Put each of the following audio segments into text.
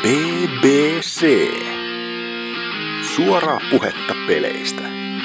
BBC. Suoraa puhetta peleistä.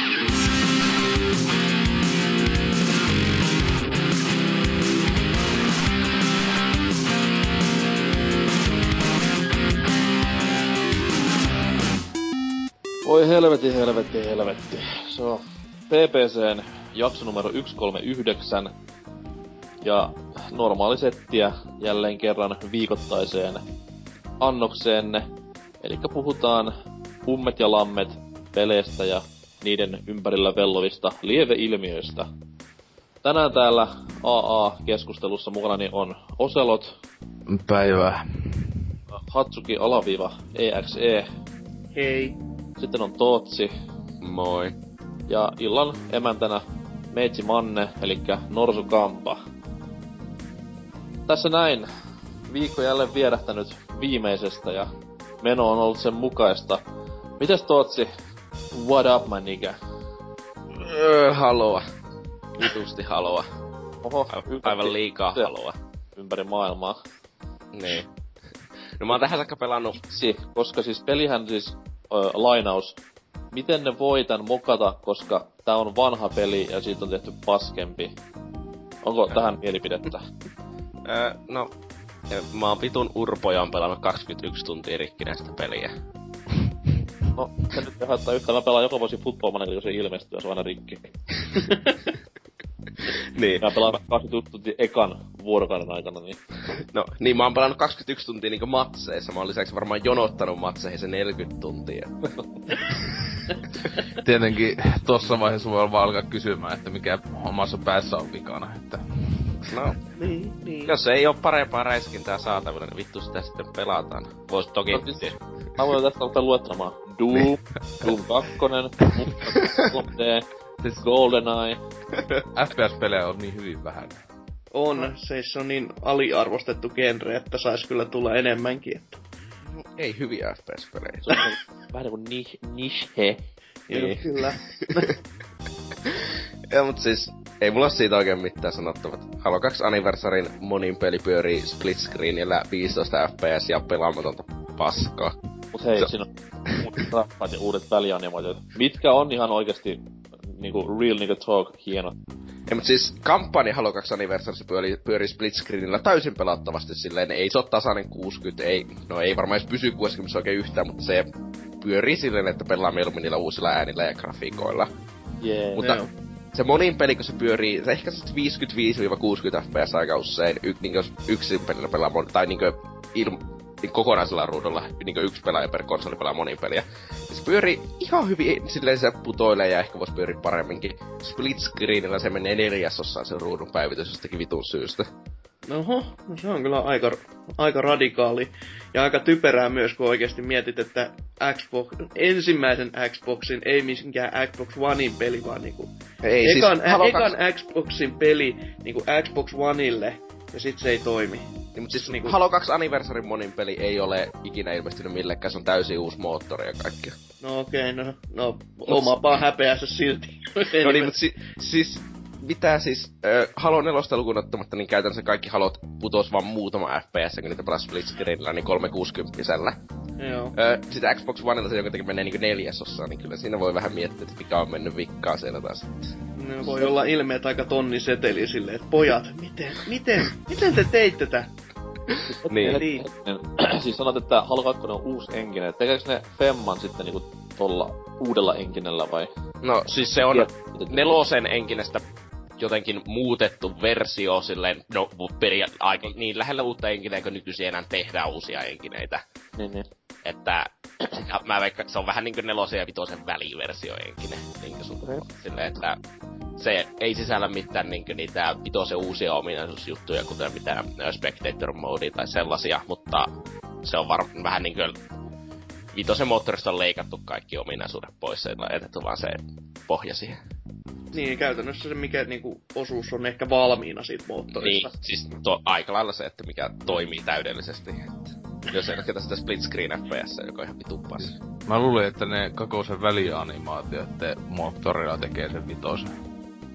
Oi helvetti. Se on BBCn jakso numero 139. Ja normaali settiä jälleen kerran viikoittaiseen annokseenne. Elikkä puhutaan ummet ja lammet peleistä ja niiden ympärillä vellovista lieveilmiöistä. Tänään täällä AA-keskustelussa mukanani on Oselot. Päivää. Hatsuki _EXE. Hei. Sitten on Tootsi. Moi. Ja illan emäntänä Meitsi Manne, elikkä Norsu Kampa. Tässä näin. Viikko jälleen vierähtänyt viimeisestä ja meno on ollut sen mukaista. Mites Tootsi? What up, my nigga? Haloa. Vitusti haloa. Oho, Aivan liikaa haloa. Ympäri maailmaa. Niin. No mä oon tähän saakka pelannut. Koska siis pelihän siis, lainaus. Miten ne voi tän mokata, koska tää on vanha peli ja siitä on tehty paskempi? Onko tähän mielipidettä? No, mä oon vitun urpo ja oon pelannut 21 tuntia rikkinäistä peliä. No, se nyt haittaa yhtään. Mä pelaan joka vuosi Football Manager, kun se ilmestyy ja se on aina rikki. Niin. Mä pelaan 21 tuntia ekan vuorokauden aikana, niin... No, niin mä oon pelannut 21 tuntia niinku matseissa. Mä oon lisäksi varmaan jonottanut matseihin se 40 tuntia. Tietenkin tossa vaiheessa voi vaan alkaa kysymään, että mikä omassa päässä on vikana, että... No, Niin. jos ei oo parempaa räiskintää saatavilla, niin vittu sitä sitten pelataan. Vois toki... No, siis, mä voin tästä ottaa luettelemaan. Doom, Doom 2, D, GoldenEye. FPS-pelejä on niin hyvin vähän. On. Se on niin aliarvostettu genre, että sais kyllä tulla enemmänkin. Että... Ei hyviä FPS-pelejä. Se on vähän niinku niche. Niin. Kyllä. Ja mut siis, ei mulla siitä oikein mitään sanottavat. Halo 2 Anniversarin monin peli pyörii split screenillä 15 fps ja pelaamatonta paskaa. Mut hei, siinä on uudet rappat ja uudet välianimaatiot, mitkä on ihan oikeesti niinku real nigga talk hienot. Ei mut siis kampanja Halo 2 Anniversarissa pyörii split screenillä täysin pelattavasti silleen, ei se oo tasainen 60, ei varmaan edes pysy 60 oikein yhtään, mutta se pyörii silleen, että pelaa mieluummin niillä uusilla äänillä ja grafiikoilla. Jee. Mutta se monin peli, kun se pyörii, se ehkä 55-60 fps aika usein, jos yksin pelillä pelaa tai kokonaisella ruudulla yksi pelaaja per konsoli pelaa monin peliä. Ja se pyörii ihan hyvin, silleen se putoilee ja ehkä vois pyöriä paremminkin. Split screenillä se menee 4/4 se ruudun päivitys jostakin vitun syystä. Oho, no se on kyllä aika radikaali. Ja aika typerää myös, kun oikeesti mietit, että ensimmäisen Xboxin, ei minkään Xbox Onein peli, vaan niinku... Ekan Xboxin peli niinku Xbox Oneille, ja sit se ei toimi. Niin, mut siis Halo 2 Anniversary monin peli ei ole ikinä ilmestynyt millekään, se on täysin uusi moottori ja kaikkea. No okei, no omapaa häpeässä silti. No niin, mut siis mitä siis, Halo 4 lukuun ottamatta, niin käytännössä kaikki Halot putos vaan muutama FPS, kun niitä pelasi split screenillä, niin 360-sellä. Joo. Sitä Xbox Onella se jotenkin menee niinku 4/4, niin kyllä siinä voi vähän miettiä, että mikä on mennyt vikkaa siellä taas. No, voi olla ilmeet aika tonni seteli silleen, että pojat, miten te teitte tätä? Niin. Siis sanot, että Halo 2 on uusi enkinen. Tekeekö ne Femman sitten niinku tolla uudella enkinellä vai? No siis se on nelosen enkinestä jotenkin muutettu versio silleen, no aika niin lähellä uutta enkineä, kun nykyisin enää tehdään uusia enkineitä. Niin. Että mä veikkaan, se on vähän niinku nelosen ja vitosen väliversio enkinen. Niinku silleen, että se ei sisällä mitään niinku niitä vitosen uusia ominaisuusjuttuja, kuten mitään spectator mode tai sellaisia, mutta se on vähän niinku vitosen moottorista on leikattu kaikki ominaisuudet pois ja laitettu vaan se pohja siihen. Niin, käytännössä se mikä niinku osuus on ehkä valmiina siitä moottorista. Niin, siis aika lailla se, että mikä toimii täydellisesti. Jos ei raketa sitä split screen FPS, joka on ihan vitun pasi. Mä luulin, että ne kakosen välianimaatioiden moottorilla tekee sen vitosen.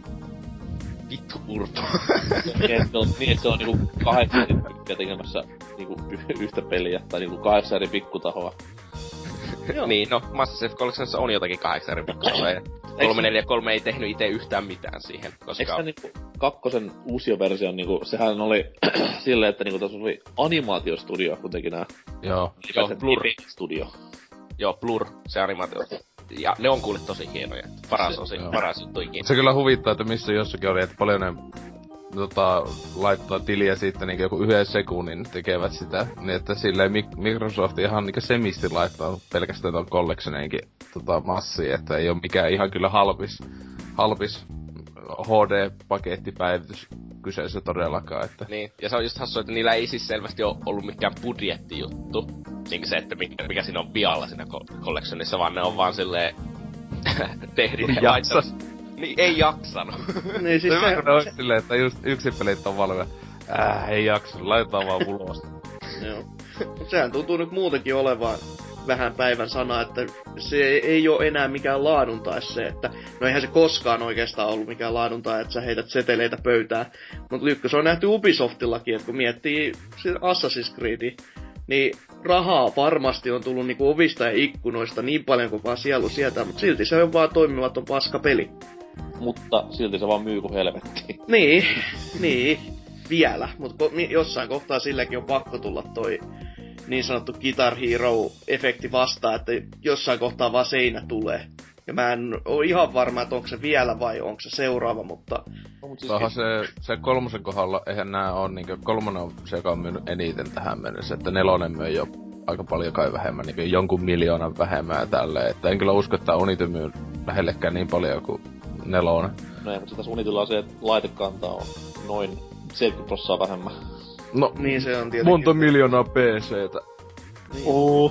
Vittu urpo. Niin, että se on niinku 8 tykkiä tekemässä niinku yhtä peliä, tai niinku 8 eri pikkutahoa. Niin, no Mass Effect Collectionissa on jotakin 8 eri pikkutahoa, ja 343 ei tehnyt itse yhtään mitään siihen, koska... Eikö niinku kakkosen uusioversio, niinku, sehän oli silleen, että niinku tässä oli animaatiostudio, kun teki nää... Joo. Blur. Studio. Joo, Blur, se animaatio. Ja ne on kuule tosi hienoja. Paras juttu ikinä. Se kyllä huvittaa, että missä jossakin oli, että paljon ne laittaa tiliä siitä niinku joku 1 sekunnin tekevät sitä, niin että silleen Microsoft ihan niinku semisti laittaa pelkästään ton collectioneinkin massiin, että ei oo mikään ihan kyllä halpis HD-pakettipäivitys kyseessä todellakaan, että... Niin, ja se on just hassu, että niillä ei siis selvästi oo ollut mikään budjettijuttu. Niinkö se, että mikä siinä on vialla siinä collectionissa, vaan ne on vaan silleen... tehdin laittanut... Niin, ei jaksanut. Niin siis se on silleen, että just yksin pelit on valmiina. Ei jaksa, laitetaan vaan ulos. Joo. Mut sehän tuntuu nyt muutenkin olevan vähän päivän sana, että se ei oo enää mikään laaduntae se, että... No eihän se koskaan oikeastaan ollut mikään laaduntae, että sä heität seteleitä pöytään. Mut Lykkä, se on nähty Ubisoftillakin, että kun miettii Assassin's Creedia, niin rahaa varmasti on tullut niinku ovista ja ikkunoista niin paljon kuin vaan sielu sieltä, mutta silti se on vaan toimimaton paska peli. Mutta silti se vaan myy kuin helvetti. Niin, vielä. Mutta jossain kohtaa silläkin on pakko tulla toi niin sanottu Guitar Hero-efekti vastaan, että jossain kohtaa vaan seinä tulee. Ja mä en oo ihan varma, että onko se vielä vai onko se seuraava, mutta... No, mut se 3 kohdalla, eihän nää on niinkö... 3 on se, joka on myynyt eniten tähän mennessä, että 4 myy jo aika paljon kai vähemmän, niinkö jonkun miljoonan vähemmän ja tälleen. Että en kyllä usko, että Unity myy lähellekään niin paljon kuin 4. No ei, mutta tässä Unityllä on se, että laitekanta on noin 70% vähemmän. No, niin se on tietenkin. Monta miljoonaa PC:tä. Niin.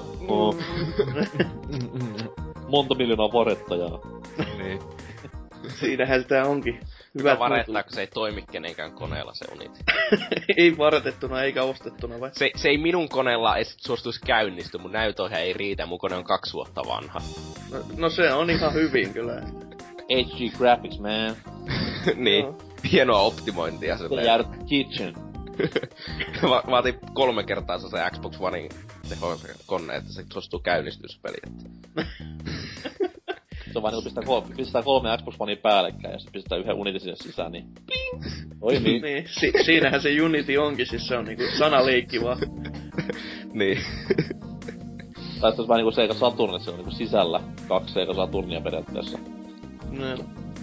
Monta miljoonaa varettajaa. Niin. Siinähän sitä onkin. Hyvä varettaa, kun se ei toimi kenenkään koneella se Unity. Ei varetettuna eikä ostettuna vai? Se ei minun koneella edes suostuisi käynnisty, mun näytöhän ei riitä, mun kone on 2 vuotta vanha. No se on ihan hyvin kyllä. HG Graphics, man. Niin, hienoa optimointia silleen. Jäädät kitchen. Vaatii 3 kertaa se Xbox Onein tehoisen kone, että se suostuu käynnistyspeli. Se on vaan niinku pistää 3 Xbox Onea päällekkäin ja sit pistää yhden Unity sinne sisään, niin ping! Oi niin. Niin, siinähän se Unity onkin, siis se on niinku sanaleikki vaan. Niin. Tai sitten vähän niinku Sega Saturn, että se on niinku sisällä 2 Sega Saturnia periaatteessa. No.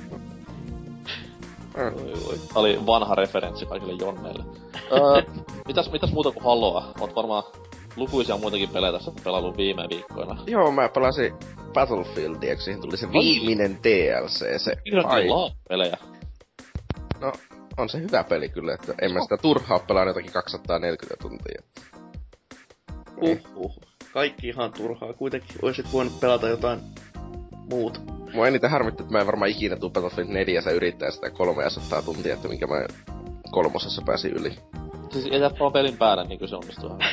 Oi. Tää oli vanha referenssi kaikille jonneille. Mitäs muuta kuin Haloa? Oot varmaan lukuisia muitakin pelejä tässä pelannut viime viikkoina. Joo, mä pelasin Battlefieldia, kun siihen tuli se viimeinen DLC, se pelejä. No, on se hyvä peli kyllä, että en mä sitä turhaa pelaa jotakin 240 tuntia. Kaikki ihan turhaa. Kuitenkin oisit voinut pelata jotain muuta. Mua eniten harmittaa, että mä en varmaan ikinä tuu Battlefield 4 yrittää sitä 300 tuntia, että minkä mä 3 pääsin yli. Siis jätä vaan pelin päälle, niin kuin se onnistuu ihan.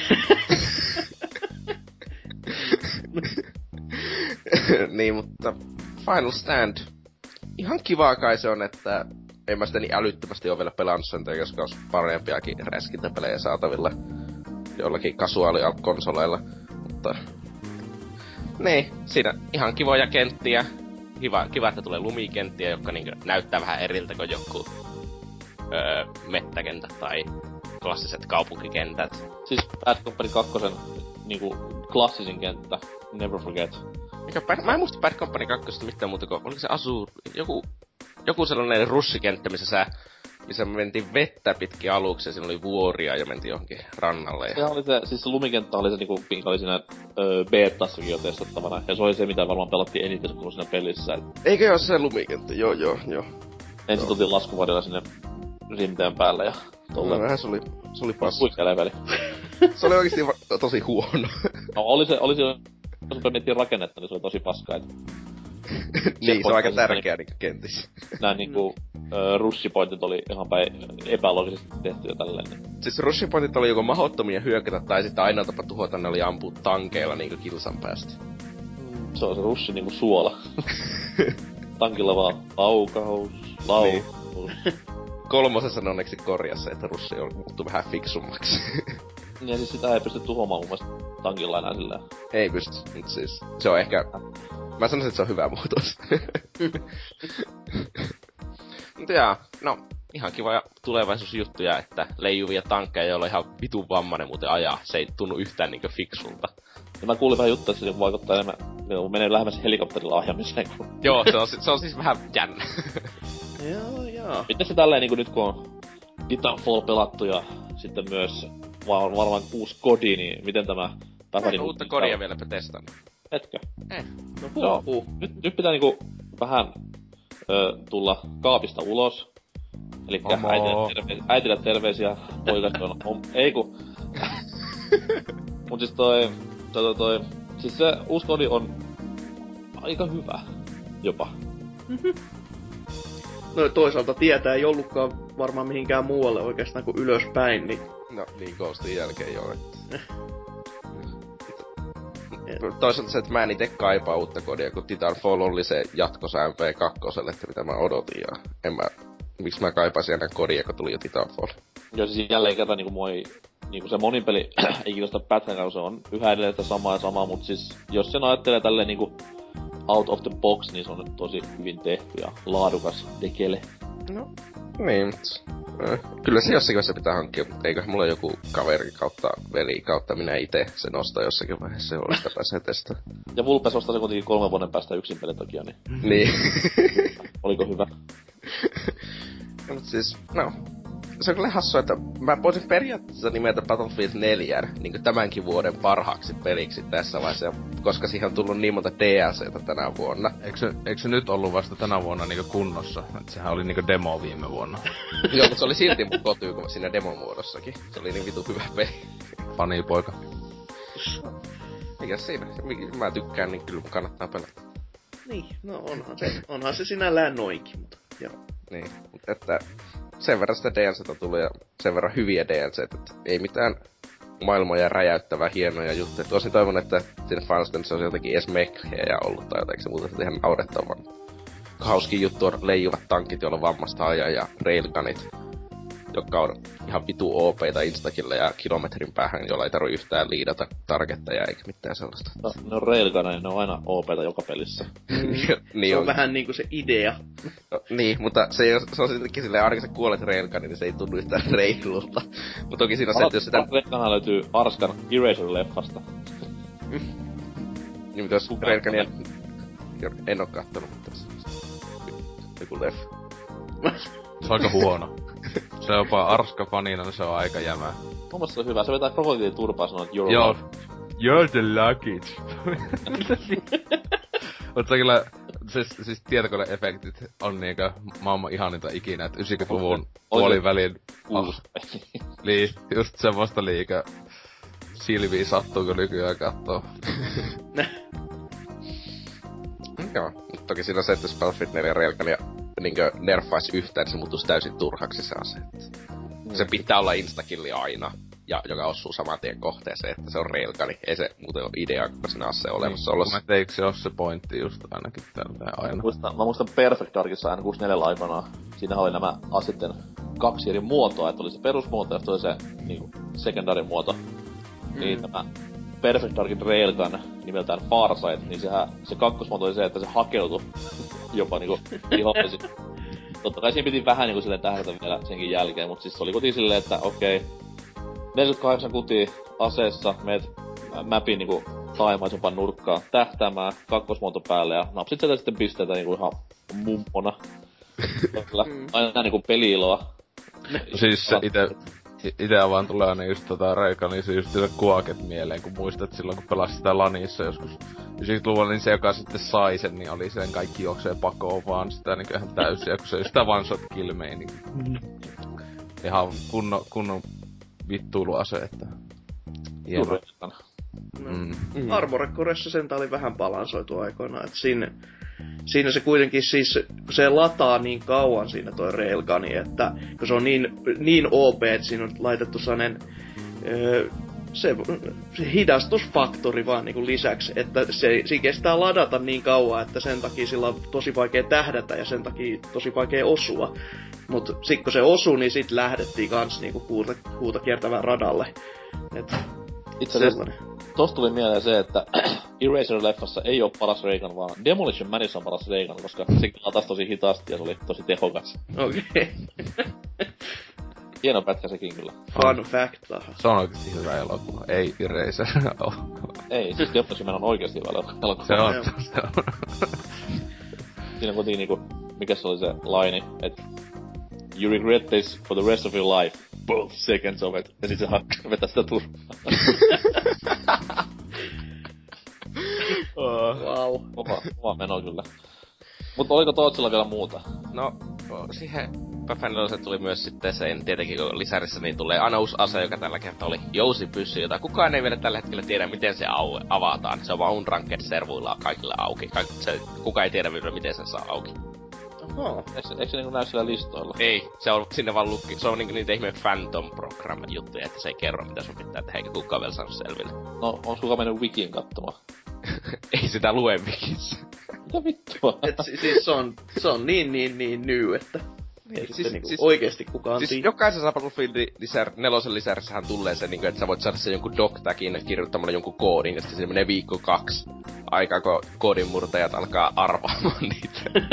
Niin, mutta Final Stand. Ihan kivaa kai se on, että en mä sitä niin älyttömästi oo vielä pelannut sen, koska olisi parempiakin räskintäpelejä saatavilla jollakin kasuaalikonsoleilla, mutta... Niin, siinä ihan kivoja kenttiä. Kiva, että tulee lumikenttiä, jotka niinku näyttää vähän eriltä kuin joku mettäkentät tai klassiset kaupunkikentät. Siis Bad Company 2 niinku klassisin kenttä, Never Forget. Mä en muista Bad Company 2 mitään muuta kuin, oliko se joku sellainen russikenttä, missä me mentiin vettä pitkin aluksi ja siinä oli vuoria ja mentiin johonkin rannalle. Se oli siis se lumikenttä oli se niinku, minkä oli siinä betassakin jo testattavana. Ja se oli se, mitä varmaan pelattiin eniten kun siinä pelissä. Eikö oo se lumikenttä? Joo. Ensin tultiin laskuvarjolla sinne rinteen päälle ja tolleen. No vähän se oli passu. Kuinka leveli. Se oli oikeesti tosi huono. No oli se, jos me miettii rakennetta, niin se oli tosi paska. Niin, se on aika tärkeä niinku kentissä. Nää niinku russipointit oli ihan päin epäloogisesti tehty ja tälleen. Siis russipointit oli joko mahdottomia hyökätä tai sitten ainoa tapa tuhota ne oli ampua tankeilla niinku kilsan päästä. Se on se russi niinku suola. Tankilla vaan laukaus. Niin. 3 onneksi korjasi se, että russi on muuttu vähän fiksummaksi. Niin, ja siis sitä ei pysty tuhoamaan mun mielestä tankilla enää silleen. Ei pysty, mut siis se on ehkä... Mä sanoisin, että se on hyvä muutos. Mut jaa, no ihan kiva tulevaisuusjuttuja, että leijuvia tankkeja, joilla on ihan vitun vammanen muuten ajaa. Se ei tunnu yhtään niinkö fiksulta. Ja mä kuulin vähän juttua, että se vaikuttaa enemmän, menee lähemmäs helikopterilla ajamiseen kuin... Joo, se on siis vähän jännä. Joo. Miten se tälleen niinku nyt kun on Titanfall pelattu ja sitten myös varmaan uusi kodi, niin miten tämä... Mä en uutta kodia vieläpä testannut. Etkö? No Joo. Nyt pitää niinku vähän tulla kaapista ulos. Elikkä äitille terveisiä, poikasi on... Ei ku... Mut siis siis se uusi kodi on aika hyvä. Jopa. No toisaalta tietää ei ollutkaan varmaan mihinkään muualle oikeastaan kuin ylöspäin, niin... No niin Ghostin jälkeen joo. Toisaalta se, että mä en ite kaipaa uutta kodia, kun Titanfall oli se jatkosa MP2, että mitä mä odotin ja miksi mä kaipaisin enää kodia, kun tuli jo Titanfall. Joo, siis jälleen kerran niinku se monin peli ei kiinnosta pätkän, se on yhä edelleen sitä samaa, mut siis jos sen ajattelee tälleen niinku out of the box, niin se on nyt tosi hyvin tehty ja laadukas tekele. No, niin, kyllä se jossakin vaiheessa pitää hankkia, mutta eiköhän mulla joku kaveri kautta veli kautta minä ite se nostaa jossakin vaiheessa, jolla sitä pääsee testaamaan. Ja Vulpes ostaa se kuitenkin 3 vuoden päästä yksin pelin takia, niin... Niin. Oliko hyvä? No, mut siis, no... Se on kyllä hassua, että mä voisin periaatteessa nimetä Battlefield 4 niin tämänkin vuoden parhaaksi peliksi tässä vaiheessa, koska siihen on tullut niin monta DLCtä tänä vuonna. Eikö se nyt ollut vasta tänä vuonna niinku kunnossa? Et sehän oli niinku demo viime vuonna. Joo, mutta se oli silti mun kotyy siinä demomuodossakin. Se oli niin vitu hyvä peli. Fanipoika. Mikäs siinä? Mä tykkään, niin kyllä kannattaa pelata. Niin, no onhan se sinällään noinkin, mutta joo. Niin, mutta että sen verran sitä DLCtä tullut ja sen verran hyviä DLCtä, että ei mitään maailmoja räjäyttävää hienoja juttuja. Tosin toivon, että siinä Final Fantasy on jotenkin edes mekhejä ollut tai jotenkin se muuta ihan naurettavan. Hauskin juttu on leijuvat tankit, joilla on vammasta ajaa ja railgunit, jotka on ihan vitu OP:ta instakilla ja kilometrin päähän, jolla ei tarvitse yhtään liidata targetteja eikä mitään sellaista. No, ne on railguneja, ne on aina OP:ta joka pelissä. Niin se on vähän niinku se idea. No, niin, mutta se on sittenkin silleen, ainakin sä kuolet railgunin, niin se ei tunnu yhtään reilulta. Mutta toki siinä on se, että jos sitä... Railgunhan löytyy Arskan Eraser-leffasta. Niin, mutta jos railgunia... En oo kattonut, mutta joku leffa. Se on aika huono. Se on jopa Arska-fanina, niin se on aika jämää. Mun mielestä se on hyvä. Se vetää krokotiilin turpaa ja sanoo, että Joo. You're the luggage. Mutta se kyllä, siis tietokone-efektit on niinkö maailman ihaninta ikinä, et 90-luvun puolivälin... Niin, just semmoista liikä silviä sattuu, kun nykyään kattoo. Joo, mutta toki siinä on se, että jos Battlefield 4 Railgunia niinkö nerfaisi yhtään, niin se muuttuisi täysin turhaksi se ase. Se pitää olla instakilli aina, ja joka osuu saman tien kohteeseen, että se on railguni. Ei se muuten ole idea, kun siinä ase olemassa olossa. Eikö se ole se pointti just ainakin tälleen aina? Mä muistan Perfect Darkissa N64 aikanaan. Siinähän oli nämä asetten 2 eri muotoa, että oli se perusmuoto ja oli se niinku secondary muoto. Niin tämä Perfect Darkin railgun nimeltään Farsight, niin se kakkosmuoto oli se, että se hakeutui jopa niinku vihollisiin. Totta kai siinä piti vähän niinku silleen tähdätä vielä senkin jälkeen, mut siis se oli kuitenkin silleen, että okei, 48 kutia aseessa, meet mapin niinku taimaisempaan nurkkaan tähtäämään, kakkosmuoto päälle ja napsit sieltä sitten pisteitä niinku ihan mummona. Kyllä, aina niinku peli-iloa. Siis se ite vaan tulee aina just Railgunissa just se kuoket mieleen, kun muistat silloin kun pelasit sitä LANissa joskus 90-luvulla, niin se joka sitten sai sen, niin oli sen kaikki juoksee pakoon vaan sitä niinku ihan täysiä, kun se just sitä one shot kill meininki. Ihan kunnon vittuiluase, että... Hieno. Armored Coressa sen oli vähän balansoitu aikoinaan, et siinä se kuitenkin siis, kun se lataa niin kauan siinä toi railguni, että kun se on niin OP, että siinä on laitettu sellainen se hidastusfaktori vaan niinku lisäksi, että se kestää ladata niin kauan, että sen takia sillä on tosi vaikea tähdätä ja sen takia tosi vaikea osua. Mut sit kun se osuu, niin sit lähdettiin kans niinku kuuta kiertävään radalle. Et itse asiassa tosta tuli mieleen se, että Eraser-leffassa ei oo paras Reagan, vaan Demolition Manissa on paras Reagan, koska sekin latasi tosi hitaasti ja se oli tosi tehokas. Okei. Hieno pätkä sekin kyllä. Fun fact taha. Se on oikeesti hyvä elokuva. Ei Eraser. Ei, siis Demolition Man on oikeesti hyvä elokuva. Se on. Siinä kuitenkin niinku, mikä se oli se laini, et you regret this for the rest of your life. Both seconds of it. Ja sit se vetää sitä turpaa. Wow. Kova meno kyllä. Mutta oliko Tootsilla vielä muuta? No, siihen Päfänilölle tuli myös sitten sen, tietenkin kun lisärissä niin tulee aina uusi ase, joka tällä kertaa oli jousipyssy, jota kukaan ei vielä tällä hetkellä tiedä, miten se avataan. Se on vaan Unranked-servuilla kaikille auki. Kukaan ei tiedä vielä, miten sen saa auki. Oho. Eikö se niinku näy siellä listoilla? Ei, se on sinne vaan se on niinku niitä ihme Phantom Program juttuja, että se ei kerro mitä sun pitää tehdä, eikä kukaan vielä saanut selville. No, on kukaan mennyt Wikiin katsomaan? Ei sitä lue Wikissä. Mitä vittua? Et siis se on niin new, että ei sitten niinku oikeesti kukaan siis tiedä. jokaisessa Battlefield 4 lisärissähän tulee se niinku, että sä voit saada sen jonkun doc-tagin kirjoittamalla jonkun koodin, ja sitten se menee viikko 2 aikaa, kun koodinmurtajat alkaa arvaamaan niitä.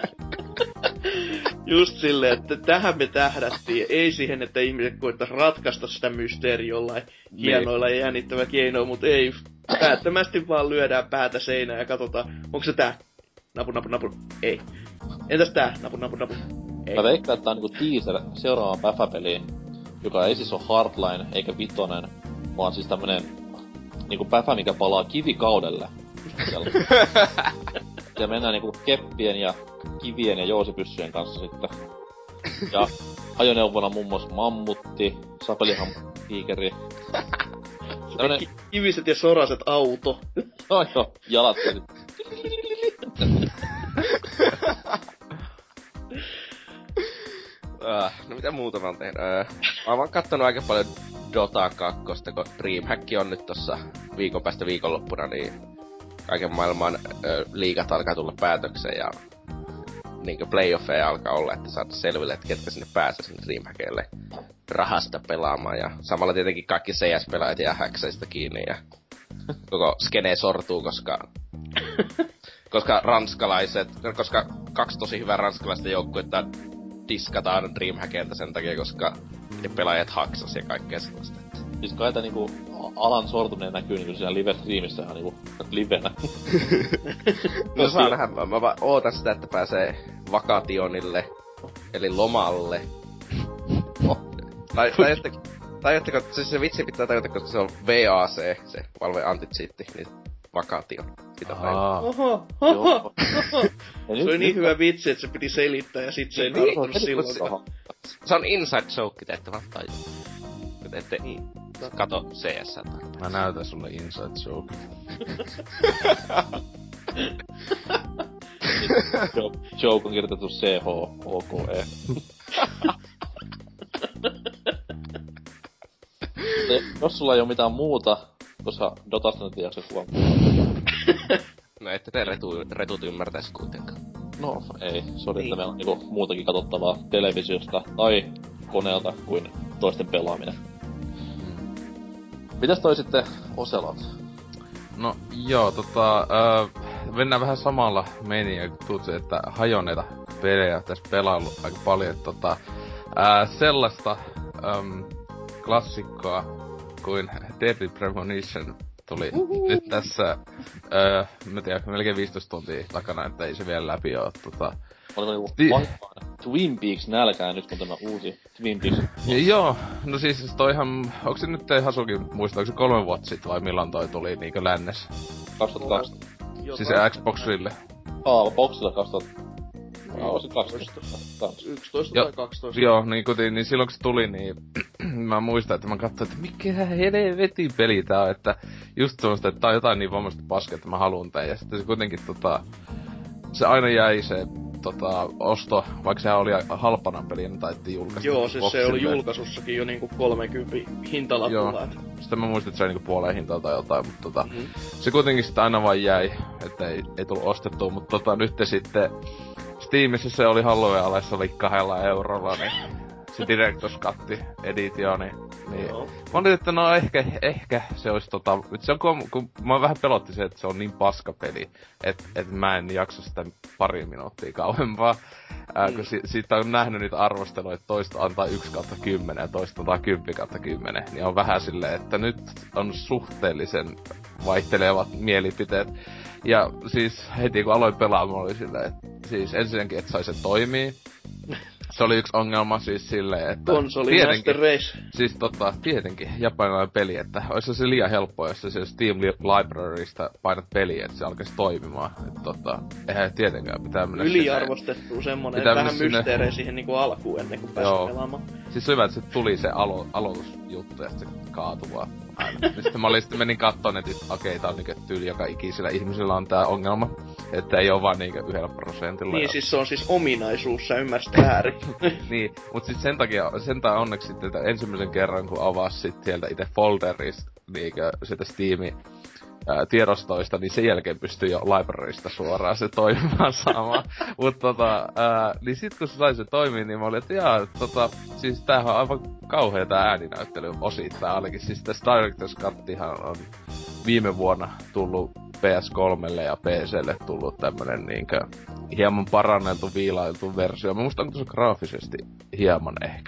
Just silleen, että tähän me tähdättiin, ei siihen, että ihmiset koittais ratkaista sitä mysteeriä jollain hienoilla ja jännittävä keinoilla, mut ei, päättömästi vaan lyödään päätä seinään ja katsotaan, onko se tää? Napu, ei. Entäs tää? Napu, ei. Mä veikkaan, että tää on niinku teaser seuraavaan Päfä-peliin, joka ei siis oo Hardline eikä Vitonen, vaan siis tämmönen niinku Päfä, mikä palaa kivikaudelle. Ja mennään niinku keppien ja kivien ja jousipyssyjen kanssa sitten. Ja ajoneuvona muun muassa mammutti, sapelihampiikeri. Kiviset ja soraset auto. Joo, jalat ja No mitä muuta mä oon tehnyt? Mä oon vaan kattonut aika paljon Dota 2, kun Dreamhack on nyt tossa viikon päästä viikonloppuna, niin kaiken maailman liigat alkaa tulla päätökseen ja niinkö playoffeja alkaa olla, että saada selville, että ketkä sinne pääsee sinne Dreamhackille rahasta pelaamaan. Ja samalla tietenkin kaikki CS-pelaajat jää häkseistä kiinni ja koko skene sortuu, koska koska 2 tosi hyvää ranskalaista joukkuetta diskataan Dreamhackilta sen takia, koska ne pelaajat haksas ja kaikkea sellaista. siis kai tää niinku alan sortuminen näkyy niinku siinä live-striimissä ihan niinku livenä. No saa nähdä, mä vaan ootan sitä, että pääsee vakationille, eli lomalle. Tajutteko, siis se vitsi pitää tajuta, koska se on VAC, se Valve Anti-Cheat, niin vakation. Oho. Se oli niin hyvä vitsi, että se piti selittää ja sit se ei tarttunut silloin. Se on inside joke, te ette vaan tajua. Te ette kato CS. Mä näytän sulle inside joke. Joke on kirjoitettu C-H-O-K-E. Jos sulla ei oo mitään muuta, koska Dotasta nyt ei jaksa kuvaa. No ette te retut ymmärtäis kuitenkaan. No ei, sori, että meillä on niinku muutakin katsottavaa televisiosta tai koneelta kuin toisten pelaaminen. Mitäs toi sitten Ocelot? No joo, mennään vähän samalla meininä kuin Tutsi, että hajoneita pelejä tässä pelaillut aika paljon, sellaista klassikkoa kuin Deadly Premonition tuli nyt tässä, mä tiedän, melkein 15 tuntia takana, että ei se vielä läpi oo, Oli niinku Twin Peaks nälkää nyt, kun tämä uusi Twin Peaks. Joo, no siis toihan, onko se nyt Hasukin muista, onko se 3 vuotta sitten vai milloin toi tuli niinkö lännes? 2002. Siis se Xboxille. Boxilla 2000. Oliko 12? 11 tai 12. Joo, niin silloin kun se tuli, niin mä muistan, että mä katsoin, että mikä helvetin peli tää on, että just semmoista, että tää on jotain niin vammasta paskaa, että mä haluun tän. Ja sitten se kuitenkin se aina jäi se osto, vaikka sehän oli halpana peliä, niin taittiin julkaista. Joo, siis se oli boxille. julkaisussakin jo niinku 30 hintalapulla. Joo. Sitten mä muistin, että se oli niinku puoleen hintaa tai jotain, mutta se kuitenkin sitten aina vaan jäi, että ei tullut ostettua, mutta nyt sitten Steamissa se oli Halloween alla, se oli 2 eurolla, niin se Director's Cut Edition, niin mä olin, että no ehkä se olisi se on kun mä vähän pelotti se, että se on niin paska peli, että mä en jaksa sitä pari minuuttia kauempaa. Kun siitä on nähnyt niitä arvosteluja, että toista antaa 1/10 ja toista antaa 10/10, niin on vähän silleen, että nyt on suhteellisen vaihtelevat mielipiteet. Ja siis heti kun aloin pelaamaan oli silleen, että siis ensinnäkin, että sai sen toimii. Se oli yksi ongelma siis silleen, että Konsoli Master Race. Siis tietenkin japanilainen peli, että olisi se liian helppoa, jos se Steam Librarysta painat peliä, että se alkaisi toimimaan. Että eihän tietenkään pitää mennä yliarvostettu semmonen, että vähän mysteerejä siihen niinku alkuun ennen kuin pääsee pelaamaan. Siis hyvä, että se tuli se aloitusjuttu ja sitten se kaatui vaan aina. Sitten mä menin kattoon, että okei, tää on niinku tyyli joka ikisellä ihmisellä on tää ongelma. Että ei oo vaan niinku 1%. Niin, siis se on siis ominaisuus, sä ymmärsit väärin. Niin, mut sit sen takia onneksi sitten ensimmäisen kerran kun avasi sit sieltä ite folderista niinkö sieltä Steamin tiedostoista, niin sen jälkeen pystyy jo librarysta suoraan se toimimaan saamaan. Mut niin sit kun se sai se toimii, niin mä olin, että siis tämähän on aivan kauhea tää ääninäyttely osittain ainakin. Siis tässä Director's Cutihan on viime vuonna tullut PS3 ja PClle tullut tämmönen niinkö hieman paranneltu, viilailtu versio. Mä muistan, onko se graafisesti hieman ehkä.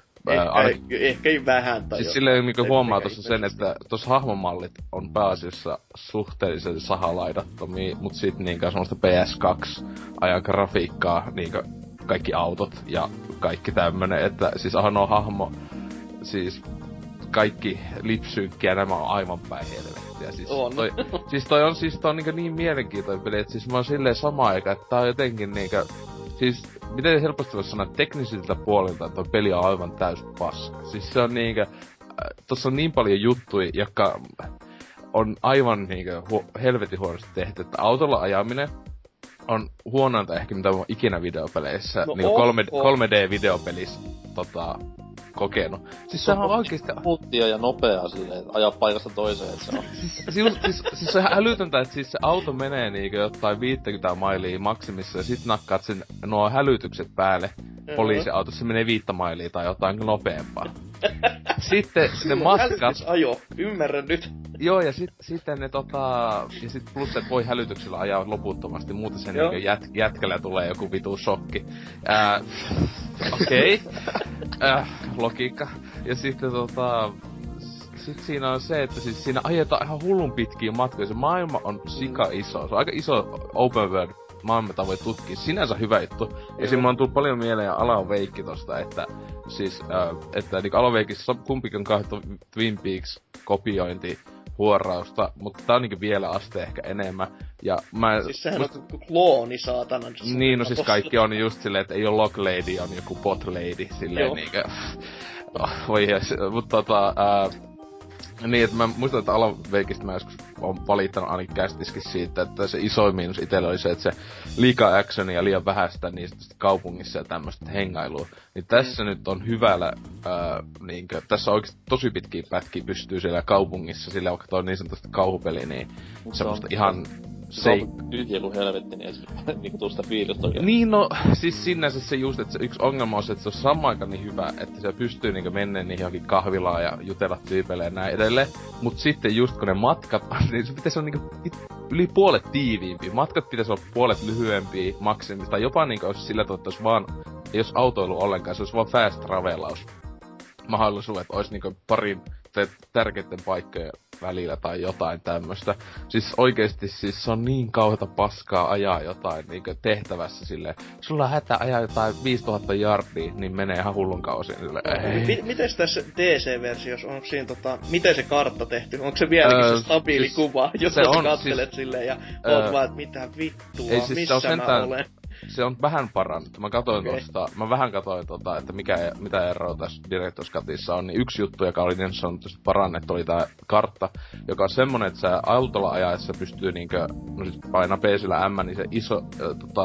Ehkä vähän tai siis silleen niinku huomaa tossa sen, että tossa hahmomallit on pääasiassa suhteellisen sahalaidattomia, mut sit niinkö semmoista PS2-ajan grafiikkaa, niinkö kaikki autot ja kaikki tämmönen, että siis on hahmo, siis kaikki lipsynkkiä, nämä on aivan päin helvettiä. Siis on. Toi on niin mielenkiintoinen peli, että siis mä oon silleen sama aika, että tää on jotenkin niinkö, siis miten helposti voisi sanoa teknisiltä puolilta, että toi peli on aivan täys paska. Siis se on niinkö, tossa on niin paljon juttuja, jotka on aivan niinkö helvetin huonosti tehty, että autolla ajaminen on huonointa ehkä mitä mä oon ikinä videopeleissä, no niinku 3D-videopelissä kokenut. Siis se on oikeesti muuttia ja nopeaa silleen, että ajaa paikasta toiseen, että se on. siis se on hälytöntä, että siis se auto menee niinkö jotain 50 mailia maksimissa ja sit nakkaat sen nuo hälytykset päälle. Poliisiautossa se menee 5 mailia tai jotain nopeampaa. Sitten ne matkat. Ajo, ymmärrän nyt. Joo, ja sitten ne ja sit plus, että voi hälytyksellä ajaa loputtomasti, muuten sen niinku jätkällä tulee joku vitu shokki. Okei. Logiikka. Ja sitten sit siinä on se, että siis siinä ajetaan ihan hullun pitkiä matkoja. Se maailma on sika iso. Se on aika iso open world maailma, jota voi tutkia. Sinänsä hyvä juttu. Ja siinä on tullut paljon mieleen ja Alan Wake tosta, että siis, että niinku Alan Wakeissa kumpikin on kahdettu Twin Peaks kopiointi huorausta, mutta tää on niinku vielä aste ehkä enemmän. Ja mä... Siis sehän on klooni, saatana. Niin, no siis kaikki on just silleen, että ei oo Log Lady, on joku Bot Lady, silleen niinkö... voi jees, mutta niin, että mä muistan, että Alan Wakeista mä joskus oon valittanut ainakin kästiskin siitä, että se isoin miinus itellä oli se, että se liikaa actionia ja liian vähäistä niistä kaupungissa ja tämmöstä hengailua. Niin tässä nyt on hyvällä, niinkö, tässä on oikeesti tosi pitkiä pätkiä pystyy siellä kaupungissa, sillä vaikka toi on niin sanotusti kauhupeli, niin semmoista ihan... Se on tyhjä kuin helvetti, niin ei se niinku tuu sitä fiilistä oikein. Niin no, siis sinänsä se just, että se yksi ongelma on se, että se on samaan aikaan niin hyvä, että se pystyy niinku mennä niihin johonkin kahvilaan ja jutella tyypeille ja näin edelleen. Mut sitten just kun ne matkat, niin se pitäisi olla niinku yli puolet tiiviimpiä. Matkat pitäisi olla puolet lyhyempiä maksimista. Tai jopa niinku jos sillä tavalla, että olisi vaan, ei jos autoilu ollenkaan, se olisi vaan fast travelaus. Mahdollisuus, että olisi niinku parin tärkeitten paikkojen välillä tai jotain tämmöstä. Siis oikeesti siis se on niin kauheata paskaa ajaa jotain niinkö tehtävässä silleen. Sulla on hätä ajaa jotain 5000 yardia, niin menee ihan hullun kausin silleen. Mites tässä DC-versiossa, onko siinä miten se kartta tehty? Onko se vieläkin se stabiili siis, kuva, jos sä katselet siis, silleen ja oot vaan, että mitä vittua, ei, siis missä mä olen? Se on vähän parannettu. Mä katoin mä vähän katoin että mitä eroa tässä Director's Cutissa on, niin yksi juttu, joka oli niin sanotusti parannettu, oli tää kartta, joka on semmonen, että sä autolla ajaessa pystyy niinkö, no siis painaa PC:llä M, niin se iso,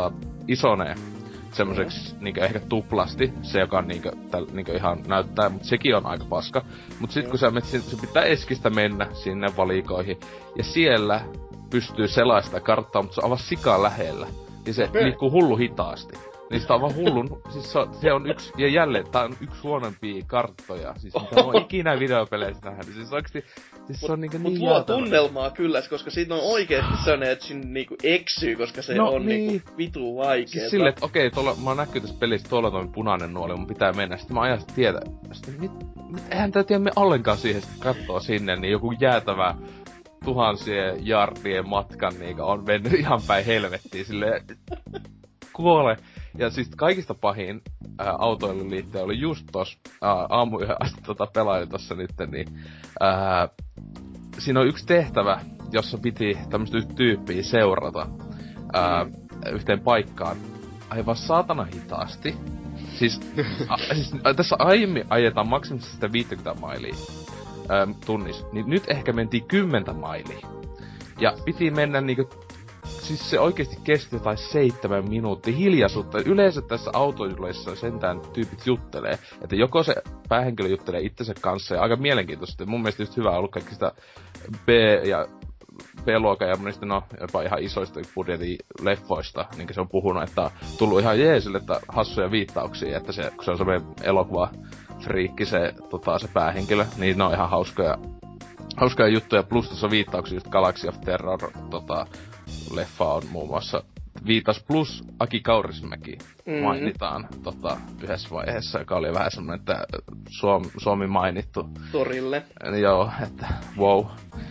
isonee semmoiseksi niinku ehkä tuplasti, se joka niinku ihan näyttää, mut sekin on aika paska. Mut sit kun sä menet, se pitää eskistä mennä sinne valikoihin, ja siellä pystyy selaista karttaa, mutta se on aivan sika lähellä. Niin se liikkuu hullu hitaasti. Niin sitä on vaan hullun, siis se on yksi, ja jälleen, tää on yksi huonompia karttoja, siis mitä on ikinä videopeleissä nähnyt. Siis oikeesti, siis se on niin luo jäätävä tunnelmaa kyllä, koska siinä on oikeesti sellainen, että siinä niinku eksyy, koska se on niin. Niinku vitu vaikeeta. Siis silleen, että okei, tuolla, mä oon näkyy tässä pelissä, tuolla on punainen nuoli, mun pitää mennä. Sitten mä ajan sitä tietä, eihän tää tiedä me ollenkaan siihen, sitten kattoo sinne, niin joku jäätävä tuhansien jardien matkan niinku on mennyt ihan päin helvettiin silleen, kuole. Ja siis kaikista pahin autoiluliitteen oli just tossa aamuyhden asti pelailin tossa nytten, niin siinä on yksi tehtävä, jossa piti tämmöstä tyyppiä seurata yhteen paikkaan aivan saatana hitaasti. Siis tässä aiemmin ajetaan maksimissaan sitä 50 mailia tunnissa, niin nyt ehkä mentiin 10 mailia. Ja piti mennä niinku, siis se oikeesti kesti jotain 7 minuuttia hiljaisuutta. Yleensä tässä autoiluissa sentään tyypit juttelee. Että joko se päähenkilö juttelee itsensä kanssa ja aika mielenkiintoista. Mun mielestä just hyvä ollut kaikki sitä B-luokan ja monista jopa ihan isoista budjetin leffoista. Niin se on puhunut, että on tullut ihan jeesille, että hassuja viittauksia. Että se, kun se on semmoinen elokuva friikki se päähenkilö, niin ne on ihan hauskoja juttuja. Plus tuossa viittauksia just Galaxy of Terror leffa on muun muassa viitas plus Aki Kaurismäki mainitaan yhdessä vaiheessa, joka oli vähän semmonen, että Suomi mainittu. Torille. Joo, että wow.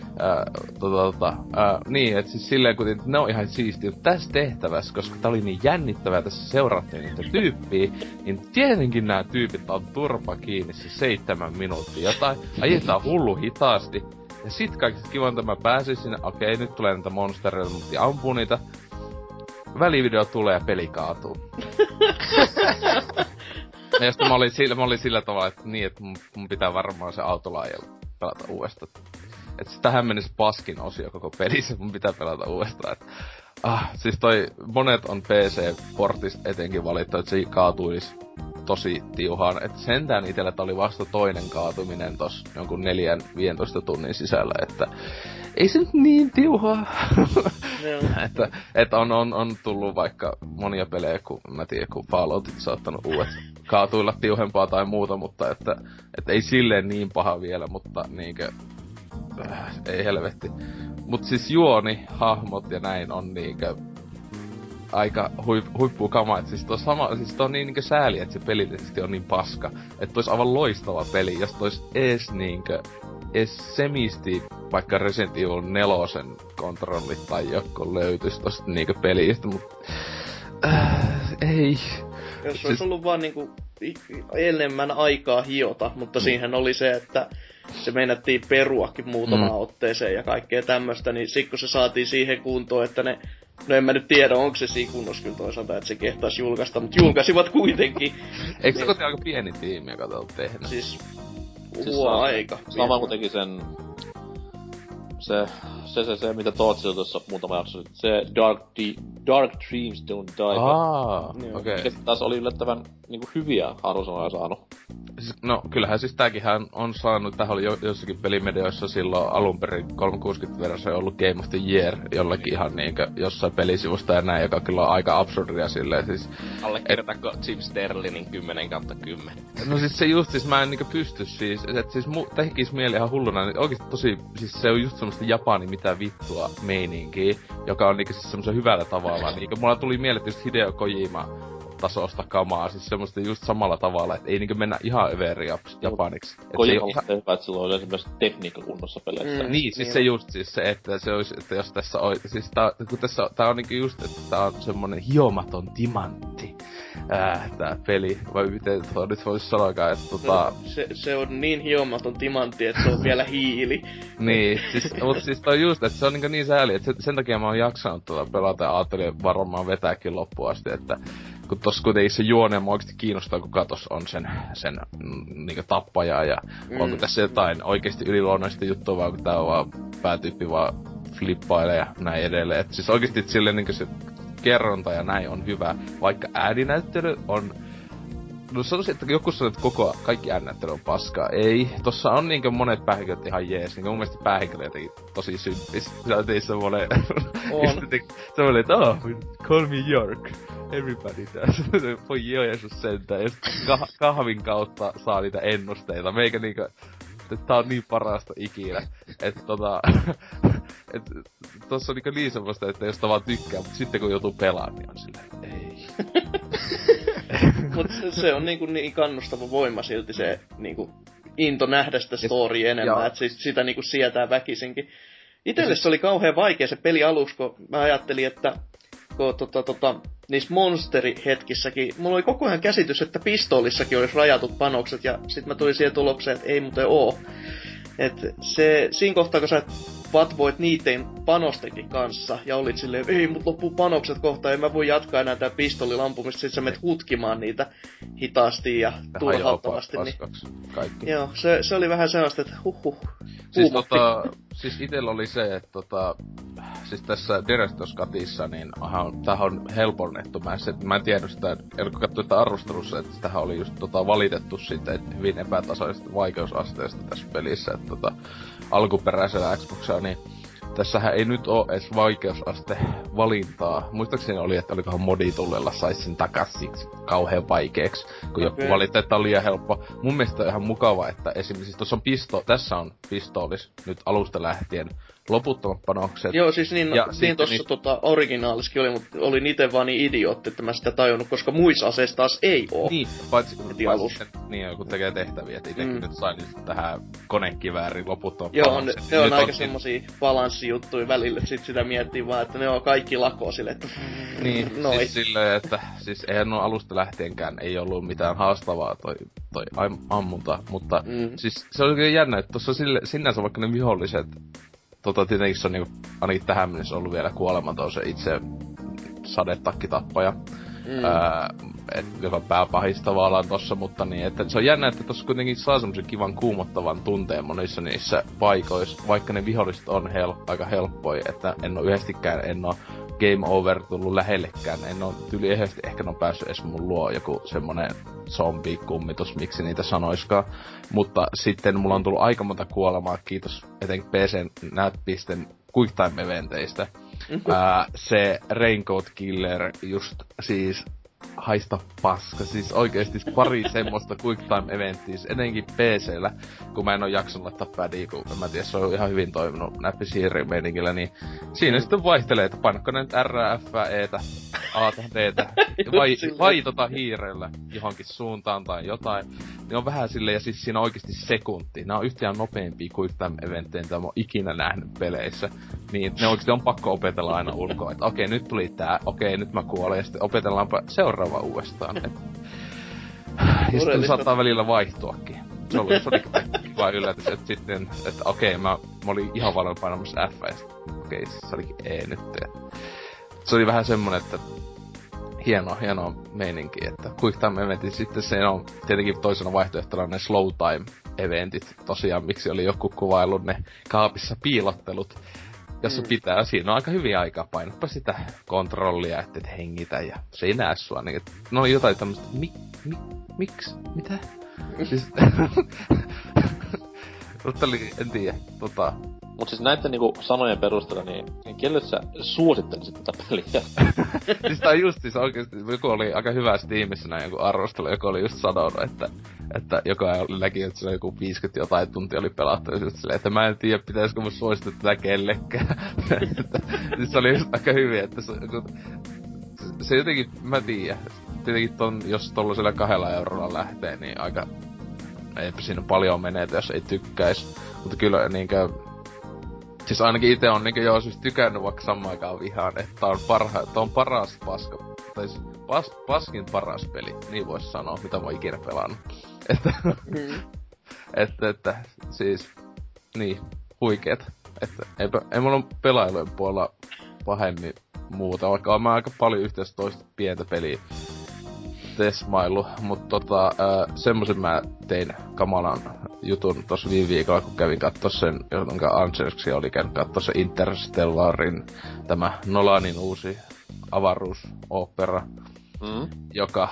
Niin, että siis silleen, kun ne on ihan siistiä tässä tehtävässä, koska tää oli niin jännittävää, tässä seurattiin niitä tyyppiä, niin tietenkin nämä tyypit on turpa kiinni se 7 minuuttia. Jotain ajetaan hullu hitaasti. Ja sit kaikista kivointa mä pääsin sinne, okei, nyt tulee näitä monstereita, mutta ampuu niitä. Välivideo tulee ja peli kaatuu. Ja sitten mä olin sillä tavalla, että niin, että mun pitää varmaan se autolaajalla pelata uudestaan. Et sit tähän meni se paskin osio koko pelissä, mun pitää pelata uudestaan. Et, siis monet on PC-portista etenkin valittu, että se kaatuisi tosi tiuhaan. Et sentään itellä oli vasta toinen kaatuminen tossa jonkun 4-15 tunnin sisällä, että ei se nyt niin tiuhaa. että on tullut vaikka monia pelejä, kun mä tiedän, kun Falloutit saattanut uudet kaatuilla tiuhempaa tai muuta, mutta että ei silleen niin paha vielä, mutta niinkö ei helvetti. Mut siis juoni, hahmot ja näin on niinkö aika huippukama, et siis tuo on niin niinkö sääli, että se pelillisesti on niin paska. Että tois aivan loistava peli, jos tois ees niinkö semisti vaikka Resident Evil 4 kontrollit tai joku löytys tosta niinkö pelistä, mut ei. Jos olisi ollut vaan niinku enemmän aikaa hiota, mutta siihen oli se, että se meinattiin peruakin muutamaan otteeseen ja kaikkea tämmöstä, niin sit kun se saatiin siihen kuntoon, että ne, no en mä nyt tiedä, onko se siinä kunnossa kyllä toisaalta, että se kehtaisi julkaista, mutta julkaisivat kuitenkin. Eikö se kotiin aika pieni tiimi, joka te oot tehnyt? Siis aika. Sama kun teki sen se mitä Tootsilla tuossa muutama jakso, se Dark Dreams Don't Die. Okei. Okay. Taas oli yllättävän niinku hyviä arvosanoja saanut. Siis, no kyllähän siis tääkinhän on saanut, tähän oli jossakin pelimedioissa silloin alunperin 360-versio ollut Game of the Year jollekin ihan niinkö jossain pelisivusta ja näin, joka kyllä on aika absurdia silleen siis. Allekirjoitatko Jim Sterlinin 10/10? No siis se just, siis mä en niinkö pysty siis, et siis tekis mieli ihan hulluna, niin oikeesti tosi, siis se on just semmoista Japani mitä vittua meininkiä, joka on niinkö siis semmoisen hyvällä tavalla, niinkö mulla tuli mieleen just Hideo Kojima tasosta kamaa, siis semmoista just samalla tavalla, että ei niinkö mennä ihan överi japaniksi. Kojima on hyvä, että sillä on esimerkiksi tekniikka kunnossa peleissä. Niin, siis se just siis se, että se olisi, että jos tässä on, siis kun tässä, tää on niinkö just, että tää on semmonen hiomaton timantti. Tää peli, vai miten nyt vois sanoakaan, että se on niin hiomaton timantti, että se on vielä hiili. Niin, siis, mut siis toi just, että se on niin sääli, että sen takia mä oon jaksanut pelata ja ajattelin varmaan vetääkin loppuun asti, että kun tossa kuitenkin se juone mua oikeesti kiinnostaa, kuka tossa on sen niinku tappajaa ja onko tässä jotain oikeesti yliluonnollista juttua, vai onko tää vaan päätyyppi vaan flippailee ja näin edelleen. Et siis oikeesti silleen niinku se kerronta ja näin on hyvä, vaikka ääninäyttely on... No sanoisin, että joku sanoo, että kaikki ääninäyttely on paskaa. Ei, tossa on niinkö monet päähenkilöt ihan jees. Niinkö mun mielestä päähenkilö jotenkin tosi sympis. Se on tietysti semmonen... On. semmonen, että call me York. Everybody does. Voi Jeesus sentään. Ja sit kahvin kautta saa niitä ennusteita. Meikä niinkö... Tää on niin parasta ikinä. Että et tossa on niinkö niin semmoista, että jos vaan tykkää, mut sitten kun joutuu pelaamaan, niin on silleen, ei. Mut se on niin kannustava voima silti se niinku into nähdä sitä storya enemmän, että sitä niinku sietää väkisinkin. Itelle se oli kauhean vaikea se peli aluksi, kun mä ajattelin, että niissä monsteri-hetkissäkin, mulla oli koko ajan käsitys, että pistoolissakin olisi rajatut panokset, ja sit mä tulin siihen tulokseen, että ei muuten oo. Et siinä kohtaa, kun sä vatvoit niiden panostenkin kanssa, ja olit silleen, ei mut loppuu panokset kohta, en mä voi jatkaa enää tää pistolilampumista, sit sä menet hutkimaan niitä hitaasti ja turhauttavasti. Niin... Kaikki. Joo, se oli vähän sellaista, että Siis siis itellä oli se, että siis tässä Director's Cutissa, niin tämähän on helponnettu. Mä en tiedä sitä, kun katsoin sitä arvostelussa, että tähän oli just valitettu siitä, että hyvin epätasaisesta vaikeusasteesta tässä pelissä, että alkuperäisellä Xboxilla, niin tässähän ei nyt oo edes vaikeusaste valintaa. Muistaakseni oli, että olikohan moditullella sais sen takaisin kauhean vaikeeksi, kun joku valitti, että on liian helppo. Mun mielestä on ihan mukava, että esimerkiksi tossa on tässä on pistoolis nyt alusta lähtien loputtomat panokset. Joo, siis niin tossa originaaliskin oli, mutta olin ite vaan niin idiootti, että mä sitä tajunnut, koska muissa aseissa taas ei oo. Niin, paitsi niin, kun tekee tehtäviä, että itekin nyt sain just tähän konekiväärin loputtomat panokset. Joo, ne on aika semmosia balanssijuttuja välillä, sit sitä miettii vaan, että ne on kaikki lakoo silleen, että... Niin, siis silleen, että siis eihän no alusta lähtienkään ei ollut mitään haastavaa toi ammunta, mutta siis se oli jännä, että tossa sinänsä vaikka ne viholliset tietenkin se on niinku, ainakin tähän mennessä ollut vielä kuolematon se itse sadetakkitappaja. Joka pääpahis tavallaan tossa, mutta niin, että se on jännä, että tossa kuitenkin saa semmosen kivan kuumottavan tunteen monissa niissä paikoissa, vaikka ne viholliset on aika helppoja, että en oo game over tullut lähellekään, en oo tyli ehkä ne on päässyt edes mun luo joku semmonen zombi-kummitus, miksi niitä sanoiskaan, mutta sitten mulla on tullut aika monta kuolemaa, kiitos etenkin PC-näppisten QuickTime-eventeistä. Se Raincoat Killer just siis haista paska, siis oikeesti pari semmoista QuickTime-eventtiä, etenkin PC:llä, kun mä en oo jaksanut laittaa pädiä, kun mä tiedän, se on ihan hyvin toiminut näppisiirrimeiningillä, niin siinä sitten vaihtelee, että painakko ne nyt R, F, Etä, A, Dtä, vai hiirellä johonkin suuntaan tai jotain, niin on vähän silleen, ja siis siinä on oikeesti sekunti. Nää on yhtään nopeampia QuickTime-eventtejä, mitä mä oon ikinä nähnyt peleissä. Niin ne oikeesti on pakko opetella aina ulkoa, että okei, nyt tuli tää, okei, nyt mä kuolen, ja sitten opetellaanpa seuraava uudestaan. Ja sitten saattaa välillä vaihtuakin. Se oli kiva yllätys, että sitten, että okei, mä olin ihan varmaan painamassa F, ja sitten okei, se olikin E nyt. Se oli vähän semmonen, että hienoa meininki, että QuickTime-eventit sitten se on tietenkin toisena vaihtoehtona ne slow time-eventit. Tosiaan, miksi oli joku kuvaillut ne kaapissa piilottelut, jossa pitää, siinä on aika hyvin aikaa, painappa sitä kontrollia, että et hengitä ja se ei näe sua. Niin, no jotain tämmöstä, miksi? Mitä? Siis, mutta en tiedä, Mut siis näitten niinku sanojen perusteella, niin kelle sä suosittelisit tätä peliä? Siis tää just siis oikeesti, joku oli aika hyvä Steamissa näin joku arvostelu, joka oli just sanonut, että joka näki, että se joku 50 jotain tuntia oli pelattu, ja just silleen, että mä en tiedä, pitäisikö mun suosittaa tätä kellekään. Siis se oli just aika hyvin, että se jotenkin, mä tiedän, tietenkin jos tollasella 2 eurolla lähtee, niin aika, eipä siinä paljon menetä, jos ei tykkäis. Mutta kyllä niinkö, siis ainakin ite on niinkö joo siis tykännyt vaikka samaan aikaan vihaan, että tää on paras paska, tai siis paskin paras peli, niin vois sanoa, mitä mä oon ikinä pelannut. Että siis, niin, huikeet. Että ei mulla pelailujen puolella pahemmin muuta, vaikka mä aika paljon yhteensä toista pientä peliä tesmailu, mutta semmosen mä tein kamalan jutun tossa viime viikolla, kun kävin kattoo sen, jonka Anserski oli käynyt kattoo se Interstellarin, tämä Nolanin uusi avaruusopera, joka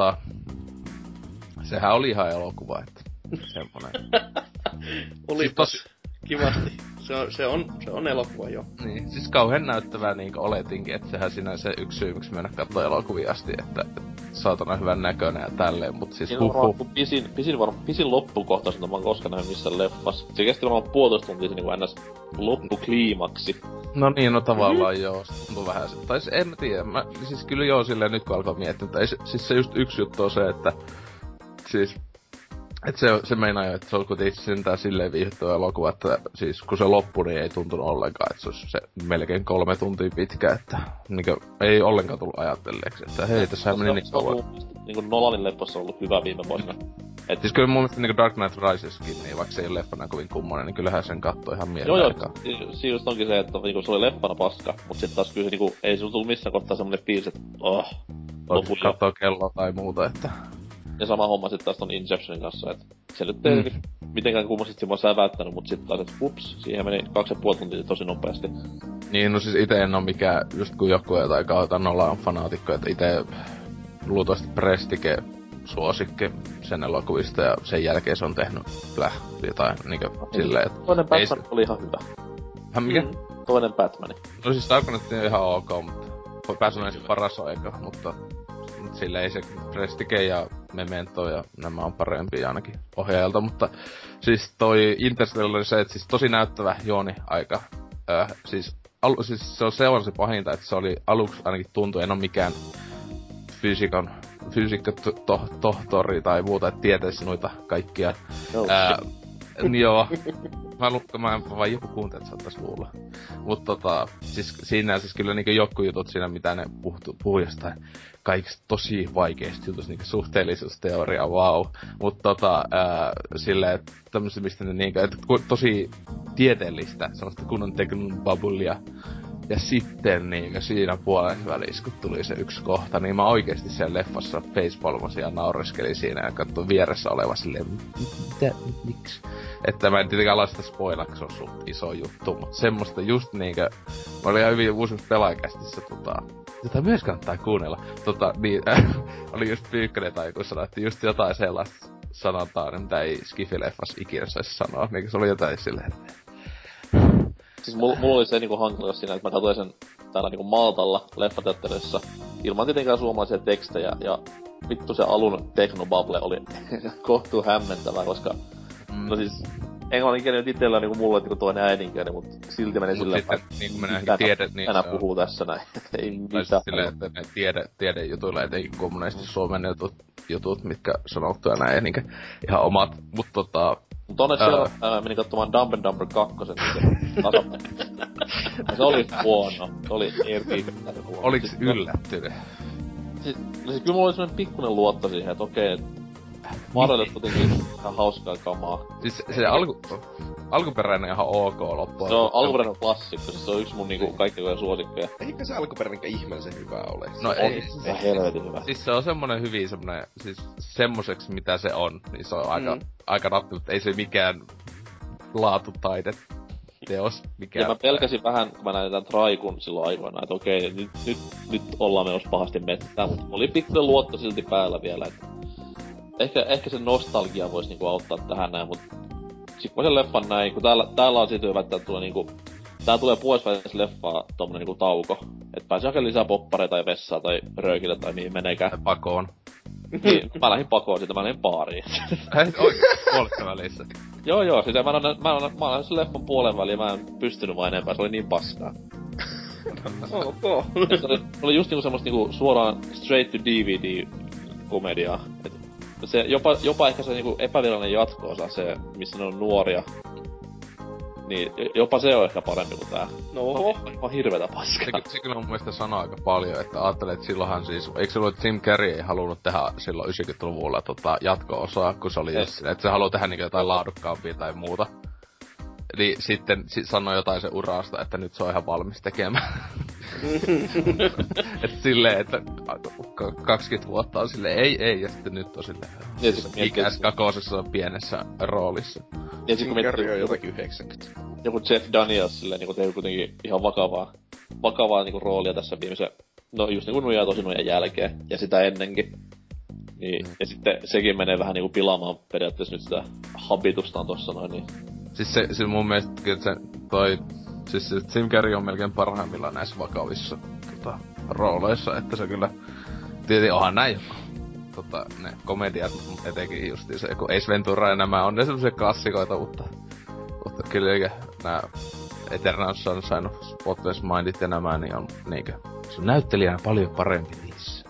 sehän oli ihan elokuva, että semmonen. Olipas kivasti. Se on elokuva jo. Niin, siis kauhean näyttävää niinku oletinkin, että sehän siinä se yksi syy, miksi mennä kattoo elokuvia asti, että saatana hyvän näköinen ja tälleen, mut siis pisin loppukohtaus, mitä mä oon koskaan nähnyt missään leffassa. Se kesti varmaan 1,5 tuntia se niinku ns. Loppukliimaksi. No niin, no tavallaan joo, se tuntuu vähän se. Tai en mä tiedä, siis kyllä joo silleen nyt kun alkaa miettiä, mutta siis se just yksi juttu on se, että siis et se meinaa jo, että se on kuitenkin sentään silleen viihdyttävä elokuva, että siis kun se loppui, niin ei tuntunut ollenkaan, että se olisi se melkein 3 tuntia pitkä, että niinkö ei ollenkaan tullut ajatelleeksi, että hei, tässähän meni niin kauan. Niinku Nolanin leffassa on ollut hyvä viime vuosina. Siis kyllä mun mielestä niinku Dark Knight Riseskin, niin vaikka se ei ole leffana kovin kummonen, niin kyllähän sen kattoo ihan mielellään. Joo, siinä just onkin se, että niinku se oli leffana paska, mut sit taas kyllä se niinku, ei sulla tullut missään kohtaa semmonen fiilis, että Voisi kattoo kelloa tai muuta, että... Ja sama homma sit taas ton Inceptionin kanssa, et se nyt ei mitenkään kummallisesti mua säväyttänyt, mut sit taas, et ups, siihen meni 2,5 tuntia tosi nopeasti. Niin, no siis ite en oo mikään, just kun joku jotain kautta Nolan fanaatikko, että ite luultavasti Prestige suosikki sen elokuvista ja sen jälkeen se on tehnyt jotain niinkö silleen, että... Toinen Batman oli ihan hyvä. Mikä? Toinen Batman. No siis Dark Knight on ihan ok, mutta päässyt ensin paras aika, mutta sille ei se Prestige ja Memento ja nämä on parempia ainakin ohjaajalta, mutta siis toi Interstellar se, että siis tosi näyttävä juoni aika. Siis se on se pahinta, että se oli aluksi ainakin tuntui, en oo mikään tohtori tai muuta, että tietäisi noita kaikkia. Niin joo. Mä vaan joku kuuntelin, että saattais luulla. Mut siis siinä siis kyllä niinku joku jutut siinä, mitä ne puhuu jostain kaikista tosi vaikeista jutusta, niinku suhteellisuusteoria, wow. Mut silleen, että tämmöset, mistä ne niinku, että tosi tieteellistä, semmoista kunnon teknobabulia. Ja sitten niinku siinä puolessa välissä, kun tuli se yksi kohta, niin mä oikeesti siellä leffassa facepalmasin ja naureskelin siinä ja katsoin vieressä oleva silleen, miksi? Että mä en tietenkään ala sitä spoilaa, kun se on suht iso juttu, mutta semmoista just niinkö, mä olin ihan hyvin uusi pelaajakästissä jota myös kannattaa kuunnella, niin, oli just Pyykkönen tai joku sanoi, että just jotain sellaista sanotaan, mitä ei Skifi-leffassa ikinä saisi sanoa, niin se oli jotain silleen, Siis mulla oli se niinku hankaluus siinä, että mä katsoin sen täällä niinku Maltalla leffateatterissa ilman tietenkään suomalaisia tekstejä ja vittu se alun teknobubble oli kohtuu hämmentävää, koska no siis englanninkieli nyt itellä niinku mulle niinku toinen äidinkieli, mut silti meni sillä sitten niinku menee tiede, niin tänä puhuu tässä näin. Ei mitään. Silleen, että ne tiedejutuilla etenkin kommunisesti Suomen jutut, mitkä sanottuja näin, niinkö ihan omat, mut Mut onneksi menin katsomaan Dumb and Dumber 2, niin se oli huono. Se oli erittäin huono. Oliks yllättynyt? Siis kyllä mulla oli semmonen pikkunen luotto siihen, että okei, Marvelit kuitenkin ihan hauskaa kamaa. Siis se alkuperäinen ihan ok loppuun. Se on alkuperäinen klassikko, siis se on yksi mun niinku kaikkein suosikkeja. Eikö se alkuperäinen ihmeellisen hyvä ole? No ei. Se on helvetin hyvä. Siis se on semmonen hyvin semmonen, siis semmoseksi mitä se on, niin se on aika nappi, mutta ei se mikään laatutaide teos mikään. Ja mä pelkäsin vähän, kun mä näin tän Traikun silloin aikoinaan, että okei, nyt ollaan menossa pahasti metsään, mutta oli pikkuinen luotto silti päällä vielä, että ehkä se nostalgia voisi niinku auttaa tähän näin, mut sit kun sen leffan näin, kun täällä on siitä hyvä, että tulee niinku, tää tulee puolesvälissä leffaa tommonen niinku tauko, et pääsee hakemaan lisää poppareita tai vessaa tai röökillä tai mihin meneekään. Pakoon. Niin, mä lähdin pakoon siitä, mä lähdin baariin. Oikeesti, puolessa välissä. Joo, siis mä olen sen leffan puolen väliin, mä en pystynyt vaan enempää, se oli niin paskaa. Ok. Se oli just niinku semmoista niinku suoraan straight to DVD-komediaa. Se jopa ehkä se niinku epävirallinen jatko-osa, se missä ne on nuoria. Niin jopa se on ehkä parempi kuin tää. No. On hirveetä paskaa. Se kyllä mun mielestä sanoo aika paljon, että ajattelee, että silloinhan siis, eikö se ollut, että Jim Carrey ei halunnut tehdä silloin 90-luvulla jatko-osaa, kun se oli just sinne, että se haluaa tehdä niinku jotain laadukkaampia tai muuta. Eli sitten sanoi jotain se urasta, että nyt se on ihan valmis tekemään. Et silleen, että 20 vuotta on silleen, ei, ja sitten nyt on silleen, ikäis kakosessa on pienessä roolissa. Ja sit kun Carrey on jotakin 90. Joku Jeff Daniels silleen niinku tehnyt kuitenkin ihan vakavaa niinku roolia tässä viimeisen No just niinku Nuja Tosinojen jälkeen, ja sitä ennenkin. Niin, ja sitten sekin menee vähän niinku pilaamaan periaatteessa nyt sitä habitustaan tossa noin, niin... Siis se mun mielestä se siis se Jim Carrey on melkein parhaimmillaan näissä vakavissa rooleissa, että se kyllä... Tietenkin onhan näin ne komediat etenkin justiin se, kun Ace Ventura ja nämä on ne semmosia klassikoita, mutta kyllä eikä nää Eternal Sunshine of Spotless Mindit ja nämä, niin on niinkö... Se on näyttelijänä paljon parempi niissä.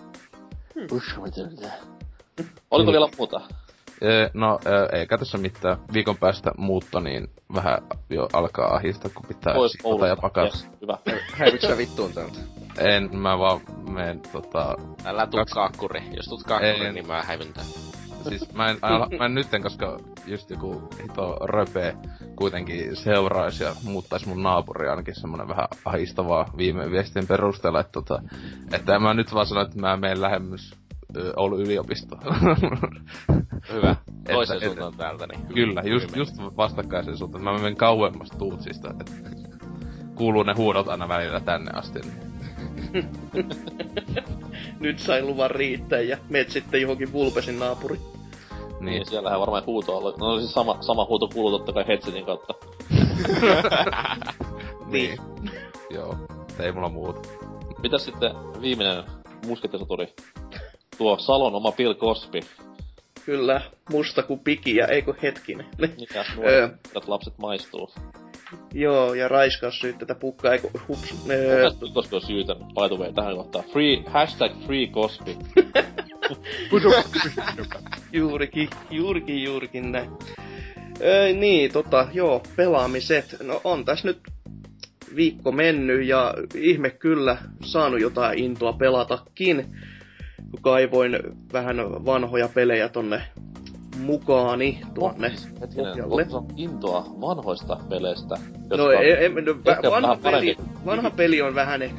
Oliko vielä muuta? Eikä tässä mitään. Viikon päästä muutto, niin vähän jo alkaa ahistaa, kun pitää siivota ja pakata. Yes, hyvä. Häivytkö sä vittuun täältä? Mä vaan menen Älä tuu kaakkuri. Jos tuut kaakkuri, niin mä häivyn tän. Siis mä en nytten, koska just joku hito röpe kuitenkin seuraisi ja muuttais mun naapuri ainakin semmonen vähän ahistavaa viime viestin perusteella, että mä nyt vaan sanon, että mä menen lähemmäs Oulun yliopistoon. Hyvä. Toiseen suuntaan täältä, niin kyllä, just vastakkaisen suuntaan. Mä menen kauemmas Tuutsista, että kuuluu ne huudot aina välillä tänne asti. Niin. Nyt sai luvan riittää ja meet sitten johonkin Vulpesin naapuri. Niin, siellähän varmaan huuto olla. No siis sama huuto kuuluu totta kai headsetin kautta. Niin. Joo, ei mulla muuta. Mitäs sitten viimeinen muskettisoturi? Tuo Salon oma Bill Cosby. Kyllä, musta kuin pikiä, eikö hetkinen. Mitäs nuoret lapset maistuu? Joo, ja raiskaussyytteitä pukkaa, eikö hups. Bill Cosby on syytön, by the way, tähän kohtaan. #free Cosby. juurikin näin. Niin, joo, pelaamiset. No on tässä nyt viikko mennyt ja ihme kyllä saanut jotain intoa pelatakin. Kun kaivoin vähän vanhoja pelejä tonne mukaani tuonne pohjalle. Intoa vanhoista peleistä? No, vanha peli on vähän ehkä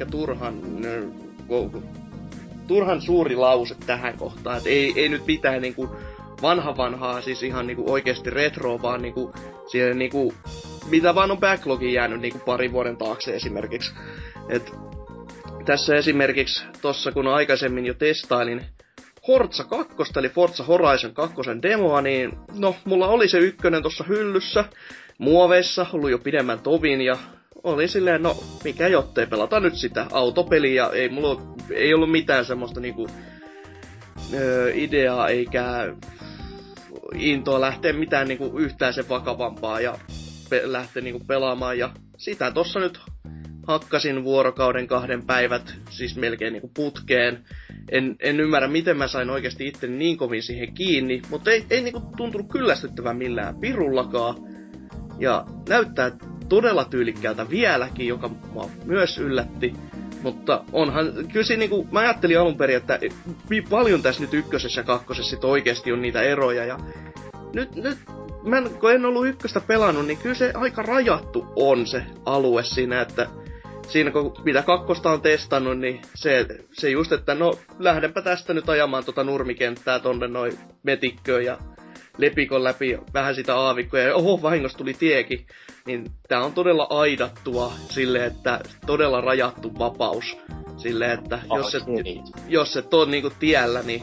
turhan suuri lause tähän kohtaan. Et ei nyt mitään niinku vanhaa, siis ihan niinku oikeesti retroa, vaan niinku siellä niinku mitä vaan on backlogiin jäänyt niinku parin vuoden taakse esimerkiksi. Et tässä esimerkiksi tossa kun aikaisemmin jo testailin Forza 2, eli Forza Horizon 2 demoa, niin no, mulla oli se ykkönen tossa hyllyssä, muoveissa, ollut jo pidemmän tovin, ja oli silleen, no, mikä jottei, pelata nyt sitä autopeliä, ei ollut mitään semmoista niinku ideaa, eikä intoa lähteä mitään niinku yhtään sen vakavampaa, ja lähteä niinku pelaamaan, ja sitä tossa nyt hakkasin vuorokauden 2 päivät, siis melkein niinku putkeen. En ymmärrä, miten mä sain oikeasti itteni niin kovin siihen kiinni, mutta ei niinku tuntunut kyllästyttävän millään pirullakaan. Ja näyttää todella tyylikkäältä vieläkin, joka mua myös yllätti. Mutta onhan, kyllä siinä niinku, mä ajattelin alun perin, että paljon tässä nyt ykkösessä ja kakkosessa sit oikeesti on niitä eroja. Ja nyt kun en ollut ykköstä pelannut, niin kyllä se aika rajattu on se alue siinä, että siinä kun mitä kakkosta on testannut, niin se just, että no lähdenpä tästä nyt ajamaan nurmikenttää tonne noin metikköön ja lepikon läpi vähän sitä aavikkoa ja oho, vahingossa tuli tiekin. Niin tää on todella aidattua silleen, että todella rajattu vapaus. Silleen, että jos et oo niinku tiellä, niin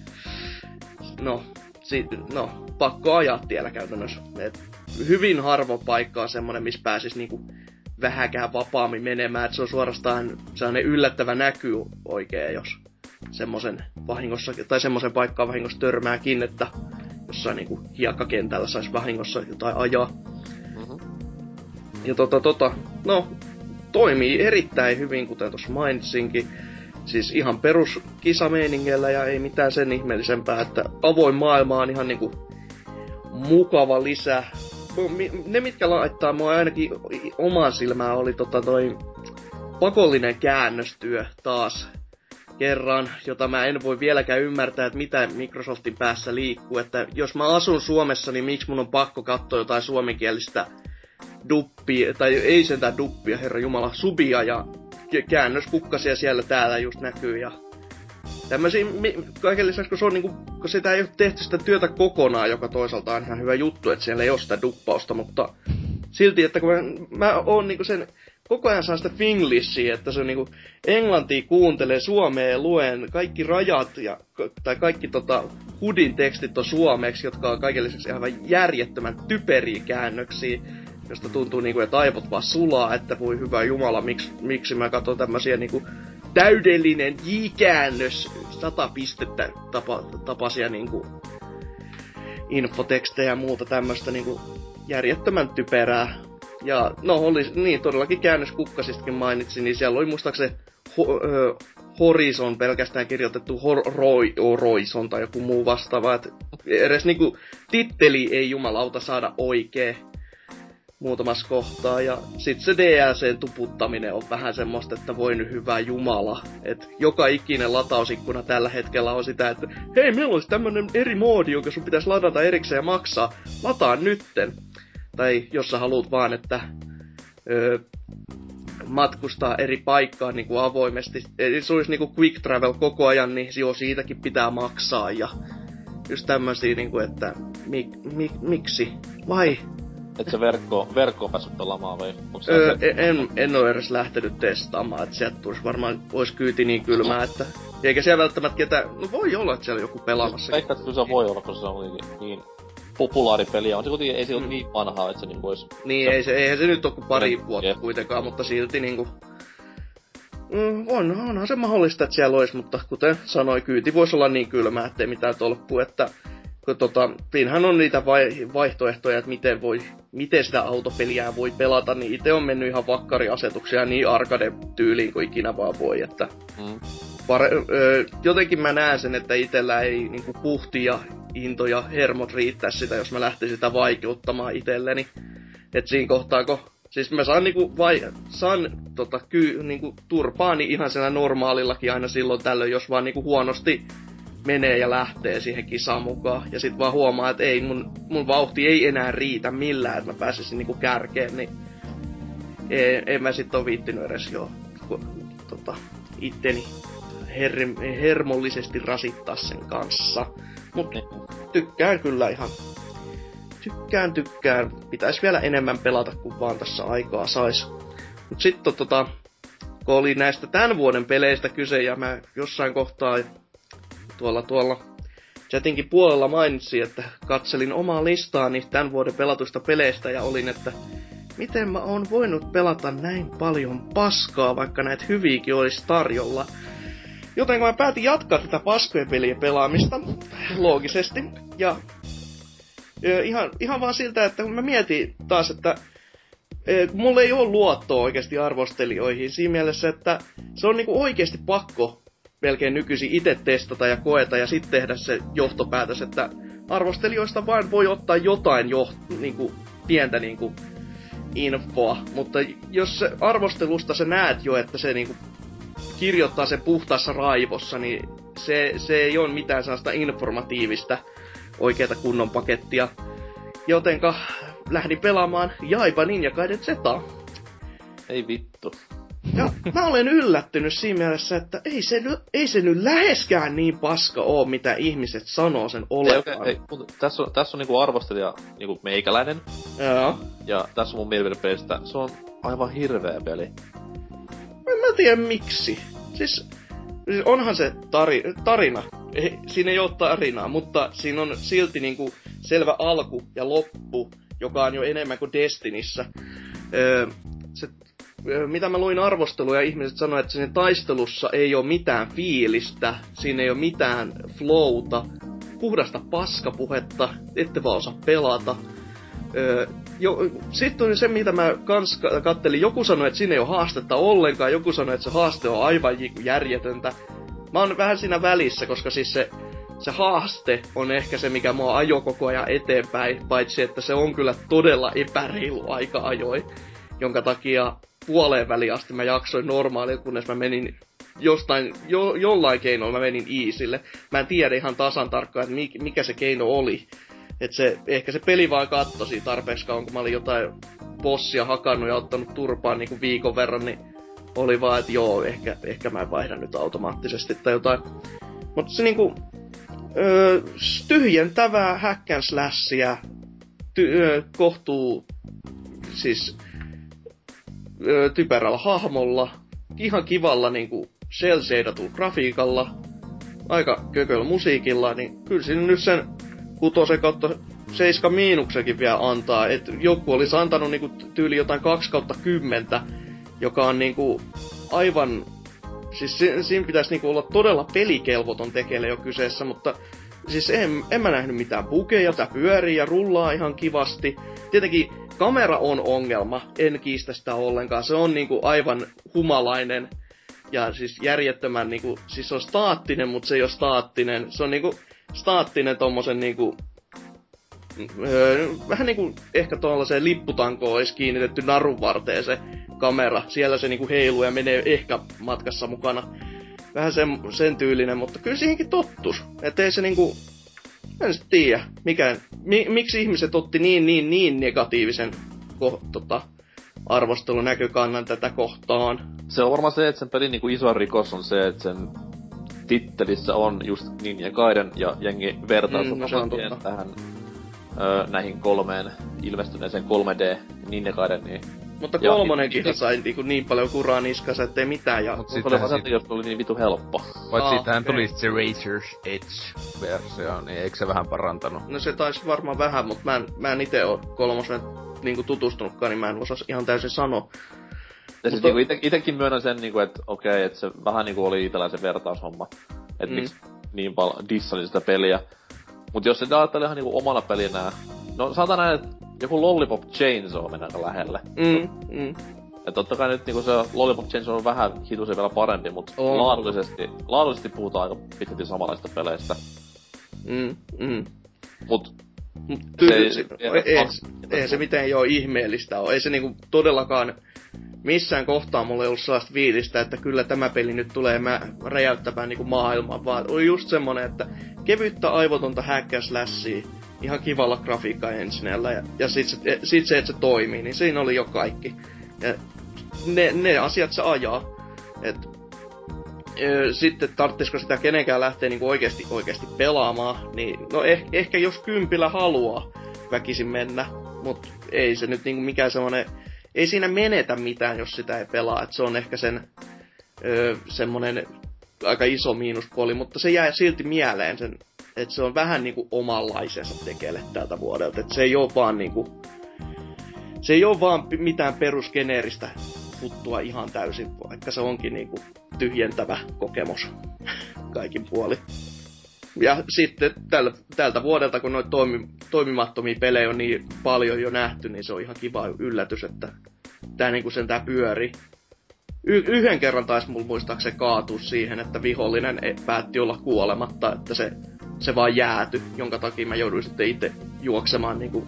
pakko ajaa tiellä käytännössä. Et hyvin harvo paikka on semmonen, missä pääsis niinku vähäkään vapaammin menemään, että se on suorastaan sellainen yllättävä näky oikein, jos semmoisen vahingossa, tai semmoisen paikkaan vahingossa törmääkin, että jossain niinku hiekkakentällä sais vahingossa jotain ajaa. Mm-hmm. Ja no, toimii erittäin hyvin, kuten tuossa mainitsinkin. Siis ihan perus kisameiningellä ja ei mitään sen ihmeellisempää, että avoin maailma on ihan niinku mukava lisä. Ne, mitkä laittaa mua ainakin omaan silmään, oli toi pakollinen käännöstyö taas kerran, jota mä en voi vieläkään ymmärtää, että mitä Microsoftin päässä liikkuu. Että jos mä asun Suomessa, niin miksi mun on pakko katsoa jotain suomenkielistä duppia, tai ei sentään duppia, herra jumala, subia ja käännöskukkasia siellä täällä just näkyy ja tämmösiä, kaiken lisäksi kun se on niinku, kun sitä ei ole tehty sitä työtä kokonaan, joka toisaalta on ihan hyvä juttu, että siellä ei ole sitä duppausta, mutta silti, että kun mä oon niinku sen, koko ajan saan sitä finglishia, että se on niinku, englantia kuuntelee, suomea luen, kaikki rajat tai kaikki hudin tekstit on suomeksi, jotka on kaiken lisäksi aivan järjettömän typeriä käännöksiä, josta tuntuu niinku, että aivot vaan sulaa, että voi hyvä jumala, miksi mä katson tämmösiä niinku täydellinen J-käännös, 100 pistettä tapasia niinku infotekstejä ja muuta tämmöstä niinku järjettömän typerää. Ja no oli niin todellakin käännöskukkasistakin mainitsin, niin siellä oli muistaakseni Horizon pelkästään kirjoitettu Horizon tai joku muu vastaava, että edes niinku titteli ei jumalauta saada oikee muutamassa kohtaa, ja sit se DLCn tuputtaminen on vähän semmoista, että voi nyt hyvä jumala, että joka ikinen latausikkuna tällä hetkellä on sitä, että hei, meillä olisi tämmönen eri moodi, jonka sun pitäisi ladata erikseen ja maksaa, lataa nytten. Tai jos sä haluut vaan, että matkustaa eri paikkaan niin kuin avoimesti, eli se olisi niin kuin quick travel koko ajan, niin siitäkin pitää maksaa, ja just tämmösiä niin kuin, että miksi? Vai? Et se verkko päässyt pelaamaan vai? En oo edes lähtenyt testaamaan, että sieltä tulisi varmaan, ois kyyti niin kylmää, että eikä siellä välttämättä ketään, no voi olla, että siellä joku pelaamassa. Ehkä, että kyllä se voi olla, koska se on niin populaari peli, on se kuitenkin, ei se ole niin vanhaa, että se niin vois... Niin, eihän se nyt oo kuin pari vuotta kuitenkaan, mutta silti niinku... onhan se mahdollista, että siellä ois, mutta kuten sanoin, kyyti voisi olla niin kylmää, ettei mitään tolkkua, että... Siinähän on niitä vaihtoehtoja, että miten sitä autopeliä voi pelata, niin itse on mennyt ihan vakkariasetuksia niin arcade-tyyliin kuin ikinä vaan voi, että... jotenkin mä näen sen, että itellä ei niinku puhti ja into ja hermot riittää sitä, jos mä lähtisin sitä vaikeuttamaan itselleni. Et siinä kohtaako... Siis mä saan niinku turpaani ihan siellä normaalillakin aina silloin tällöin, jos vaan niinku huonosti menee ja lähtee siihen kisaan mukaan. Ja sit vaan huomaa, että ei, mun vauhti ei enää riitä millään, että mä pääsisin niinku kärkeen, niin... En mä sit oo viittinyt edes itteni hermollisesti rasittaa sen kanssa. Mut tykkään kyllä ihan. Tykkään. Pitäis vielä enemmän pelata, kun vaan tässä aikaa sais. Mut sitten kun oli näistä tän vuoden peleistä kyse, ja mä jossain kohtaa tuolla chatinkin puolella mainitsin, että katselin omaa listaani tän vuoden pelatuista peleistä, ja olin, että miten mä oon voinut pelata näin paljon paskaa, vaikka näitä hyviäkin olisi tarjolla. Joten kun mä päätin jatkaa tätä paskojen pelien pelaamista, loogisesti, ja ihan vaan siltä, että kun mä mietin taas, että mulla ei oo luottoa oikeesti arvostelijoihin siinä mielessä, että se on niinku oikeesti pakko melkein nykyisin itse testata ja koeta ja sitten tehdä se johtopäätös, että arvostelijoista vain voi ottaa jotain niinku pientä niinku infoa, mutta jos arvostelusta sä näet jo, että se niinku kirjoittaa sen puhtaassa raivossa, niin se ei ole mitään sellaista informatiivista oikeata kunnon pakettia. Jotenka lähdin pelaamaan Jaiba Ninja Gaiden Zetaa. Ei vittu. Ja mä olen yllättynyt siinä mielessä, että ei se nyt läheskään niin paska oo, mitä ihmiset sanoo sen olevan. Ei, tässä on niinku arvostelija niinku meikäläinen. Joo. Ja tässä on mun mielipidepelistä. Se on aivan hirveä peli. En mä tiedä miksi. Siis onhan se tarina. Siinä ei oo tarinaa, mutta siinä on silti niinku selvä alku ja loppu, joka on jo enemmän kuin Destinissä. Mitä mä luin arvosteluja, ihmiset sanoivat, että siinä taistelussa ei oo mitään fiilistä, siinä ei oo mitään flowta, puhdasta paskapuhetta, ette vaan osaa pelata. Sitten on se, mitä mä kans kattelin, joku sanoi, että siinä ei oo haastetta ollenkaan, joku sanoi, että se haaste on aivan järjetöntä. Mä oon vähän siinä välissä, koska siis se haaste on ehkä se, mikä mua ajoi koko ajan eteenpäin, paitsi että se on kyllä todella epäreilu aika ajoin, jonka takia puoleen väliin asti mä jaksoin normaalilla, kunnes mä menin jollain keinoilla mä menin easylle. Mä en tiedä ihan tasan tarkkaan, että mikä se keino oli. Ehkä se peli vaan kattosi tarpeeksi kauan, kun mä olin jotain bossia hakannut ja ottanut turpaan niinku viikon verran, niin oli vaan, että joo, ehkä mä vaihdan nyt automaattisesti tai jotain. Mutta se niinku tyhjentävää hack and slashia kohtuu siis typerällä hahmolla, ihan kivalla niinku cel-shadatulla grafiikalla, aika kököllä musiikilla, niin kyllä siinä nyt sen 6/7 miinuksenkin vielä antaa. Et joku olisi antanut niinku tyyli jotain 2/10, joka on niinku aivan... Siis siinä pitäisi niinku olla todella pelikelvoton tekele jo kyseessä, mutta siis en mä nähnyt mitään bugeja, tää pyörii ja rullaa ihan kivasti. Tietenkin kamera on ongelma, en kiistä sitä ollenkaan. Se on niinku aivan humalainen ja siis järjettömän niinku, siis se on staattinen, mutta se ei ole staattinen. Se on niinku staattinen tommosen niinku vähän niinku ehkä tuollaiseen lipputankoon olisi kiinnitetty narun varteen se kamera. Siellä se niinku heiluu ja menee ehkä matkassa mukana. Vähän sen tyylinen, mutta kyllä siihenkin tottus. Et ei se niinku... En sit tiedä, miksi ihmiset otti niin negatiivisen arvostelun näkökannan tätä kohtaan. Se on varmaan se, että sen pelin niinku iso rikos on se, että sen tittelissä on just Ninja Gaiden ja jengi vertaus tähän näihin 3 ilmestyneeseen 3D Ninja Gaideniin. Mutta 3:nenkin sai niin paljon kuraa niskassa, ettei mitään. Ja Mut se oli vaan se, jos oli niin vitu helppo. Vai siitähän tuli se Razor's Edge-versio, niin eikö se vähän parantanut? No se taisi varmaan vähän, mutta mä en ite oo 3:n niinku tutustunutkaan, niin mä en osaa ihan täysin sanoa. Ja siis niinku itekin myönnän sen, niinku, että okei, että se vähän niinku oli itellä se vertaushomma. Et miksi niin paljon dissasin sitä peliä. Mut jos sitä ajattelee ihan niinku omana pelinään... No sanotaan näin, että joku Lollipop Chainsaw mennään aika Ja totta kai nyt niinku se Lollipop Chainsaw on vähän hitusen vielä parempi, mut laadullisesti puhutaan aika pitkälti samanlaista peleistä. Mut eihän se mitään joo ihmeellistä oo. Ei se niinku todellakaan missään kohtaa mulla ei ollut sellaista fiilistä, että kyllä tämä peli nyt tulee räjäyttämään niinku maailman, vaan oli just semmonen, että kevyttä aivotonta hack and slashia, ihan kivalla grafiikka ensineellä ja sit se, että se toimii, niin siinä oli jo kaikki. Ja ne asiat se ajaa. Sitten tarttisiko sitä kenenkään lähteä niinku oikeesti pelaamaan, niin no ehkä jos kympillä haluaa väkisin mennä, mut ei se nyt niinku mikään semmonen, ei siinä menetä mitään, jos sitä ei pelaa, et se on ehkä sen semmonen aika iso miinuspuoli, mutta se jää silti mieleen sen, että se on vähän niinku omanlaisensa tekele tältä vuodelta, et se ei oo vaan niinku, se ei oo vaan mitään perusgeneeristä huttua ihan täysin, vaikka se onkin niinku tyhjentävä kokemus kaikin puolin. Ja sitten tältä vuodelta, kun noita toimimattomia pelejä on niin paljon jo nähty, niin se on ihan kiva yllätys, että tää niinku sentään pyörii. Yhden kerran taisi mulla muistaakseni kaatua siihen, että vihollinen päätti olla kuolematta, että se vaan jääty, jonka takia mä jouduin sitten itse juoksemaan niinku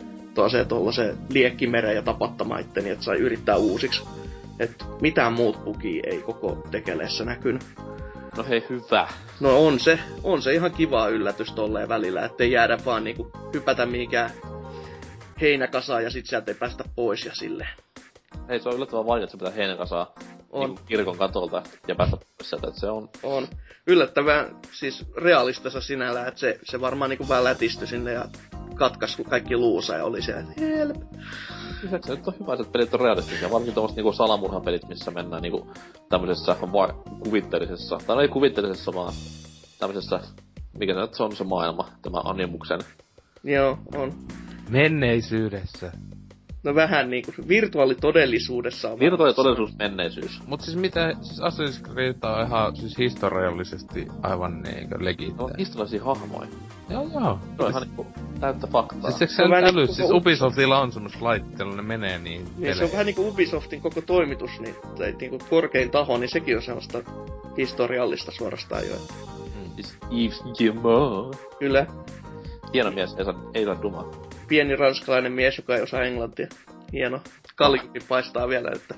tollasen liekkimereen ja tapattamaan itteni, että sai yrittää uusiksi. Et mitään muut bugia ei koko tekeleessä näkynyt. No hei, hyvä. No on se ihan kiva yllätys tolleen välillä, ettei jäädä vaan niinku hypätä mihinkään heinäkasaan ja sit sieltä ei päästä pois ja silleen. Hei, se on yllättävän vaikea, että se pitää heinäkasaa niinku kirkon katolta ja päästä pois sieltä, että se on... On. Yllättävän siis realistassa sinällään, että se varmaan niinku vähän lätistyi sinne ja katkas, kun kaikki luusa ja oli siellä, että help. Lisäksi se nyt on hyvä, että pelit on realistisia, varsinkin tommoset niinku salamurhan pelit, missä mennään niinku tämmöisessä kuvitteellisessa, tai no ei kuvitteellisessa, vaan tämmöisessä, mikä se nyt on se maailma, tämä animuksen. Joo, on. Menneisyydessä. No vähän niinku virtuaalitodellisuudessa on. Virtuaalitodellisuus, menneisyys. Mut siis mitä, siis Assassin's Creed on ihan siis historiallisesti aivan niinkö legit. No, historiallisia hahmoja. Joo. Se on ihan niinku täyttä faktaa. Siis se on äly, siis Ubisoftilla on semmos laitteella, ne menee niin niin se on vähän niinku Ubisoftin koko toimitus, niin, tai niinku korkein taho, niin sekin on sellaista historiallista suorastaan jo. Siis Yves Guillemot. Kyllä. Hieno mies, ei saa dumaa. Pieni ranskalainen mies, joka ei osaa englantia. Hieno. Kallikin paistaa vielä, että...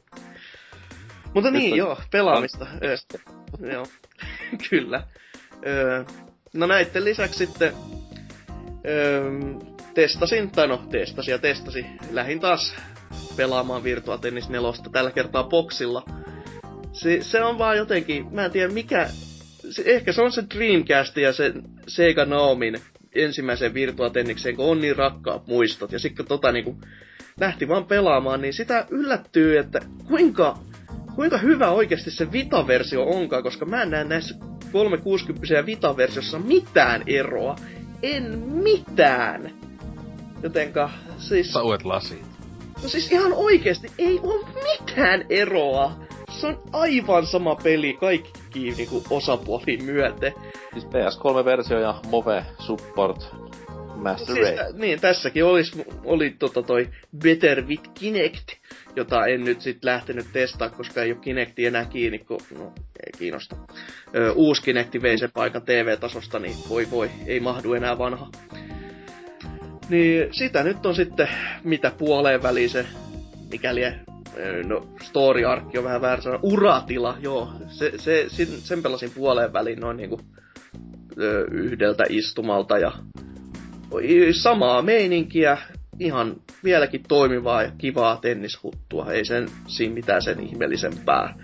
Mutta niin, joo, pelaamista. Joo, kyllä. No näitten lisäksi sitten... testasin. Lähin taas pelaamaan Virtua Tennis 4, tällä kertaa boxilla. Se on vaan jotenkin, mä en tiedä mikä... Ehkä se on se Dreamcast ja se Sega Naomin ensimmäiseen Virtua Tennikseen, kun on niin rakkaat muistot. Ja sitten kun niinku lähti vaan pelaamaan, niin sitä yllättyy, että kuinka hyvä oikeasti se Vita-versio onkaan, koska mä en näe näissä 360 ja Vita-versiossa mitään eroa. En mitään! Jotenka, siis... Sä uudet lasit. No siis ihan oikeesti, ei oo mitään eroa! Se on aivan sama peli kaikki niinku osapuoliin myöten. Siis PS3-versio ja Move Support Master Siis, Race. niin, tässäkin oli toi Better with Kinect, jota en nyt sit lähtenyt testaa, koska ei oo Kinecti enää kiinni, kun no, ei kiinnosta. Uusi Kinecti vei sen paikan TV-tasosta, niin voi, ei mahdu enää vanha. Niin sitä nyt on sitten, mitä puoleen väliin se, mikäli no, story-arkki on vähän väärä sana, uratila, joo. Sen pelasin puoleen väliin noin niinku yhdeltä istumalta ja samaa meininkiä, ihan vieläkin toimivaa ja kivaa tennishuttua, ei sen siinä mitään sen ihmeellisempää.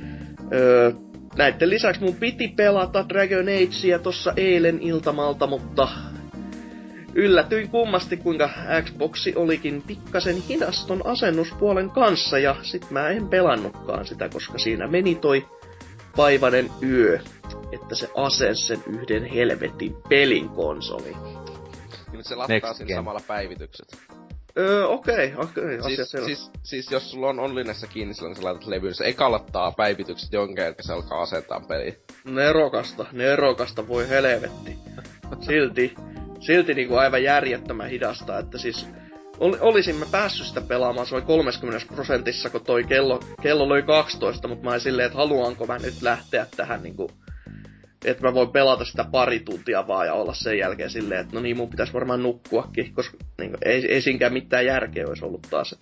Näitten lisäksi mun piti pelata Dragon Agea tossa eilen iltamalta, mutta yllätyin kummasti, kuinka Xboxi olikin pikkasen hidaston asennuspuolen kanssa, ja sit mä en pelannutkaan sitä, koska siinä meni toi vaivainen yö, että se asensi sen yhden helvetin pelin konsoli. Niin, se lattaa siinä samalla päivitykset. Okei, siis jos sulla on onlinessa kiinni sillä, niin sä laitat levyyn, se eka lattaa päivitykset jonka jälkeen se alkaa asentaa peliä. Nerokasta, voi helvetti. Silti niinku aivan järjettömän hidasta, että siis olisin mä päässyt sitä pelaamaan, se oli 30%, kun toi kello löi 12, mutta mä olin silleen, että haluanko mä nyt lähteä tähän niinku, että mä voin pelata sitä pari tuntia vaan ja olla sen jälkeen silleen, että no niin, mun pitäisi varmaan nukkuakin, koska niinku, ei siinkään mitään järkeä olisi ollut taas.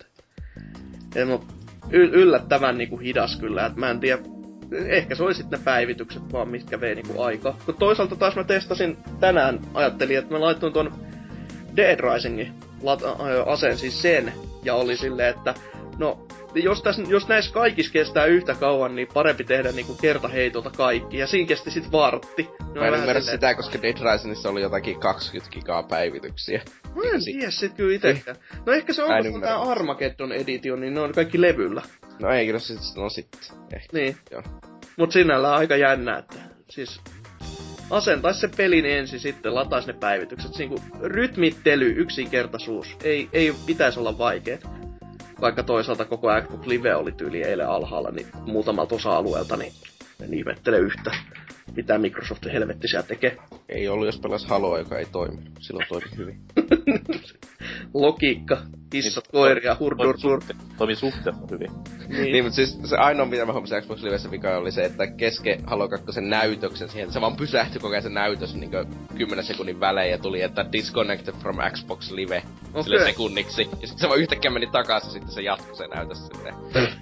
Yllättävän niinku hidas kyllä, että mä en tiedä, ehkä se oli sitten ne päivitykset vaan, mitkä vei niinku aikaa. Kun toisaalta taas mä testasin tänään, ajattelin, että mä laitoin ton Dead Risingin aseen siis sen, ja oli silleen, että no, jos näissä kaikissa kestää yhtä kauan, niin parempi tehdä niinku kertaheitolta kaikki, ja siinä kesti sit vartti. Mä en ymmärrä sitä, koska Dead Risingissa oli jotakin 20 gigaa päivityksiä. Mä en tiedä sit kyllä itekään. No ehkä se on, koska tää Armageddon Edition, niin ne on kaikki levyllä. No ei, no sitten. Ehkä. Niin. Joo. Mut sinällään aika jännä, että siis asentais se pelin ensin, sitten latais ne päivitykset. Niinku rytmittely, yksinkertaisuus, ei pitäisi olla vaikeet. Vaikka toisaalta koko Xbox Live oli tyyli eilen alhaalla, niin muutamalta osa-alueelta, niin en ihmettele yhtä, mitä Microsoft helvetti siellä tekee. Ei ollut, jos pelas Haloa, joka ei toimi. Silloin toimi hyvin. Logiikka. Kissat, koiria, hurdur. Toimi suhteessa hyvin. Niin, mutta siis se ainoa, mitä mä huomasin Xbox Livessä vika oli se, että Halo 2 näytöksen siihen, se vaan pysähtyi koko ajan se näytös niinkö 10 sekunnin välein ja tuli, että disconnected from Xbox Live sille sekunniksi. Ja sit se vaan yhtäkkiä meni takaisin ja sitten se jatkoi se näytös silleen.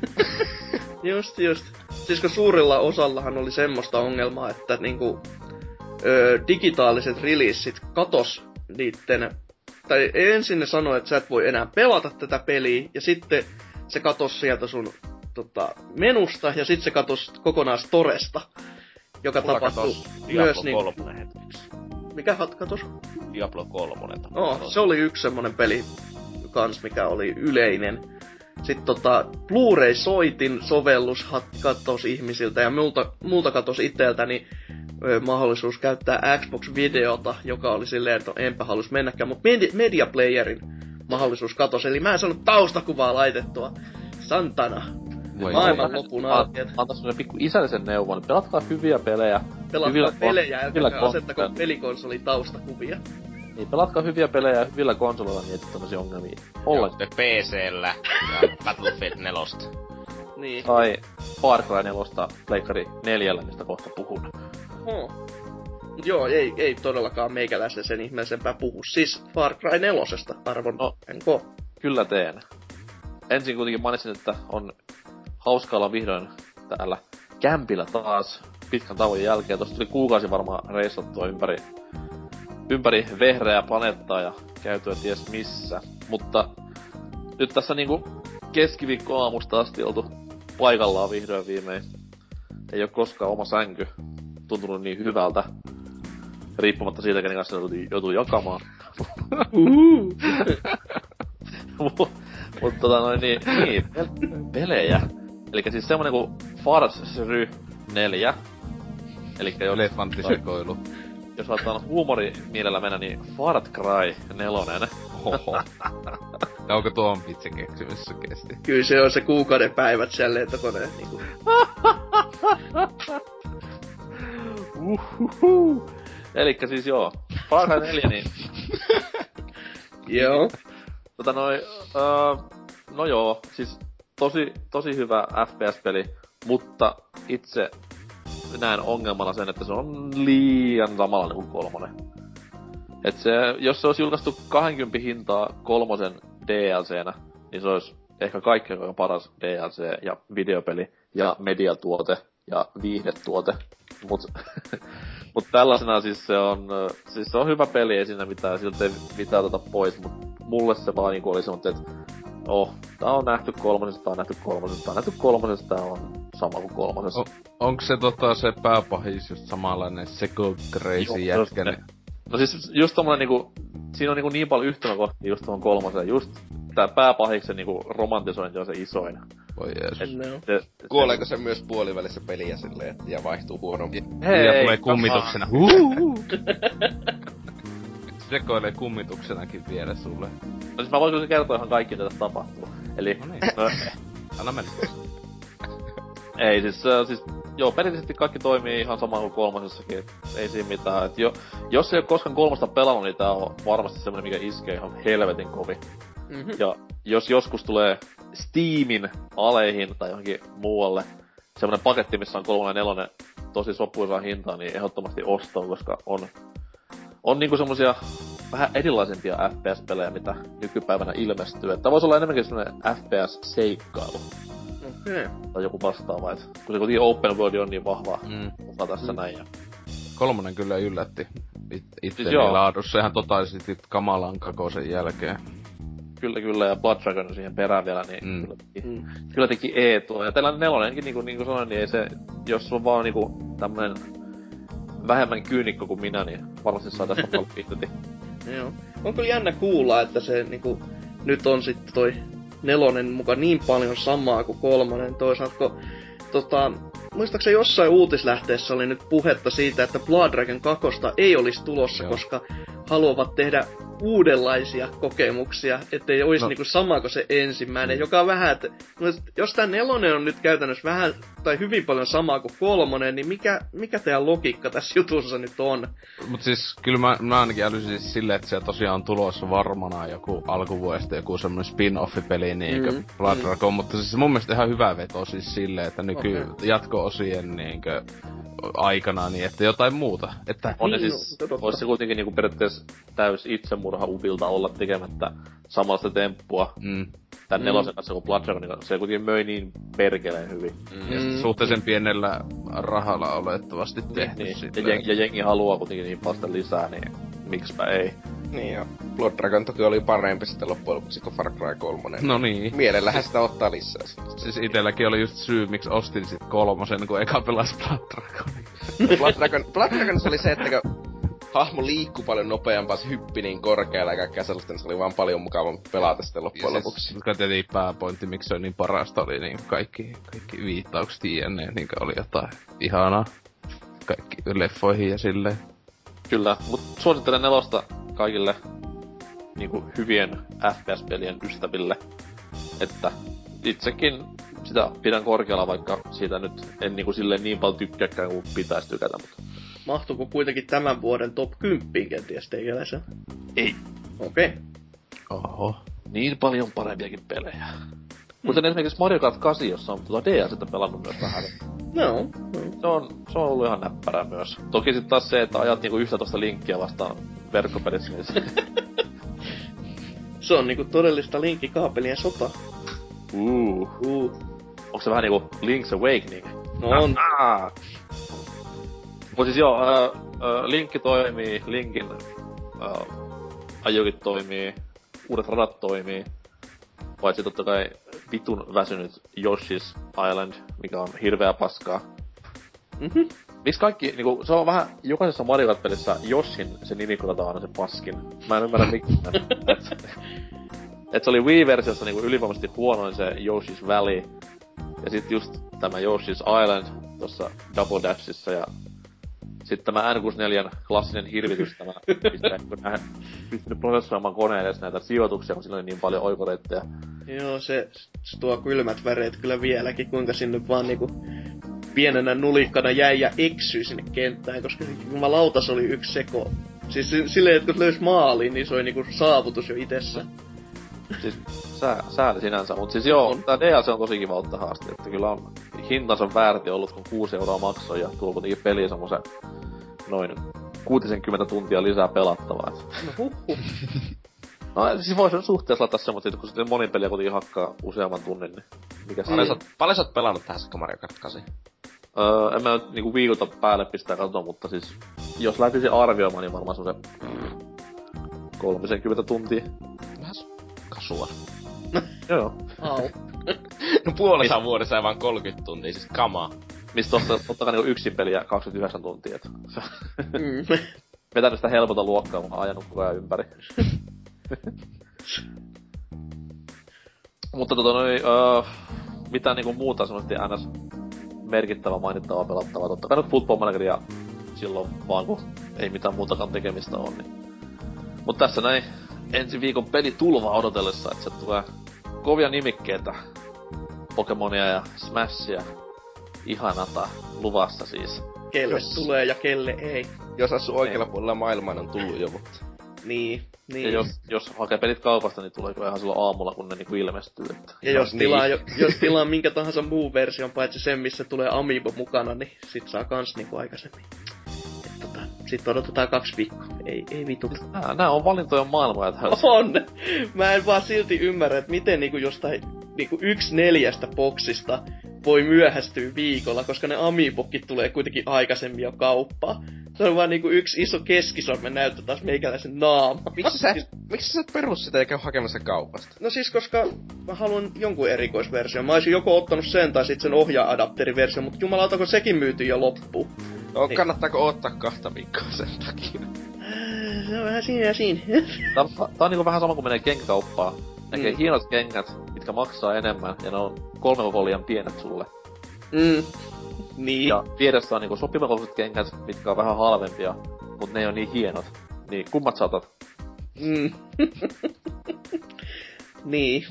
Just. Siis kun suurilla osallahan oli semmoista ongelmaa, että niinku digitaaliset releasit katos niitten, tai ensin ne sanoi, että sä et voi enää pelata tätä peliä, ja sitten se katos sieltä sun menusta, ja sitten se katos kokonaan storesta, joka tapahtui myös Diablo 3 hetkeksi. Mikä katos? Diablo 3. Se oli yksi semmonen peli kans, mikä oli yleinen. Sitten Blu-ray-soitin sovellus katosi ihmisiltä, ja multa katosi itseltäni mahdollisuus käyttää Xbox-videota, joka oli silleen, että enpä halus mennäkään, mutta Media Playerin mahdollisuus katosi, eli mä en saanut taustakuvaa laitettua. Santana. Maailman lopun alkeet. Antaa semmonen pikku isällisen neuvon, niin pelatkaa hyviä pelejä. Pelatkaa pelejä, älkääkä asettako pelikonsoli taustakuvia. Niin, pelatkaa hyviä pelejä hyvillä konsoleilla, niin ei tämmösiä ongelmia ollenkaan. PC:llä ja Battlefield 4. Niin. Tai Far Cry 4 Pleikkari 4, mistä kohta puhun. Joo, ei todellakaan meikäläisen sen ihmeellisempää puhu. Siis Far Cry 4, arvon NK. Kyllä teen. Ensin kuitenkin mainitsin, että on hauskaa olla vihdoin täällä kämpillä taas pitkän tauon jälkeen. Tosta tuli kuukausi varmaan reissattua ympäri vehreää planeettaa ja käytyä ties missä. Mutta nyt tässä niinku keskiviikkoaamusta asti oltu paikallaan vihdoin viimein. Ei oo koskaan oma sänky tuntunut niin hyvältä. riippumatta siitä, kenen kanssa ne joutuu jakamaan. Mut pelejä. Elikkä siis semmonen kuin Farsry 4. Elikkä Elefanttisekoilu. Jos aletaan huumori mielellä mennä, niin Far Cry 4. Hoho. Ja onko tuo on itse keksimissä kesti? Kyllä se on se kuukauden päivät siellä lentokoneet niinku. Elikkä siis joo, Far Cry 4 niin... Joo. No joo, siis tosi hyvä FPS-peli, mutta itse näen ongelmana sen, että se on liian samanlainen kuin 3. Et se, jos se olisi julkaistu 20 hintaa 3 DLC:nä, niin se olisi ehkä kaikkein paras DLC ja videopeli ja mediatuote ja viihdetuote. Mut tällaisena siis se on hyvä peli, ei siinä mitään, siltä ei mitään pois, mut mulle se vaan niinku oli semmoinen, että tää on nähty 3, tää on nähty 3, tää on nähty 3, tää on sama kuin 3. Onko se se pääpahis just samanlainen Seko Crazy jätkä? No siis just tommonen niinku, siinä on niinku niin paljon yhtymäkohtia just tuohon 3, just tää pääpahiksen niinku romantisointi on se isoin. Voi jeesus. Kuoleeko se myös puolivälissä peliä silleen, ja vaihtuu huonompi? Ja tulee kummituksena. Sekoilee kummituksenakin vielä sulle. No siis mä voin kyllä kertoa ihan kaikki, mitä tässä tapahtuu. Eli... No niin. Anna mennä. Ei siis joo, perinteisesti kaikki toimii ihan sama kuin 3:ssakin. Ei siinä mitään. Et jos ei oo koskaan 3 pelannut, niin tää on varmasti semmonen, mikä iskee ihan helvetin kovin. Mm-hmm. Ja jos joskus tulee Steamin aleihin tai johonkin muualle semmonen paketti, missä on 3 ja 4 tosi sopuisaa hintaa, niin ehdottomasti ostoon, koska on niinku semmosia vähän erilaisempia FPS-pelejä, mitä nykypäivänä ilmestyy. Että voisi olla enemmänkin semmonen FPS-seikkailu. Okay. Tai joku vastaava, et kun se kuitenkin open world on niin vahva tässä näin. Ja... 3 kyllä yllätti itteeni siis laadussa ihan totaalisesti kamalan kakosen jälkeen. Kyllä, ja Blood Dragon siihen perään vielä, niin kyllä teki E-tuo. Ja tällainen 4, niin kuin sanoin, niin ei se, jos on vaan niinku tämmönen vähemmän kyynikko kuin minä, niin varmasti saa tästä paljon pitkälti. Joo. On kyllä jännä kuulla, että se niinku, nyt on sitten toi 4 muka niin paljon samaa kuin 3. Toisaalta muistaakseni jossain uutislähteessä oli nyt puhetta siitä, että Blood Dragon 2 ei olisi tulossa, koska haluavat tehdä uudenlaisia kokemuksia, ettei olisi niinku sama kuin se ensimmäinen, joka on vähän, että jos tää 4 on nyt käytännössä vähän tai hyvin paljon samaa kuin 3, niin mikä teidän logiikka tässä jutussa nyt on? Mut siis kyllä mä ainakin älysin siis silleen, että se tosiaan on tulossa varmana joku alkuvuodesta joku semmonen spin-off-peli niinkö Blood Dragon, mutta siis mun mielestä ihan hyvä veto siis silleen, että jatko-osien niinkö aikana, niin että jotain muuta. Että on niin, siis, olisi se kuitenkin niinku periaatteessa täys itsemurha Ubilta olla tekemättä samanlaista temppua tän 4 kanssa kuin Blood Dragonin kanssa. Se kuitenkin möi niin perkeleen hyvin. Ja suhteellisen pienellä rahalla olettavasti tehty niin. Ja jengi haluaa kuitenkin niin paljon lisää, niin miksipä ei. Niin joo. Blood Dragon toki oli parempi sitten loppujen lopuksi kuin Far Cry 3. No niin. Mielellähän sitä ottaa lisää. Siis itelläkin oli just syy, miksi ostin sit 3, kun eka pelasi Blood Dragonin. Blood Dragonissa oli se, että hahmo liikkuu paljon nopeampaa, se hyppi niin korkealla ja kaikkea sellaista, niin se oli vaan paljon mukavampi pelata sitten loppujen lopuksi. Siis tietenkin pääpointti, miksi se on niin parasta, oli niin kaikki viittaukset jne, niin oli jotain ihanaa. Kaikki leffoihin ja silleen. Kyllä, mut suosittelen 4 kaikille niinku hyvien FPS-pelien ystäville, että itsekin sitä pidän korkealla, vaikka siitä nyt en niinku silleen niin paljon tykkääkään kuin pitäisi tykätä, mutta... Mahtuuko kuitenkin tämän vuoden top 10 kenties teikäläisen? Ei. Okei. Oho. Niin paljon parempiakin pelejä. Kuten esimerkiksi Mario Kart 8, jossa on DLCtä pelannut myös vähän. No. Se on ollut ihan näppärää myös. Toki sit taas se, että ajat niinku 11 linkkiä vastaan verkkopelissä, niin se on niinku todellista linkkikaapelien sota. Onko se vähän niinku Link's Awakening? No on. Mut siis joo, linkki toimii, linkin ajokit toimii, uudet radat toimii. Paitsi totta kai vitun väsynyt Yoshi's Island, mikä on hirveä paskaa. Miksi kaikki, niinku, se on vähän jokaisessa Mario Kart-pelissä Yoshin se nimi kootaan aina se paskin. Mä en ymmärrä miksi. et se oli Wii-versiossa niinku ylivoimaisesti huonoin se Yoshi's Valley. Ja sit just tämä Yoshi's Island tossa Double Dashissa ja sit tämä N64 klassinen hirvitys tämä, kun pystynyt prosessoimaan koneen edes näitä sijoituksia, kun siinä oli niin paljon oikoreittejä. Joo, se tuo kylmät väreet kyllä vieläkin, kuinka sinne vaan niinku pienenä nulikkana jäi ja eksyi sinne kenttään, koska jumalauta se oli yksi seko. Siis silleen, että kun löys maaliin, niin se oli niinku saavutus jo itessä. Siis sääli sinänsä, mut siis joo, tää DLC on tosi kiva ottaa haaste, että kyllä on hintansa väärti ollut, kun 6 € maksoi ja tuo kuitenkin peli semmosen noin 60 tuntia lisää pelattavaa. No huhhuh. No siis vois suhteessa laittaa semmoset, kun sitten monin peliä kuitenkin hakkaa useamman tunnin, niin mikä se Paljon sä oot pelannut tähän saakka Mario Kart 8? En mä nyt niinku viikolta päälle pistää katsoa, mutta siis jos lähtisi arvioimaan, niin varmaan semmosen 30 tuntia. Vähän kasua. Joo. Au. No puolessa vuodessa ei vaan 30 tuntia, siis kamaa. Mistä tottakai niinku yksin peliä 29 tuntia, et vetänyt sitä helpota luokkaa, mä ajanut koko ajan ympäri. Mutta mitään niinku muuta semmoisesti ns merkittävä mainittavaa pelattavaa. Totta kai nyt Football Manageria silloin vaan, kun ei mitään muutakaan tekemistä on. Niin. Mut tässä näin ensi viikon pelitulvaa odotellessa, että se tulee kovia nimikkeitä. Pokemonia ja Smashia. Ihanata luvassa siis. Kelle tulee ja kelle ei. Jos asuu oikealla puolella maailmaa, on tullut jo, mutta... Niin. Ja jos hakee pelit kaupasta, niin tulee ihan silloin aamulla, kun ne niinku ilmestyy. Että... Ja jos tilaa minkä tahansa muun version, paitsi sen, missä tulee Amiibo mukana, niin sit saa kans niinku aikaisemmin. Sit odotetaan 2 viikkoa. Ei vitut. Nää on valintojen maailmoja täysin. On! Mä en vaan silti ymmärrä, että miten niinku jostain niinku 1/4 boksista voi myöhästyä viikolla, koska ne Amiibokit tulee kuitenkin aikaisemmin jo kauppaan. Se on vaan niinku yksi iso keskisormen näyttö taas meikäläisen naama. Miksi sä et perus sitä ja käy hakemassa kaupasta? No siis koska mä haluan jonkun erikoisversion. Mä oisin joko ottanut sen tai sit sen ohjaa-adapteriversion, mutta jumalauta kun sekin myytiin jo loppuun. No niin. Kannattaako ottaa 2 viikkoa sen takia? Se on vähän siinä ja siinä. Tää on niinku vähän sama kuin menee kenkäkauppaan. Näkee hienot kengät, mitkä maksaa enemmän, ja ne on 3 koko liian pienet sulle. Niin. Ja vieressä on niinku sopivakoiset kengät, mitkä on vähän halvempia, mut ne ei oo niin hienot. Niin kummat sä otat? Niin.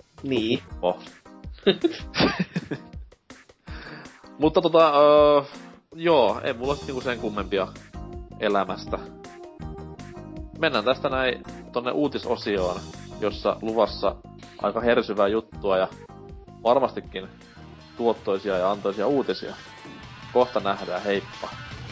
Mutta joo, ei mulla sit niinku sen kummempia elämästä. Mennään tästä näin tonne uutisosioon, jossa luvassa aika hersyvää juttua ja varmastikin tuottoisia ja antoisia uutisia. Kohta nähdään, heippa!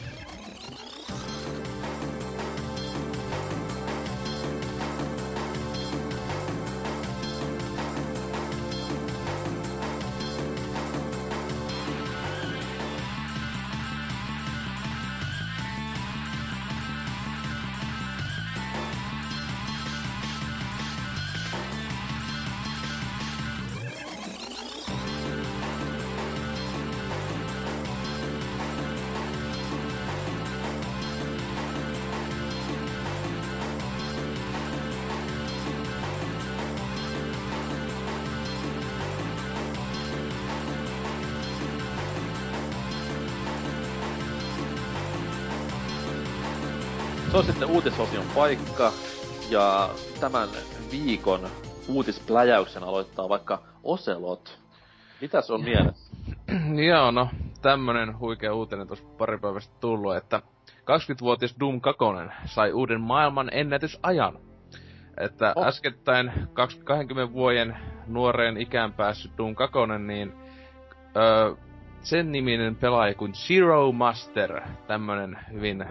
Se on sitten uutisosion paikka, ja tämän viikon uutispläjäyksen aloittaa vaikka Ocelot. Mitäs on mielessä? Joo, no tämmönen huikea uutinen tuossa pari päivästä tullut, että 20-vuotias Doom 2 sai uuden maailman ennätysajan. Että äskettäin 20 vuoden nuoreen ikään päässyt Doom 2, niin sen niminen pelaaja kuin Zero Master, tämmönen hyvin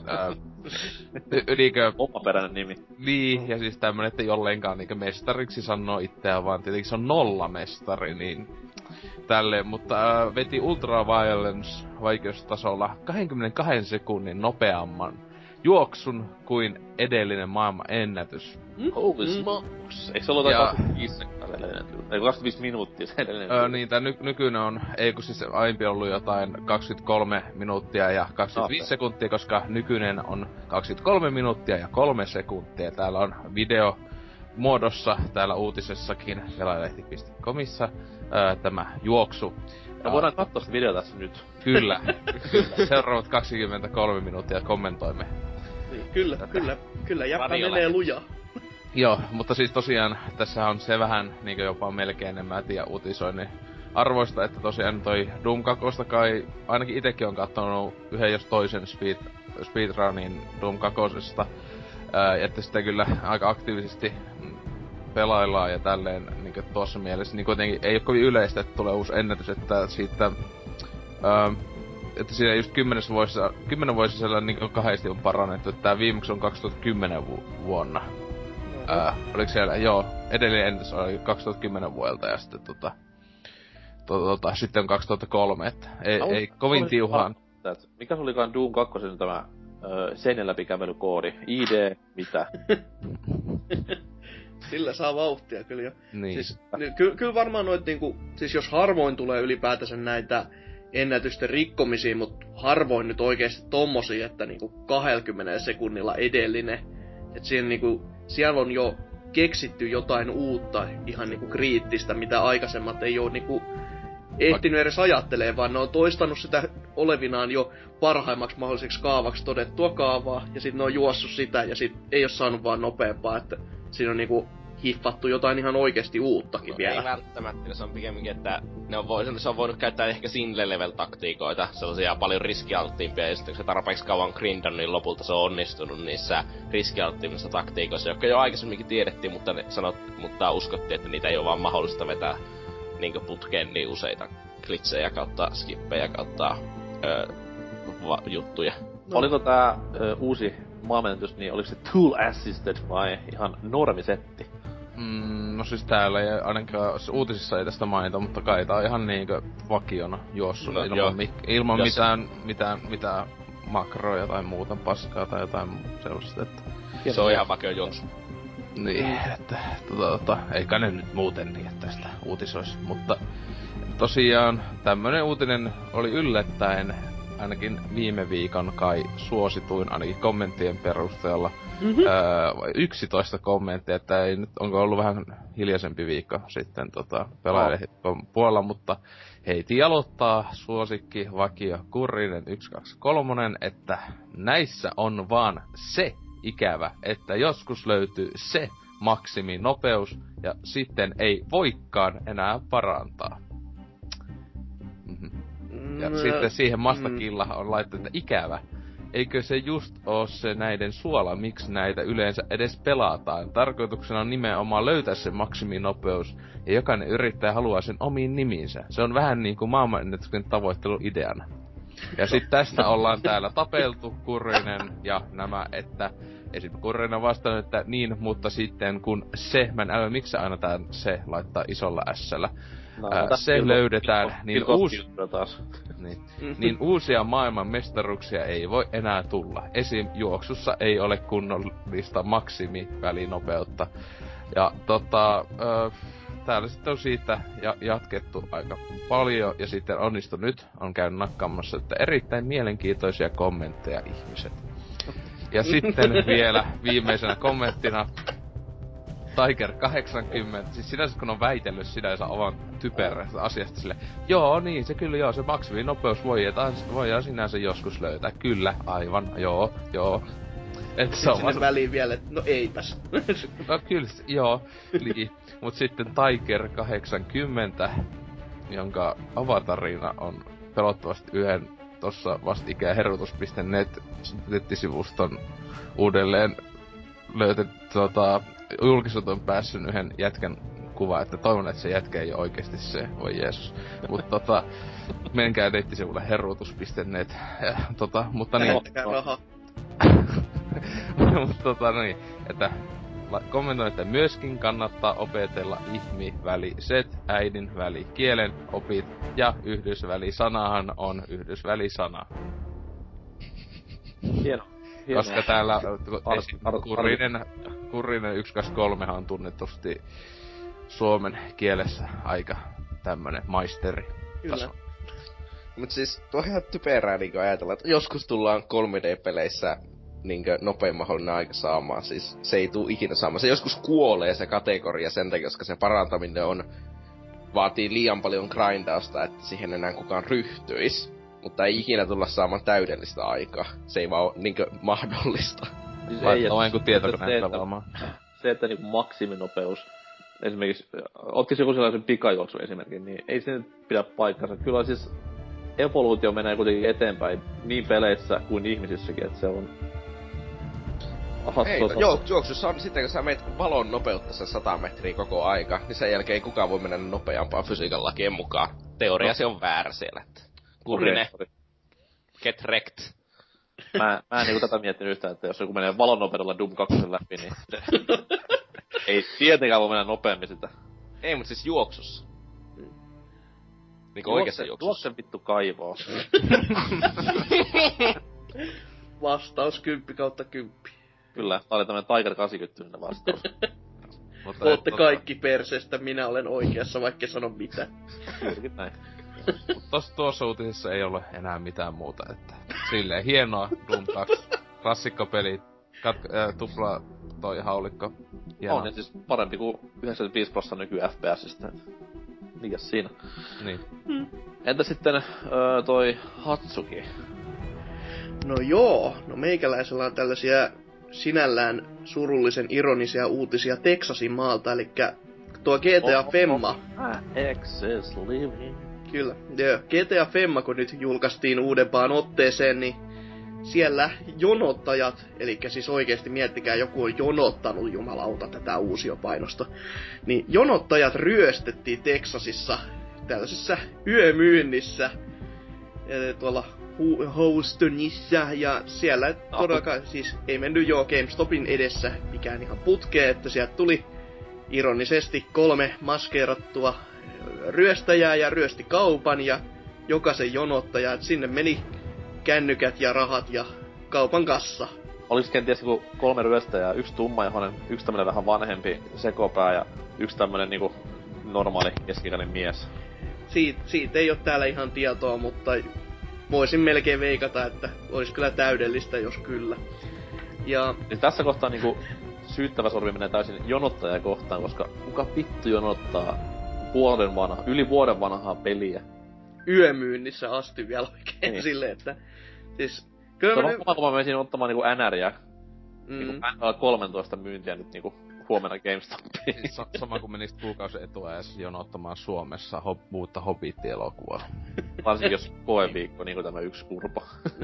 omaperäinen nimi. Niin, ja siis tämmönen, että ei ollenkaan niinkö mestariksi sanoo itseään, vaan tietenkin se on nollamestari, niin tälleen, mutta veti Ultra Violence vaikeustasolla 22 sekunnin nopeamman juoksun kuin edellinen maailman ennätys. Holy smokes! Eikö se ollut jotain 25 sekkaa edellinen tyyli? Ei 25 minuuttia se edellinen. Niin, tää nykyinen on, ei kun siis aiempi ollut jotain 23 minuuttia ja 25 sekuntia, koska nykyinen on 23 minuuttia ja 3 sekuntia. Täällä on video muodossa täällä uutisessakin, pelailehti.comissa, tämä juoksu. Ja voidaan katsoa sitä videota tässä nyt. Kyllä. Seuraavat 23 minuuttia kommentoimme. Niin, kyllä, jäppä menee lujaa. Joo, mutta siis tosiaan tässä on se vähän niinku jopa melkein, en mä tiedä, uutisoinnin arvoista, että tosiaan toi Doom 2 kai, ainakin itekin on kattonut yhden jos toisen speedrunin Doom 2. Että sitä kyllä aika aktiivisesti pelaillaan ja tälleen niinku tuossa mielessä, niin kuitenkin ei oo kovin yleistä, että tulee uusi ennätys, että siitä että siinä just 10 vuosisella niinku kahdesti on parannettu, että tää viimeksi on 2010 vuonna. Oliko siellä, joo, edellinen ennätys oli 2010 vuodelta ja sitten sitten on 2003, että ei kovin tiuhaan. Mikä se olikaan Doom 2 tämä seinän läpi kävelykoodi? ID, mitä? Sillä saa vauhtia kyllä jo. Niin. Siis, kyllä varmaan noit niinku, siis jos harvoin tulee ylipäätänsä näitä ennätysten rikkomisia, mut harvoin nyt oikeesti tommosia, että niinku 20 sekunnilla edellinen. Et siinä niinku, siellä on jo keksitty jotain uutta, ihan niinku kriittistä, mitä aikaisemmat ei oo niinku ehtinyt edes ajattelee, vaan ne on toistanut sitä olevinaan jo parhaimmaksi mahdolliseksi kaavaksi todettua kaavaa, ja sitten ne on juossut sitä, ja sit ei oo saanut vaan nopeampaa, että siinä on niinku hiffattu jotain ihan oikeesti uuttakin vielä. Ei välttämättä, se on pikemminkin, että se on voinut käyttää ehkä single level taktiikoita, sellaisia paljon riskialttiimpia, ja sitten kun se tarpeeksi kauan grindan, niin lopulta se on onnistunut niissä riskialttiimmissa taktiikoissa, jotka jo aikaisemminkin tiedettiin, mutta uskottiin, että niitä ei ole vaan mahdollista vetää niinkö putkeen niin useita glitsejä kautta skippejä kautta juttuja. No. Oliko tää uusi maamenetys, niin oliko se tool assisted vai ihan normisetti? No siis täällä ei ainakaan uutisissa ei tästä mainita, mutta kai tää on ihan niinkö vakiona juossut ilman mitään makroja tai muuta paskaa tai jotain sellaista, että se on ihan vakio juoksu. Niin, että eikä ne nyt muuten niin, että tästä uutisois, mutta tosiaan tämmönen uutinen oli yllättäen ainakin viime viikon kai suosituin ainakin kommenttien perusteella. 11 kommenttia, että ei nyt, onko ollut vähän hiljaisempi viikko sitten pelaajien puolella, mutta heiti aloittaa suosikki vakio Kurrinen 123, että näissä on vaan se ikävä, että joskus löytyy se maksiminopeus ja sitten ei voikaan enää parantaa. Ja sitten siihen mastakilla on laittu, että ikävä. Eikö se just oo se näiden suola, miksi näitä yleensä edes pelataan? Tarkoituksena on nimenomaan löytää se maksiminopeus, ja jokainen yrittäjä haluaa sen omiin nimiinsä. Se on vähän niinku maailmanennätyksen tavoittelun ideana. Ja sit tästä ollaan täällä tapeltu, Kurrinen ja nämä, että esim. Kurrinen vastannut, että niin, mutta sitten kun se, mä en älä miksi aina tää se laittaa isolla S-llä. Se löydetään, niin uusia maailman mestaruuksia ei voi enää tulla. Esim. Juoksussa ei ole kunnollista maksimivälinopeutta. Ja täällä sitten on siitä jatkettu aika paljon, ja sitten Onnistu nyt on käynyt nakkaamassa, että erittäin mielenkiintoisia kommentteja ihmiset. Ja sitten vielä viimeisenä kommenttina Tiger 80, siis sinänsä kun on väitellyt sinänsä oman typerästä asiasta sille, joo niin, se kyllä joo, se maksiminopeus voidaan sinänsä joskus löytää, kyllä, aivan, joo. Et se on sinne väliin vielä, että no eipäs. No kyllä, joo, mut sitten Tiger 80, jonka avatarina on pelottavasti yhden tossa vastikään herutus.net-nettisivuston uudelleen löytetty julkisuuteen on päässyt yhden jätkän kuva, että toivon, että se jätkä ei oo oikeesti se, voi Jeesus. Mut menkää nettisivulle herutus.net, mutta niin. Lähettäkää rahaa. Mutta niin, että kommentoin, että myöskin kannattaa opetella ihmi-väliset, äidin välikielen opit, ja yhdysvälisanahan on yhdysvälisana. Hieno. Koska täällä Kurrinen 123 on tunnetusti suomen kielessä aika tämmönen maisteri. Kyllä. Mut siis tuo ihan typerää niinku ajatella, että joskus tullaan 3D-peleissä niinkö nopein mahdollinen aika saamaan. Siis se ei tuu ikinä saamaan. Se joskus kuolee se kategoria sen takia, koska se parantaminen vaatii liian paljon grindausta, että siihen enää kukaan ryhtyis. Mutta ei ikinä tulla saamaan täydellistä aikaa. Se ei vaan oo niinkö mahdollista. Siis Laittaa vain kun tietokoneen pelaamaan. Se, että niinku maksiminopeus, esimerkiksi, otkis joku sellaisen pikajuoksu esimerkin, niin ei se nyt pidä paikkansa. Kyllä siis evoluutio menee kuitenkin eteenpäin niin peleissä kuin ihmisissäkin, että se on... Ei, juoksussa on sitten, kun sä meet valon nopeutta sen 100 metriä koko aika, niin sen jälkeen ei kukaan voi mennä nopeampaan fysiikan lakien mukaan. Teoria se on väärä siellä, että... Kurrinen. Get wrecked. Mä en niinku tätä miettinyt yhtään, että jos joku menee valon nopeudella Doom 2 läpi, niin... ei tietenkään voi mennä nopeammin sitä. Ei, mut siis juoksussa. Niinku oikeassa juoksussa. Juoksen vittu kaivoo. Vastaus 10/10. Kyllä, tää oli tämmönen Tiger 80 vastaus. Ootte kaikki perseestä, minä olen oikeassa, vaikka sano mitä. Juurikin näin. Tuossa uutisissa ei ole enää mitään muuta, että silleen hienoa Doom 2, klassikkopeli, tupla toi haulikko, hienoa. On, ja siis parempi kuin 95% nyky FPSistä. Mikäs siinä? Niin. Entä sitten toi Hatsuki? No joo, no meikäläisellä on tällaisia sinällään surullisen ironisia uutisia Texasin maalta, elikkä tuo GTA Femma. Access living. Kyllä, joo. GTA Femma, kun nyt julkaistiin uudempaan otteeseen, niin siellä jonottajat, eli siis oikeesti miettikää, joku on jonottanut jumalauta tätä uusiopainosta, niin jonottajat ryöstettiin Texasissa tällaisessa yömyynnissä tuolla Houstonissa, ja siellä todellakaan siis ei mennyt GameStopin edessä mikään ihan putkeen, että sieltä tuli ironisesti 3 maskeerattua ryöstäjää ja ryösti kaupan ja jokaisen jonottaja, että sinne meni kännykät ja rahat ja kaupan kassa. Olis kenties 3 ryöstäjää, 1 tummaihoinen, 1 tämmönen vähän vanhempi sekopää ja 1 tämmönen niinku normaali keskikäinen mies? Siitä ei oo täällä ihan tietoa, mutta voisin melkein veikata, että olisi kyllä täydellistä, jos kyllä. Ja... Siis tässä kohtaa niinku syyttävä sormi menee täysin jonottajaa kohtaan, koska kuka vittu jonottaa yli vuoden vanhaa peliä? Yömyynnissä asti vielä oikein niin. Silleen, että... Siis... Kyllä se on varmaan, kun mä menisin ottamaan niinku NRiä. Niinku 13 myyntiä nyt niinku huomenna GameStopiin. Siis sama kuin menisit kuukausi etua edes jonottamaan Suomessa uutta Hobbit-elokuvaa. Varsinkin jos koeviikko, niinku tämä yksi kurpo.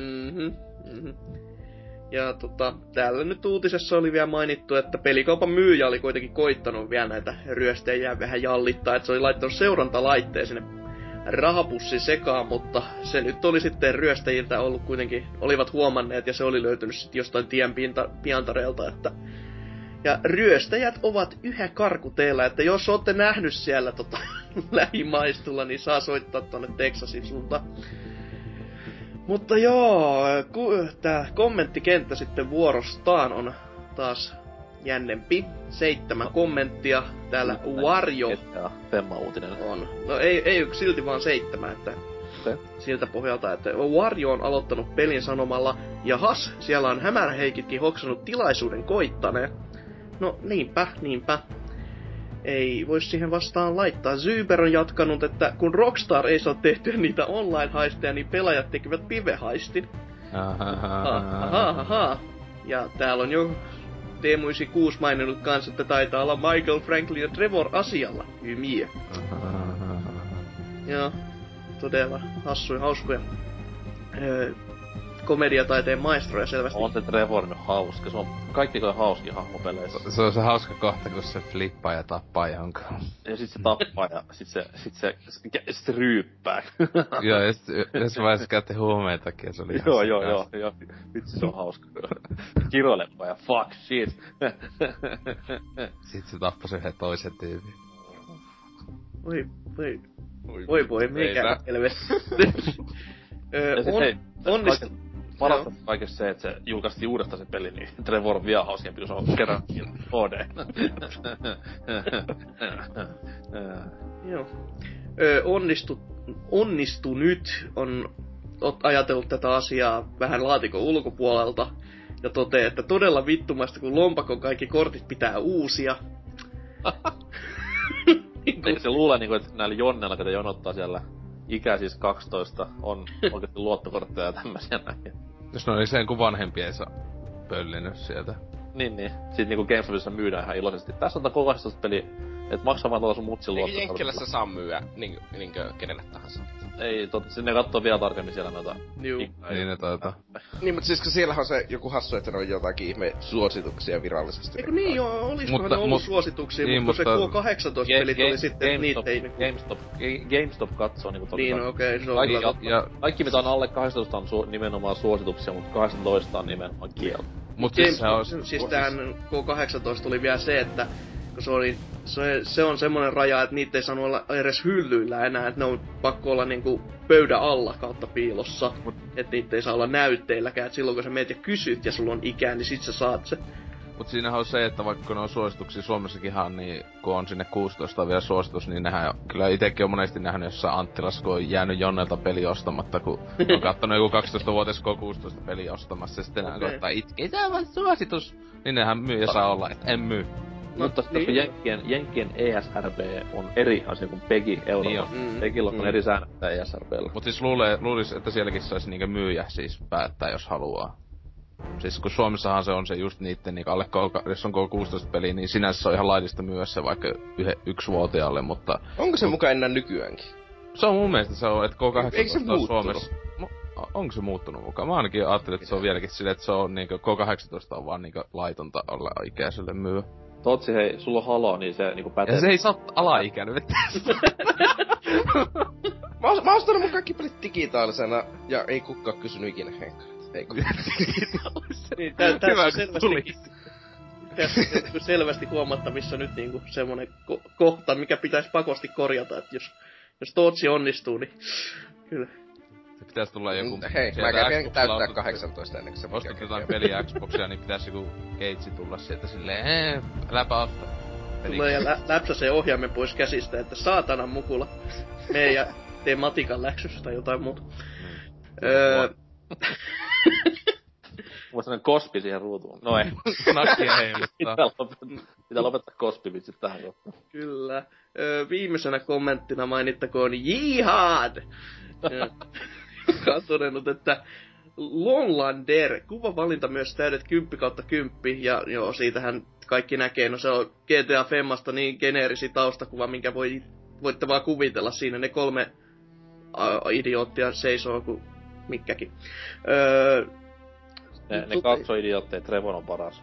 Ja täällä nyt uutisessa oli vielä mainittu, että pelikaupan myyjä oli kuitenkin koittanut vielä näitä ryöstäjiä vähän jallittaa, että se oli laittanut seurantalaitteen sinne rahapussin sekaan, mutta se nyt oli sitten ryöstäjiltä ollut kuitenkin, olivat huomanneet ja se oli löytynyt sitten jostain tien piantareelta, että ja ryöstäjät ovat yhä karkuteilla, että jos olette nähnyt siellä lähimaistulla, niin saa soittaa tonne Texasin suuntaan. Mutta joo, tää kommenttikenttä sitten vuorostaan on taas jännempi. 7 kommenttia. Täällä Wario Femma-uutinen on. No ei silti vaan 7, että siltä pohjalta, että Wario on aloittanut pelin sanomalla jahas, siellä on hämäräheikitkin hoksannut tilaisuuden koittaneen. No niinpä. Ei voi siihen vastaan laittaa. Zyber on jatkanut, että kun Rockstar ei saa tehtyä niitä online-haisteja, niin pelaajat tekevät pive-haistin. Ja täällä on jo Teemu96 maininnut kanssa, että taitaa olla Michael, Franklin ja Trevor asialla. Hymiä. Joo, todella hauskoja. Komediataiteen maestroja selvästi. On se Trevor nyt hauska. Se on kaikki toi hauski hahmo peleissä. Se on se hauska kohta, kun se flippaa ja tappaa jonkun. Ja sit se tappaa ja sit se ryyppää. Joo, ja jos vaiheessa käytti huumeitakin, se oli Joo. Vitsi, se on hauska. Kiroilepa ja fuck shit. Sit se tappasi yhden toisen tyypin. Voi, mikä helvetti. parasta kaikessa se, että se julkaistiin uudestaan se peli, niin Trevor on vielä hauskempi, kun se on kerran HD. Joo. Onnistu nyt on ajatellut tätä asiaa vähän laatikon ulkopuolelta ja toteaa, että todella vittumasta, kun lompakon kaikki kortit pitää uusia. Eikö se luule, niin kuin, että näillä jonneilla, kun jonottaa siellä ikä siis 12, on oikeesti luottokortteja ja tämmösiä näin. Jos ne oli sen, kun vanhempia ei saa pöllinyt sieltä. Niin. Sitten niinku GameStopissa myydään ihan iloisesti. Tässä on kokonaista peli, et maksaa vaan tuolla sun mutsin luottokortilla. Eikö Jenkkilässä saa myyä niinkö kenelle tahansa? Ei, sinne kattoo vielä tarkemmin siellä noita. Juu. Niin ne taitaa. Niin, mutta siis kun siellähän on se joku hassu, että ne on jotakin ihme suosituksia virallisesti. Eikö niin joo, oliskohan ne ollut suosituksia, niin, mutta se K18-pelit oli sitten, niitä ei niinku... GameStop katsoo niinku toki. Niin, okei, se on kyllä. Kaikki mitä on alle 18 on nimenomaan suosituksia, mutta 18 on nimenomaan kielto. Mut siis tähän K18 tuli vielä se, että kun se on semmonen raja, että niitä ei saanut olla edes hyllyillä enää, että ne on pakko olla niinku pöydän alla kautta piilossa, että niitä ei saa olla näytteilläkään, että silloin kun sä meet ja kysyt ja sulla on ikää, niin sit sä saat se. Mut siinähän on se, että vaikka ne on suosituksia Suomessakinhan, niin kun on sinne 16 vielä suositus, niin nehän kyllä itekin on monesti nähnyt jossain Anttilassa, kun on jäänyt Jonnelta peli ostamatta, kun on kattonut joku 12-vuotias K16 peli ostamassa, ja sitten nää koittaa itkeä, tää on vaan suositus! Niin nehän myy ja saa olla, että en myy. Mutta niin. Jenkkien ESRB on eri asia kuin PEGI Euroopan. PEGillä on eri säännöt ESRB:llä. Mut siis luulis, että sielläkin saisi niinkö myyjä siis päättää, jos haluaa. Siis kun Suomessahan se on se just niitten niinku alle jos on K16-peli, niin sinänsä se on ihan laillista myyä se vaikka 1-vuotiaalle, mutta... Onko se mukaan enää nykyäänkin? Se on mun mielestä se on, että K18 Eikö se on Suomessa... Onko se muuttunut mukaan? Mä ainakin ajattelin, että se on vieläkin silleen, että se on niinku K18 on vaan niinku laitonta olla ikäiselle myyä. Totsi, hei, sulla on Halo, niin se niinku pätee. Ja se ei saa alaikäinen vetää mä oon ostanut mun kaikki pelit digitaalisena, ja ei kukaan kysynyt ikinä henkilöitä. Ei kukaan. Niin, tässä on selvästi huomattavissa nyt niinku semmonen kohta, mikä pitäisi pakosti korjata, että jos Totsi onnistuu, niin kyllä. Se pitäis tulla joku... Hei, mä käyn täyttää 18 ennen kuin se ostat jotain peliä Xboxia, niin pitäis joku keitsi tulla sieltä silleen, läpä osta. Tulee ja läpsäsee ohjaimen pois käsistä, että saatanan mukula. Mee ja tee matikan läksystä tai jotain muuta. Mulla sellainen kospi siihen ruutuun. No ei. Nakkia heiluttaa. Pitää lopettaa kospivitsit tähän kohtaan. Kyllä. Viimeisenä kommenttina mainittakoon Jihad! Joka on todennut, että Lonlander, kuvavalinta myös täydet 10/10, ja joo, siitähän kaikki näkee, no se on GTA Femmasta niin geneerisi taustakuva, minkä voitte vaan kuvitella siinä, ne 3 idioottia seisoo kuin mikkäkin. Ne katsoidiootteja, Trevor on paras.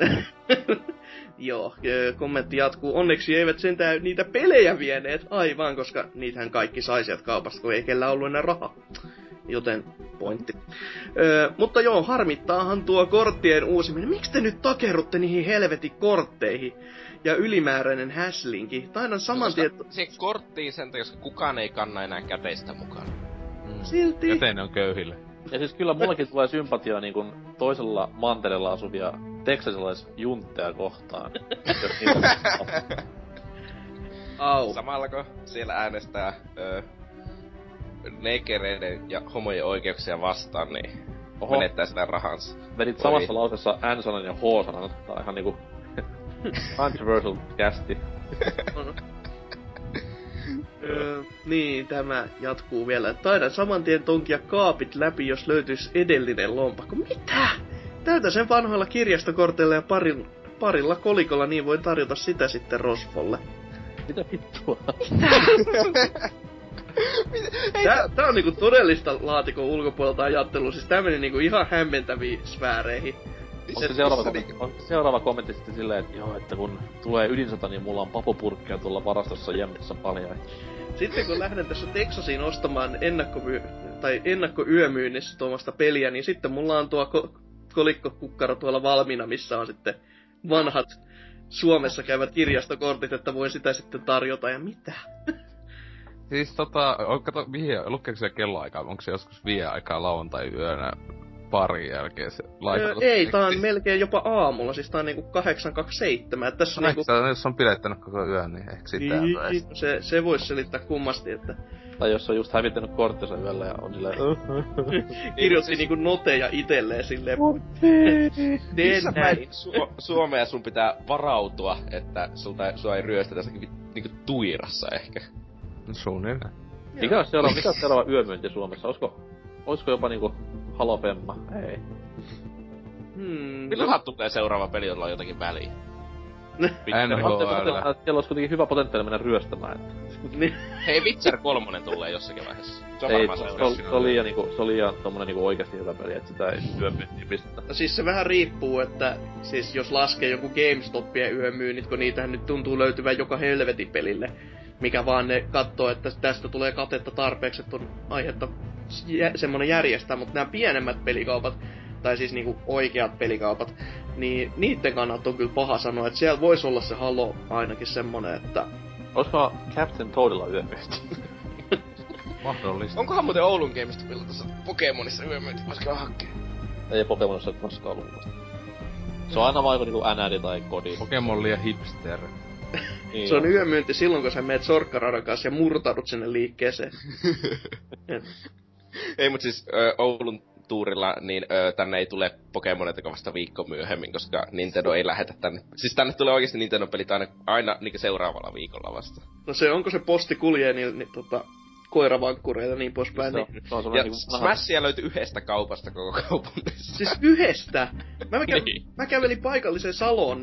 Joo, kommentti jatkuu. Onneksi eivät sentään niitä pelejä vieneet aivan, koska niitähän kaikki sai sieltä kaupasta, kun ei kellään ollut enää rahaa. Joten pointti. Mutta joo, harmittaahan tuo korttien uusiminen. Miksi te nyt takerrutte niihin helvetin kortteihin? Ja ylimääräinen häslinki. Taidan saman tien... Se korttiin sen takia, koska kukaan ei kanna enää käteistä mukaan. Silti. Käteinen on köyhille. Ja siis kyllä mullakin tulee sympatiaa niin kuin toisella mantereella asuvia teksasilaisjuntteja kohtaan. Au. Samalla kun siellä äänestää negereiden ja homojen oikeuksia vastaan, niin menettää sitä rahansa. Vedit samassa lauseessa N-sanan ja H-sanan. Tää on ihan niinku controversial kästi. Niin, tämä jatkuu vielä. Taidan saman tien tonkia kaapit läpi, jos löytyisi edellinen lompakko. Mitä? Täytä sen vanhoilla kirjastokorteilla ja parilla kolikolla, niin voin tarjota sitä sitten Rosvolle. Mitä vittua? Tää on niinku todellista laatikon ulkopuolelta ajattelua, siis tää meni niinku ihan hämmentäviin sfääreihin. Onko seuraava kommentti sitten silleen, että joo, että kun tulee ydinsota, niin mulla on papopurkkeja tuolla varastossa jemmissä paljon. Sitten kun lähden tässä Texasiin ostamaan ennakkoyömyynnissä tuomasta peliä, niin sitten mulla on tuo kolikkokukkaro tuolla valmiina, missä on sitten vanhat Suomessa käyvät kirjastokortit, että voin sitä sitten tarjota ja mitä? Siis kato, lukeeko se kelloaikaa? Onko se joskus 5 aikaa lauantai-yönä parin jälkeen se ei, tää on melkein jopa aamulla, siis tää on niinku 8:27, että tässä on niinku... Jos on pidettänyt koko yön, niin ehkä sitä se vois selittää kummasti, että... Tai jos on just hävittänyt korttinsa yöllä ja on silleen... Kirjoitti niinku noteja itelleen silleen... Missä päin Suomea sun pitää varautua, että sua ei ryöstetä jossakin niinku Tuirassa ehkä? Suunnilleen. Mikä on seuraava yömyynti Suomessa? Oisko jopa niinku Halo Femma? Ei. Milloinhan tulee seuraava peli, jolla on jotakin väliä? NHL. Siellä olisi kuitenkin hyvä potentiaali mennä ryöstämään. Hei, Witcher 3 tulee jossakin vaiheessa. Se on varmaan se on liian tommonen niinku oikeesti hyvä peli, että sitä ei yömyyntiin pistetä. No siis se vähän riippuu, että siis jos laskee joku GameStopien yömyynnit, kun niitähän nyt tuntuu löytyvän joka helvetin pelille. Mikä vaan ne kattoo, että tästä tulee katetta tarpeeksi, että on aihetta semmonen järjestää, mutta nämä pienemmät pelikaupat, tai siis niinku oikeat pelikaupat, niin niitten kannalta on kyllä paha sanoa, että siellä voisi olla se Halo ainakin semmonen, että... Olisiko Captain Toadilla yömyynti? Mahdollista. Onkohan muuten Oulun GameStopilla tuossa Pokemonissa yömyynti? Voisiko hakea? Ei Pokemonissa ole koskaan ollut muista. Se on aina vaikka niinku NR tai Kodi. Pokemon liian hipster. Niin se on yömyynti silloin, kun sä meet sorkkaradan kanssa ja murtaudut sinne liikkeeseen. Ei, mut siis Oulun tuurilla, niin tänne ei tule Pokemoneita vasta viikko myöhemmin, koska Nintendo ei lähetä tänne. Siis tänne tulee oikeesti Nintendo-pelit aina niin seuraavalla viikolla vasta. No se, onko se posti kuljee niin koiravankkureita ja niin poispäin. Niin. Ja Smashia löytyi yhdestä kaupasta koko kaupungissa. Siis yhdestä? Mä kävelin paikallisen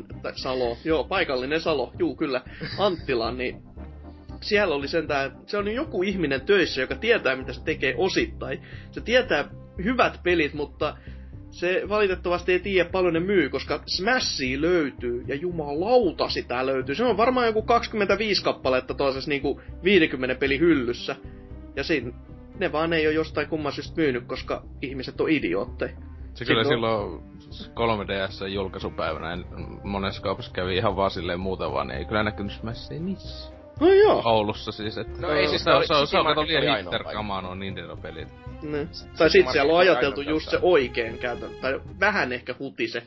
paikallinen Salo, juu kyllä, Anttilaan, niin siellä oli se on joku ihminen töissä, joka tietää mitä se tekee osittain. Se tietää hyvät pelit, mutta se valitettavasti ei tiedä paljon ne myy, koska Smashia löytyy, ja jumalauta sitä löytyy. Se on varmaan joku 25 kappaletta toisessa niinku 50 peli hyllyssä. Ja ne vaan ei oo jostain kumman syystä myynyt, koska ihmiset on idiootteja. Se kyllä silloin 3DS julkaisupäivänä monessa kaupassa kävi ihan vaan silleen muuta vaan, niin ei kyllä näkynyt Smashia niissä. No joo. Oulussa siis, että... No ei siis se on kato liian hipster-kamaa nuo Nintendo-pelit. Ne. Tai sit siellä on ajateltu just se oikeen käytön, tai vähän ehkä huti se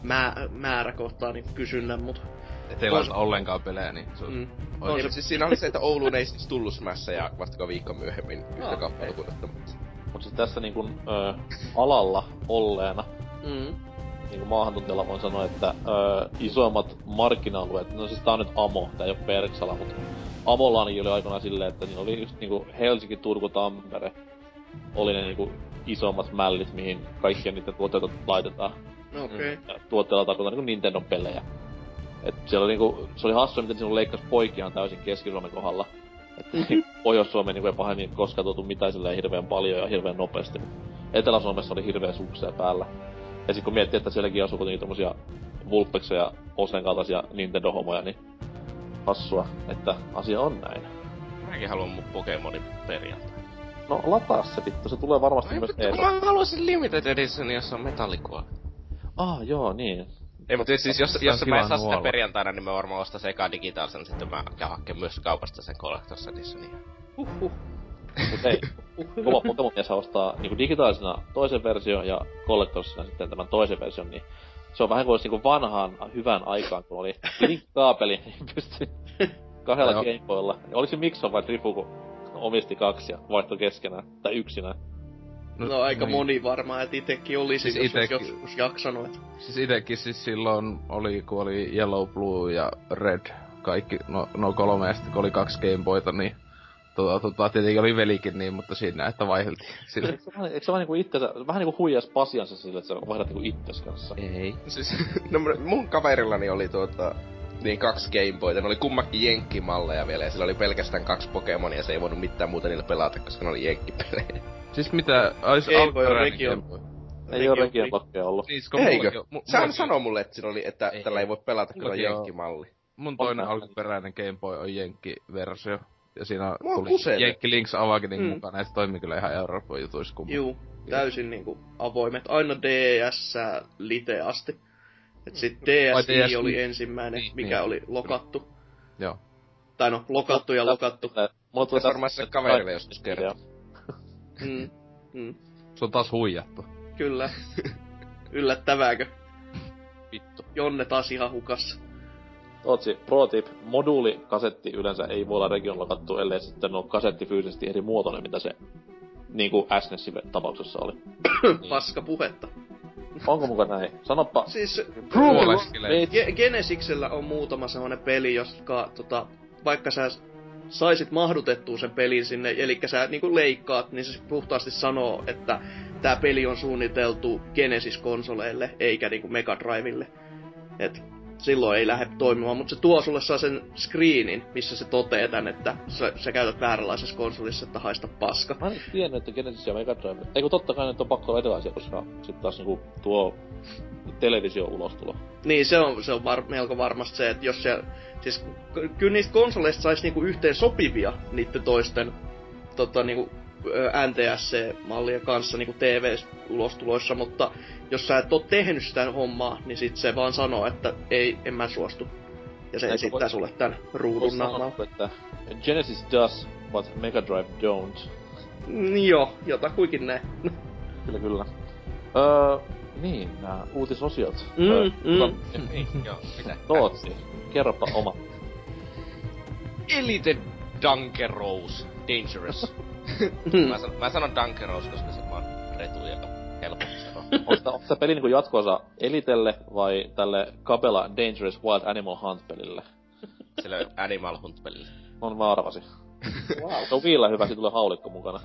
määrä kohtaa niin kysynnän, mut... Et ei laita ollenkaan pelejä, niin se on... Siis siinä oli se, että Ouluun ei siis tullu Smashia vastako viikko myöhemmin yhtä kappaletta kunnioittamatta. Mut siis tässä niinkun alalla olleena, niinku maahantuntijalla voin sanoa, että isoimmat markkina-alueet, no siis tää on nyt Amo, tää ei oo Perksala, mut Amolla ainakin oli aikanaan silleen, että niillä oli just niinku Helsinki, Turku, Tampere, oli ne niinku isommat mällit, mihin kaikkia niiden tuotteita laitetaan. Okei. Tuotteella tarkoitan niinku Nintendo-pelejä. Et siellä oli niinku, se oli hassua, miten siinä leikkasi poikiaan täysin Keski-Suomen kohdalla. Että Pohjois-Suomeen niinku ei pahemmin koskaan tuotu mitään silleen hirveen paljon ja hirveen nopeasti. Etelä-Suomessa oli hirveä suksia päällä. Ja sit kun miettii, että sielläkin asuu kuitenkin tommosia Vulpeksen ja Osen kaltaisia Nintendo-homoja, niin hassua, että asia on näin. Mäkin haluan mun Pokemonin perjantai. No lataa se vittu, se tulee varmasti myös teille. Mä haluaisin Limited Edition, jossa on metallikuva. Joo, niin. Ei, mutta siis jos mä en saa sitä perjantaina, niin mä varmaan ostan se eka digitaalisen, sitten mä käyn hakkeen myös kaupasta sen Collector's Editionia. Mut hei, kova Pokemon-mies ostaa niinku digitaalisena toisen version ja Collectorsina sitten tämän toisen version, niin se on vähän kuin olisi niinku vanhaan hyvään aikaan, kun oli Link-kaapeli, niin pystyi kahdella Gameboylla. Oliko se Mikson vai Trifu, kun omisti kaksi ja vaihtoi keskenään, tai yksinään? No aika moni varmaan, et itekin olisi, siis jos jaksanut. Siis itekin siis silloin oli, kun oli Yellow, Blue ja Red, kaikki, no kolme, ja sitten kun oli 2 Gameboyta, niin tietenkin oli velikin niin, mutta siinä, että vaihdeltiin sille. Eikö se vaan niinku itsensä, vähän niinku huijas pasiansa sille, että sä vaihdat niinku itses kanssa? Ei. Siis, no mun kaverillani oli niin 2 Gameboyta, ne oli kummakin jenkkimalleja vielä, ja sillä oli pelkästään 2 Pokemonia, ja se ei voinut mitään muuta niillä pelata, koska ne oli jenkkipelejä. Siis mitä, Gameboy on Region. Ei oo Region pakkeja ollut. Eikö? Sehän sanoo mulle, että siinä oli, että tällä ei voi pelata, kun on jenkkimalli. Mun toinen alkuperäinen Gameboy on jenkkiversio. Ja siinä tuli Jenkki Link's Awakening mukana, ja se toimii kyllä ihan Euroopan jutuissa kumma. Juu, täysin niinku avoimet. Aina DS Lite asti. Et sit DSi oli ensimmäinen, mikä oli lokattu. Joo. Tai no, lokattu ja lokattu. Mutta varmaan se kaverille joskus kertoo. Se on taas huijattu. Kyllä. Yllättävääkö? Vittu. Jonne taas ihan hukassa. Tootsi, pro tip, moduulikasetti yleensä ei voi olla region lokattu, ellei sitten ole kasetti fyysisesti eri muotoinen, mitä se niinku SNESin tapauksessa oli. Paska puhetta. Onko muka näin? Sanoppa. Siis Genesiksellä on muutama semmonen peli, jotka vaikka sä saisit mahdutettua sen pelin sinne, eli sä niinku leikkaat, niin se puhtaasti sanoo, että tää peli on suunniteltu Genesis-konsoleille, eikä niinku Mega Drivelle. Et silloin ei lähde toimimaan, mutta se tuo sulle saa sen screenin, missä se toteaa tän, että sä käytät vääränlaisessa konsolissa, että haista paska. Mä en tiennyt, että Genesis ja Mega Drive. Eikö totta kai nyt on pakko olla erilaisia, koska sit taas niinku tuo televisio-ulostulo. Niin, se on melko varmasti se, että jos se... Siis kyllä niistä konsoleista sais niinku yhteen sopivia niitten toisten niinku NTSC-mallien kanssa niinku TV-ulostuloissa, mutta jos sä et oo tehnyt sitä hommaa, niin sit se vaan sanoo, että ei, en mä suostu. Ja se esittää sulle tän ruudun naamalla. Että Genesis does, but Mega Drive don't. Joo, jotakuinkin näin. Kyllä. Niin, nää uutisosiot. Niin, joo, mitä? Tootsi, kerropa oma. Elite Dangerous Dangerous. Mä sanon Dangerous, koska se vaan retu ja helpompi sanoa. Onko tää peli niinku jatkoosa Elitelle vai tälle Kabela Dangerous Wild Animal Hunt-pelille? Sillä Animal Hunt-pelille. Mä arvasin. Wow. Se on viillä hyvä, siitä tulee haulikko mukana.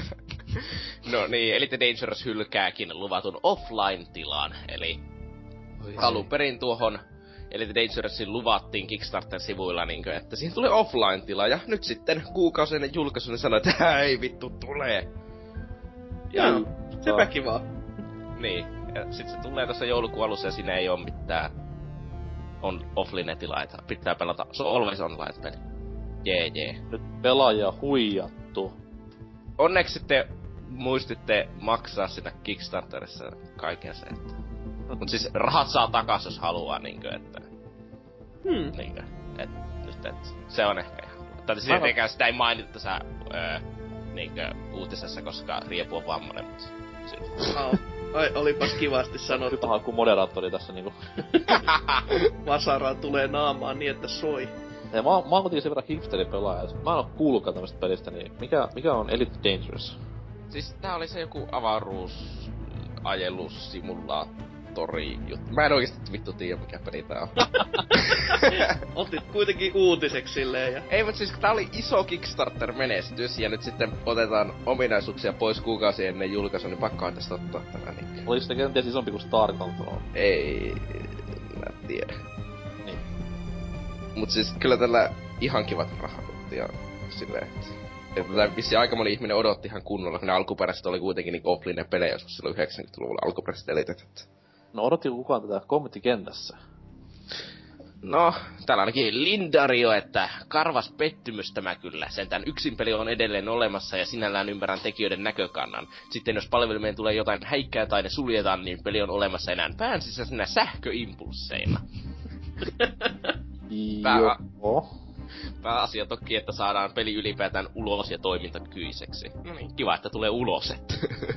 No niin, Elite Dangerous hylkääkin luvatun offline-tilan, eli alun perin tuohon Elite Dangerousin luvattiin Kickstarter-sivuilla, niinkö, että siihen tulee offline-tila, ja nyt sitten kuukausi ennen julkaisua sanoi, että ei vittu tulee. Ja sepä kivaa. Niin, ja sit se tulee tässä joulukuun alussa ja siinä ei oo mitään on offline-tilaa, että pitää pelata, se on always online-peli. Jee. Nyt pelaajia huijattu. Onneksi te muistitte maksaa sitä Kickstarterissa kaiken se, että... Mut siis rahat saa takas, jos haluaa, niinkö, että... Niinkö, et se on ehkä ihan... Tai tietenkään sitä ei mainita tässä, niinkö, uutisessa, koska Riepu on vammainen, mut... Ai, olipas kivasti sanottu. Nyt hakkuu moderaattori tässä niinku. Vasaraa tulee naamaan niin, että soi. Ja mä oon kuitenkin sen verran hipsterin pelaaja, mä en oo kuullutkaan tämmöstä pelistä, niin mikä on Elite Dangerous? Siis tää oli se joku avaruusajelussimulaattori juttu. Mä en oikeesti vittu tiedä mikä peli tää on. Otit kuitenkin uutiseksi silleen ja... Ei, mut siis tää oli iso Kickstarter-menestys ja nyt sitten otetaan ominaisuuksia pois kuukausi ennen julkaisua, niin pakkohan tästä ottaa tämä niinkö. Oliko sitä kenties isompi kuin Star Control? Ei... mä tiedä. Niin. Mut siis kyllä tällä ihan kivat rahat ja silleen, että tätä vissiin aika moni ihminen odotti ihan kunnolla, kun ne alkuperäiset oli kuitenkin niin offline pelejä joskus silloin 90-luvulla alkuperäiset elitet. No odottiko kukaan tätä kommenttikentässä? No, täällä ainakin Lindario, että karvas pettymys tämä kyllä. Sentään yksin peli on edelleen olemassa ja sinällään ymmärrän tekijöiden näkökannan. Sitten jos palvelimeen tulee jotain häikkää tai ne suljetaan, niin peli on olemassa enää pään sisäisenä sähköimpulseina. Joo. Pääasia toki, että saadaan peli ylipäätään ulos ja toimintakykyiseksi. No niin, kiva, että tulee ulos, että...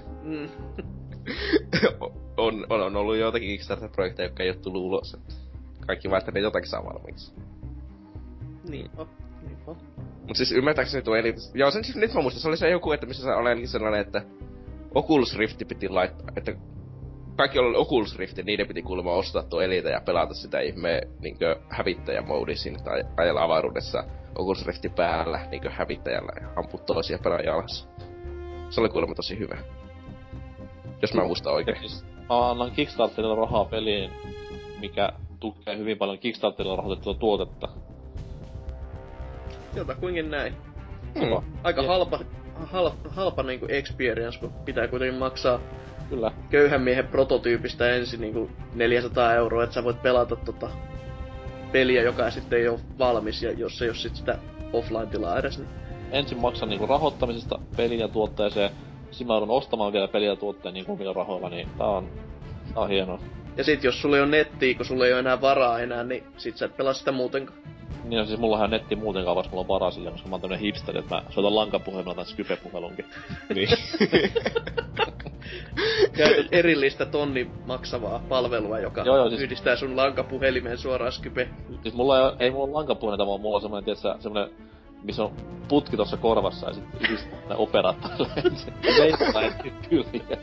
on ollut joitakin Kickstarter-projekteja, jotka ei oo tullut ulos, että... Kaikki vaan, että ne jotakin saa valmiiksi. Niinpä. Mut siis ymmärtääkseni tuo Elite... Joo, sen siis nyt mä muistan, se oli se joku, että missä se oli sellainen, että... Oculus Rift piti laittaa, että... Kaikki oli Oculus Rift, niiden piti kuulemma ostaa tuo Elite ja pelata sitä ihme niinkö hävittäjämoodi siinä tai ajalla avaruudessa Oculus Riftin päällä niinkö hävittäjällä ja ampua toisia pelaajia alas. Se oli kuulemma tosi hyvä. Jos mä muistan oikein. Mä annan Kickstarterilla rahaa peliin, mikä tukee hyvin paljon Kickstarterilla rahoitettua tuotetta. Jotakuinkin näin. Aika halpa niinku experience, kun pitää kuitenkin maksaa Kyllä. köyhän miehen prototyypistä ensin niinku 400 €, että sä voit pelata peliä, joka sitten ei oo valmis, ja jos ei oo sit sitä offline-tilaa edes, niin... Ensin maksan niinku rahoittamisesta pelin ja tuotteeseen, sitten mä joudun ostamaan vielä pelin ja tuotteen niinku omilla rahoilla, niin tää on hienoa. Ja sit jos sulla ei oo nettiä, kun sulla ei oo enää varaa enää, niin sit sä et pelaa sitä muutenkaan. Niin on siis mullahan netti muutenkaan vasta mulla on varaa silleen, koska mä oon tämmönen hipsteri, että mä soitan lankapuhelimella tai Skype-puhelunkin. Niin. Käytät erillistä tonni maksavaa palvelua, joka Joo, siis... yhdistää sun lankapuhelimeen suoraan Skype. Siis ei mulla lankapuhelinta, vaan mulla on semmonen, tietsä, semmonen, missä on putki tossa korvassa ja sit yhdistää operaattorille. Se leikkaa tyhjä.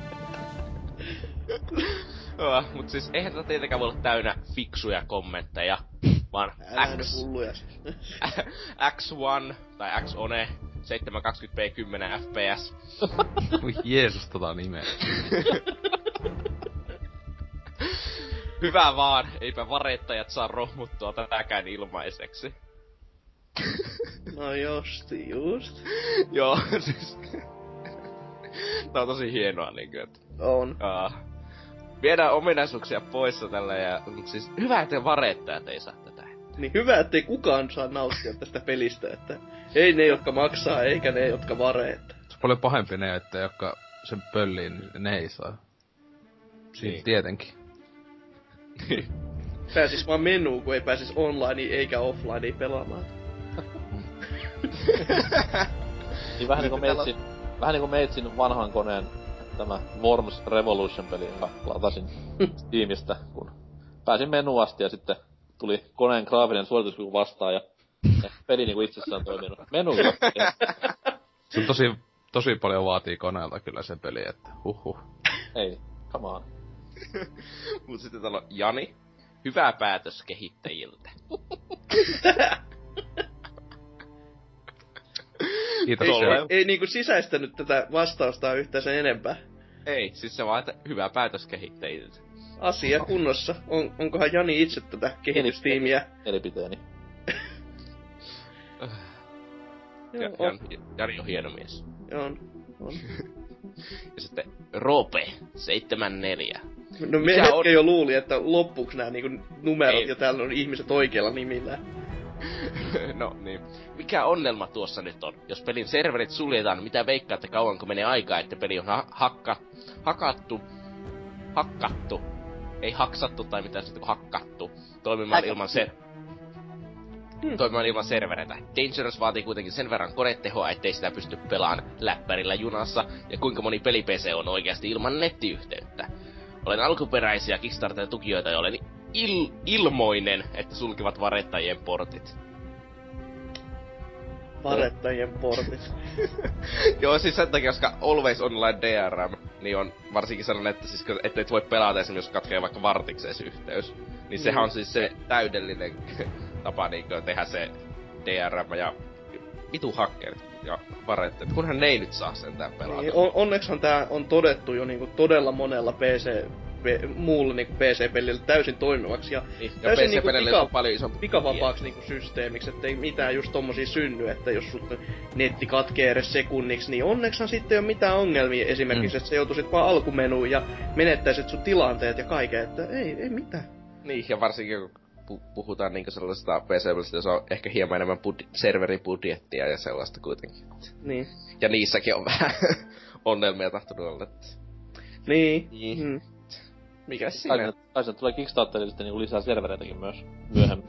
Mut siis eihän tätä tietenkään voi olla täynnä fiksuja kommentteja, vaan X1 tai X-One 720p 10 fps. Voi Jeesus tota nimeä. Hyvä vaan, eipä varettajat saa rohmuttua tätäkään ilmaiseksi. No just. Joo, siis... Tää on tosi hienoa niinkö, että... On. Viedään ominaisuuksia poissa tällä ja... Siis hyvä, ettei varettajat ei saa tätä. Niin hyvä, ettei kukaan saa nauttia tästä pelistä, että... Ei ne, jotka maksaa, eikä ne, jotka vareetta. Se on paljon pahempi ne, että jotka sen pölliin, niin ne ei saa. Niin. Tietenkin. Pääsis vaan menuun, kun ei pääsis online eikä offline pelaamaan. Niin vähän niinku meitsin vanhan koneen tämä Worms Revolution-peli, jonka latasin Steamista, kun pääsin menuun asti ja sitten tuli koneen graafinen suorituskyky vastaan ja peli niinku itsessään toiminut. Menu se on tosi paljon vaatii koneelta kyllä se peli, että huhhuh. Ei, come on. Mut sitten täällä on Jani. Hyvä päätös kehittäjiltä. Kiitos. Ei niinku sisäistänyt tätä vastausta yhtään sen enempää. Ei, siis se vaan, että hyvä päätös kehittäjiltä. Asia kunnossa. Onkohan Jani itse tätä kehitystiimiä? Mielipiteeni. Jani on hieno mies. On. Ja sitten Rope 74. No me hetken jo luuli, että loppuuks nää niinku numerot ja täällä on ihmiset oikealla nimillään. No niin. Mikä onnelma tuossa nyt on? Jos pelin serverit suljetaan, mitä veikkaatte kauanko menee aikaa, että peli on hakattu, ei haksattu tai mitä sitten hakkattu, toimimaan ilman servereitä. Dangerous vaatii kuitenkin sen verran konetehoa, ettei sitä pysty pelaamaan läppärillä junassa, ja kuinka moni peli-PC on oikeasti ilman nettiyhteyttä. Olen alkuperäisiä Kickstarter-tukijoita ja olen ilmoinen, että sulkivat varettajien portit. Varettajien portit. Joo, siis sen takia, koska Always Online DRM, niin on varsinkin sellainen, että siis, ettei voi pelata esimerkiksi, jos katkee vaikka vartikseesi yhteys. Niin sehän on siis se täydellinen tapa niinkö tehdä se DRM ja vitu hakkerit ja varettajat. Kunhan ne ei nyt saa sentään pelata. Niin, onneksihan tää on todettu jo niinku todella monella muulla niinku PC-pelillä täysin toimivaksi ja niin, täysin niinku paljon isompi pikavapaaksi niinku systeemiksi, ettei mitään just tommosia synny, että jos sut netti katkee edes sekunniksi, niin onneksihan sitten ei oo mitään ongelmia esimerkiksi, että sä joutuisit vaan alkumenuun ja menettäisit sun tilanteet ja kaiken, että ei mitään. Niin, ja varsinkin kun puhutaan niinku sellaisesta PC-pelistä, jossa on ehkä hieman enemmän serveribudjettia ja sellaista kuitenkin. Niin. Ja niissäkin on vähän ongelmia tahtonut olla. Niin. Mikäs siinä? Kai se tulee Kickstarterille sitten niinku lisää servereitäkin myös myöhemmin.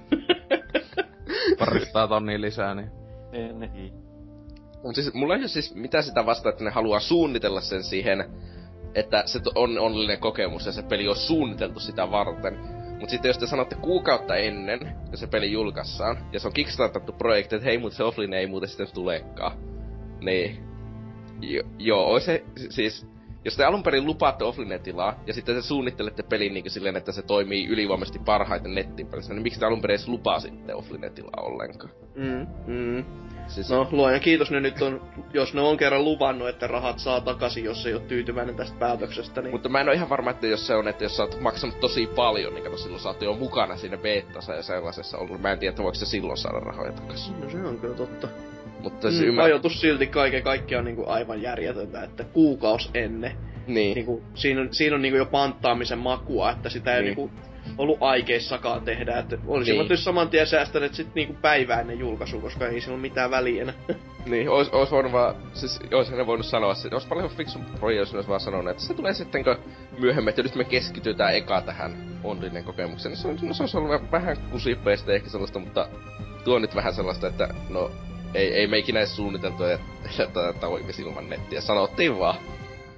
200 tonnia lisää, niin. Niin. Mut siis, mulla ei ole siis mitään sitä vasta, että ne haluaa suunnitella sen siihen, että se on onnellinen kokemus ja se peli on suunniteltu sitä varten. Mut sitten jos te sanotte kuukautta ennen, kun se peli julkaissaan, ja se on kickstartattu projekti, että hei mut se offline ei muuten sitten tulekaan. Niin. Joo, se siis... Jos te alun perin lupaatte offline-tilaa, ja sitten te suunnittelette pelin niin silleen, että se toimii ylivoimaisesti parhaiten nettiin pelissä, niin miksi te alun perin edes lupasitte offline-tilaa ollenkaan? Siis... No, luojan kiitos ne nyt on, jos ne on kerran luvannut, että rahat saa takaisin, jos ei ole tyytyväinen tästä päätöksestä, niin... Mutta mä en oo ihan varma, että jos se on, että jos sä oot maksanut tosi paljon, niin kato silloin sä oot jo mukana siinä beettassa ja sellaisessa ollut. Mä en tiedä, että voiko se silloin saada rahoja takaisin. No se on kyllä totta. Mutta se ajoitus silti kaiken kaikkiaan niinku aivan järjetöntä, että kuukaus ennen. Niin. Niinku, siinä on niinku jo panttaamisen makua, että sitä ei niinku ollut aikeissakaan tehdä. Että olisivat nyt saman tien säästäneet sit niinku päivää ennen julkaisua, koska ei siinä ole mitään väliä enää. Niin, ois voinut vaan, siis ois ne voinut sanoa, että ois paljon fiksumpi proja, jos ne ois vaan sanonut, että se tulee sittenkö myöhemmin, että nyt me keskitytään eka tähän online kokemukseen. Se olisi ollut vähän kusipeistä ehkä sellaista, mutta tuo on nyt vähän sellaista, että no... Ei me ikinä edes suunniteltu, että toimisi ilman nettiä. Sanottiin vaan.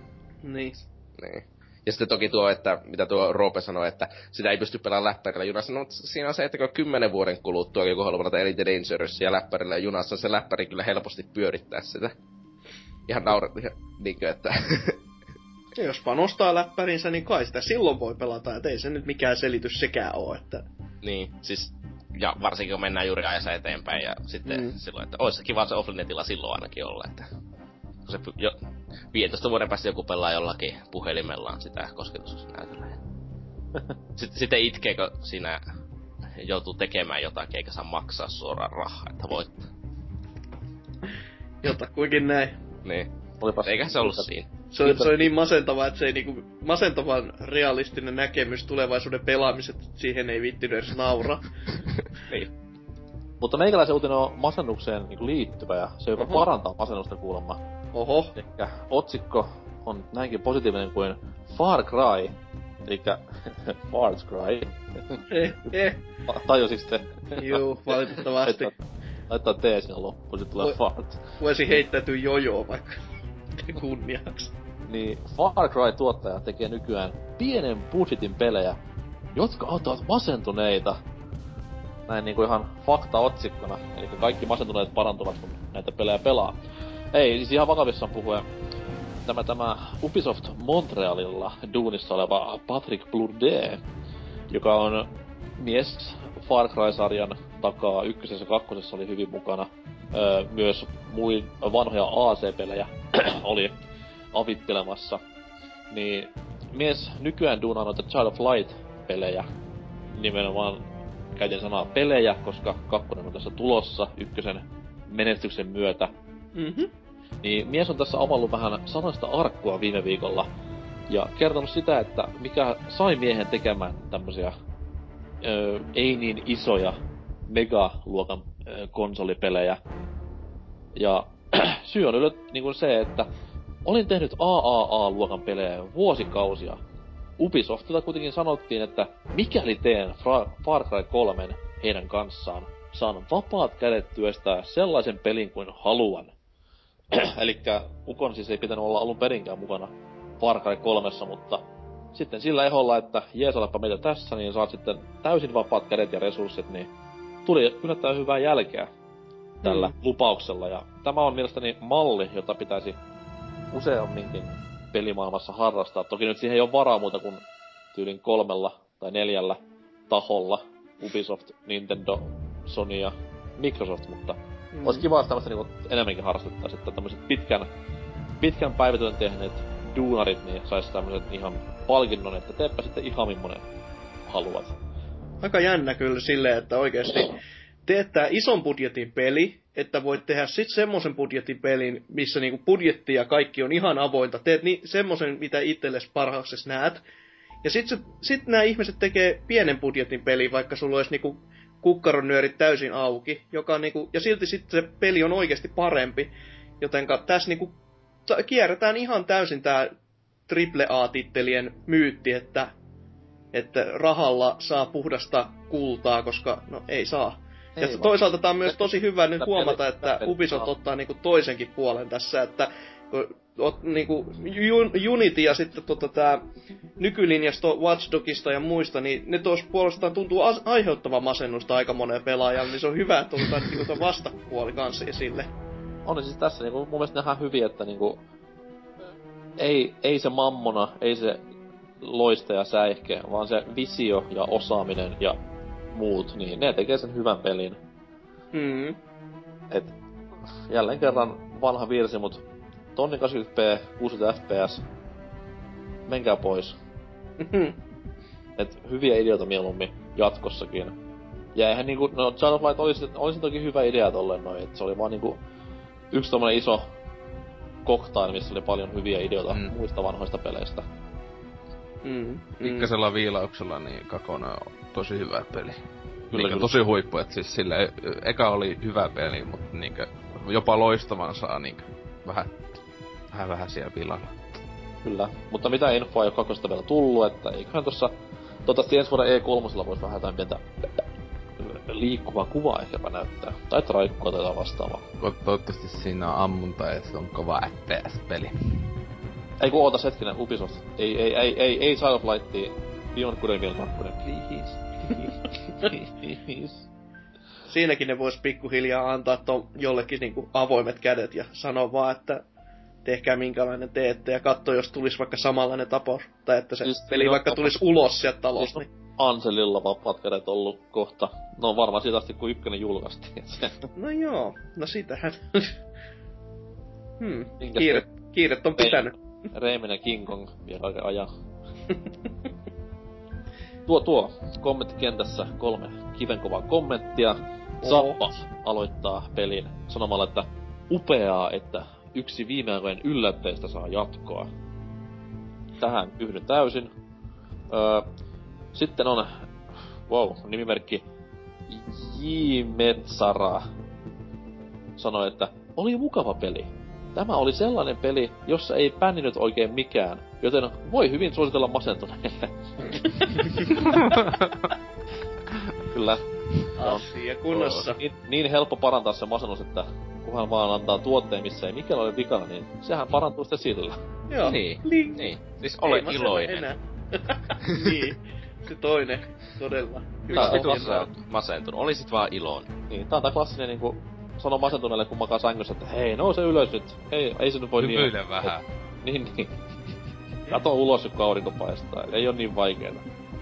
Niin. Niin. Ja sitten toki tuo, että mitä tuo Roope sanoi, että sitä ei pysty pelaamaan läppärillä junassa. No siinä on se, että kun 10 vuoden kuluttua joku haluaa pelata Elite Dangerousia läppärillä ja junassa, se läppäri kyllä helposti pyörittää sitä. Ihan niinkö, että... Ja jos panostaa läppärinsä, niin kai sitä silloin voi pelata, et ei se nyt mikään selitys sekään oo, että... Niin, siis... Ja varsinkin kun mennään juuri ajassa eteenpäin ja sitten silloin, että ois se kiva se offline-tila silloin ainakin olla, että... Kun se jo 15 vuoden päästä joku pelaa jollakin puhelimellaan sitä kosketusnäytöllä. Sitten itkee, kun siinä joutuu tekemään jotakin eikä saa maksaa suoraan rahaa, että voittaa. Jotakuinkin näin. Niin. Eikä se ollut siinä. Se oli niin masentavaa, että se ei niinku... Masentavan realistinen näkemys tulevaisuuden pelaamiset, siihen ei viittinyt edes nauraa. Niin. Mutta meikäläisen uutinen on masennukseen niinku liittyvä ja se jopa parantaa masennusta kuulemma. Oho. Elikkä otsikko on näinkin positiivinen kuin Far Cry. Elikkä Far Cry. Tajosiks te? Juu, valitettavasti. Laittaa T sinne loppuun, sit tulee Fart. Voisi heittäytyä jojoon vaikka kunniaksi. Niin Far Cry-tuottaja tekee nykyään pienen budjetin pelejä, jotka auttavat masentuneita. Näin niinku ihan fakta-otsikkona. Eli kaikki masentuneet parantuvat, kun näitä pelejä pelaa. Ei, siis ihan vakavissaan puhuen. Tämä Ubisoft Montrealilla duunissa oleva Patrick Bourdet, joka on mies Far Cry-sarjan takaa, ykkösessä ja kakkosessa oli hyvin mukana. Myös vanhoja AC-pelejä oli avittelemassa. Niin mies nykyään duunaa noita Child of Light-pelejä. Nimenomaan käytin sanaa pelejä, koska kakkonen on tässä tulossa ykkösen menestyksen myötä. Niin mies on tässä avannut vähän sanoista arkkua viime viikolla ja kertonut sitä, että mikä sai miehen tekemään tämmösiä ei niin isoja megaluokan konsolipelejä. Ja syy on niinku se, että olin tehnyt AAA-luokan pelejä jo vuosikausia. Ubisoftilta kuitenkin sanottiin, että mikäli teen Far Cry 3 heidän kanssaan, saan vapaat kädet työstää sellaisen pelin kuin haluan. Elikkä ukon siis ei pitänyt olla alun perinkään mukana Far Cry 3, mutta sitten sillä eholla, että jees olepa meitä tässä, niin saat sitten täysin vapaat kädet ja resurssit, niin tuli yllättäen hyvää jälkeä tällä lupauksella. Ja tämä on mielestäni malli, jota pitäisi useamminkin pelimaailmassa harrastaa. Toki nyt siihen ei ole varaa muuta kuin tyylin 3 tai 4 taholla. Ubisoft, Nintendo, Sony ja Microsoft, mutta olisi kiva, että tämmöistä niinku enemmänkin harrastettaisiin, että tämmöiset pitkän päivätyön tehneet duunarit, niin sais tämmöset ihan palkinnon, että teepä sitten ihan millainen haluat. Aika jännä kyllä silleen, että oikeesti teettää ison budjetin peli, että voit tehdä sit semmosen budjetin pelin, missä niinku budjetti ja kaikki on ihan avointa. Teet semmosen, mitä itsellesi parhaaksesi näet. Ja sit nämä ihmiset tekee pienen budjetin peli, vaikka sulla olisi niinku kukkaronnyörit täysin auki, joka niinku, ja silti sitten se peli on oikeasti parempi. Jotenka tässä niinku kierretään ihan täysin tää AAA-tittelien myytti, että rahalla saa puhdasta kultaa, koska no ei saa. Ja toisaalta tää on myös tosi hyvä nyt huomata, että Ubisoft ottaa niinku toisenkin puolen tässä, että niinku Unity ja sitten tää nykylinjasto Watch Dogista ja muista, niin ne tuossa puolestaan tuntuu aiheuttavan masennusta aika moneen pelaajalle, niin se on hyvä, että otetaan niinku vastapuoli kanssa esille. On siis tässä niinku mun mielestä nähdään hyvin, että niinku ei se mammona, ei se loiste ja säihke, vaan se visio ja osaaminen ja muut, niin ne tekee sen hyvän pelin. Et jälleen kerran vanha virsi, mut 1080p, 60 fps, menkää pois. Et hyviä ideoita mieluummin jatkossakin. Ja eihän niinku, no Child of Light olisi toki hyvä idea tolleen noin, et se oli vaan niinku yksi tommonen iso cocktail, missä oli paljon hyviä ideoita muista vanhoista peleistä. Pikkaisella viilauksella niin Kakona on tosi hyvä peli. Kyllä. Tosi huippu, et siis sille eka oli hyvä peli, mut niinkö jopa loistavan saa niinkö vähän siellä pilalla. Kyllä, mutta mitä infoa ei oo kakkosta vielä tullu, että eiköhän tossa toivottavasti ensi vuoden E3 vois vähän jotain pientä liikkuvaa kuvaa ehkäpä näyttää. Tai traikkua tai vastaavaa. Toivottavasti siinä on ammunta ja se on kova FPS-peli. Ei kun ootas hetkinen, Ubisoft. Ei Child of Lightia. Beyond Good and Evil 2. Please. Siinäkin ne vois pikkuhiljaa antaa jollekin niinku avoimet kädet ja sanoa vaan, että tehkää minkälainen teette ja katso, jos tulisi vaikka samanlainen tapaus. Tai että se siis peli vaikka tulisi ulos sieltä talosta. Niin Anselilla vapaat kädet ollut kohta. No varmaan siitä asti, kun ykkönen julkaistiin. No joo, no sitähän. Kiiret on Ei. pitänyt. Reiminen King Kong vielä kaiken ajan. Tuo kommenttikentässä 3 kivenkovaa kommenttia. Zappa aloittaa pelin sanomalla, että upeaa, että yksi viime aikojen yllätteistä saa jatkoa. Tähän yhdyn täysin. Sitten on, nimimerkki J. Metsara sanoi, että oli mukava peli. Tämä oli sellainen peli, jossa ei pänninyt oikein mikään, joten voi hyvin suositella masentuneille. Kyllä. Asia kunnossa. Niin helppo parantaa se masennus, että kunhan vaan antaa tuotteen, missä ei mikään ole vikana, niin sehän parantuu sitten sillä. Joo. Niin. Siis ole iloinen. Niin. Se toinen, todella. Hyvä on masentunut. Olisit vaan iloinen. Niin, tää on tää klassinen niinku sano masentuneelle, kun makaa sängyssä, että hei, nouse ylös nyt. Hei, ei se nyt voi niin. Hymyile vähän. Niin. Kato ulos, kun aurinko paistaa. Ei oo niin vaikeeta.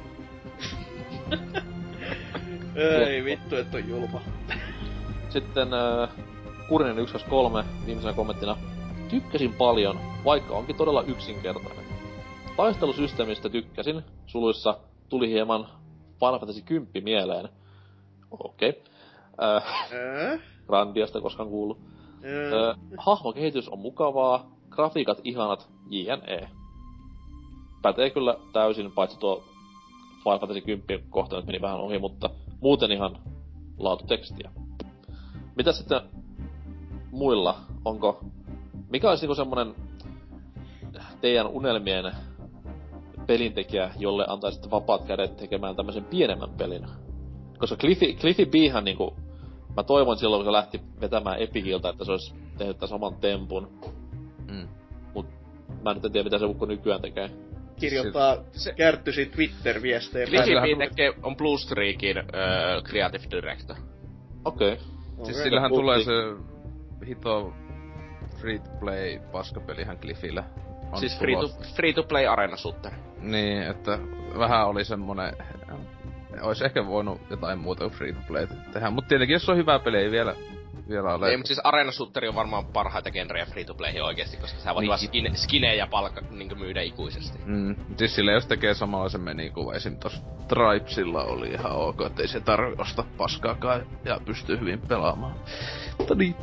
Ei vittu, et on julma. Sitten Kurinen 123 viimeisenä kommenttina. Tykkäsin paljon, vaikka onkin todella yksinkertainen. Taistelusysteemistä tykkäsin, suluissa tuli hieman Final Fantasy 10 mieleen. Okei. Grandiasta koskaan kuullut. Hahmokehitys on mukavaa, grafiikat ihanat, jne. Pätee kyllä täysin, paitsi tuo Final Fantasy 10 kohta nyt meni vähän ohi, mutta muuten ihan laatutekstiä. Mitä sitten muilla? Mikä olisi niinku semmonen teidän unelmien pelintekijä, jolle antaisitte vapaat kädet tekemään tämmösen pienemmän pelin? Koska Cliffy Bhän niinku, mä toivon silloin, kun se lähti vetämään Epiciltä, että se olisi tehnyt tämän saman tempun. Mut mä nyt en tiedä, mitä se ukko nykyään tekee. Kirjoittaa kärttysi Twitter-viestejä. Cliffy on Blue Streakin Creative Director. Okei. Siis sillähän tulee se hito free-to-play paskapelihän Cliffille. Siis free-to-play arena shooter. Niin, että vähän oli semmonen... Ois ehkä voinut jotain muuta kuin free-to-play tehdä, mut tietenkin jos on hyvä peli, ei vielä ole. Ei, mut siis arena shooteri on varmaan parhaita genrejä free-to-playhin oikeesti, koska sä voit vaan skinejä niinku myydä ikuisesti. Siis sille jos tekee samanlaisen meni kuin esim. Tossa Tribesilla oli ihan ok, ettei se tarvi ostaa paskaakaan ja pystyy hyvin pelaamaan. Mutta niin.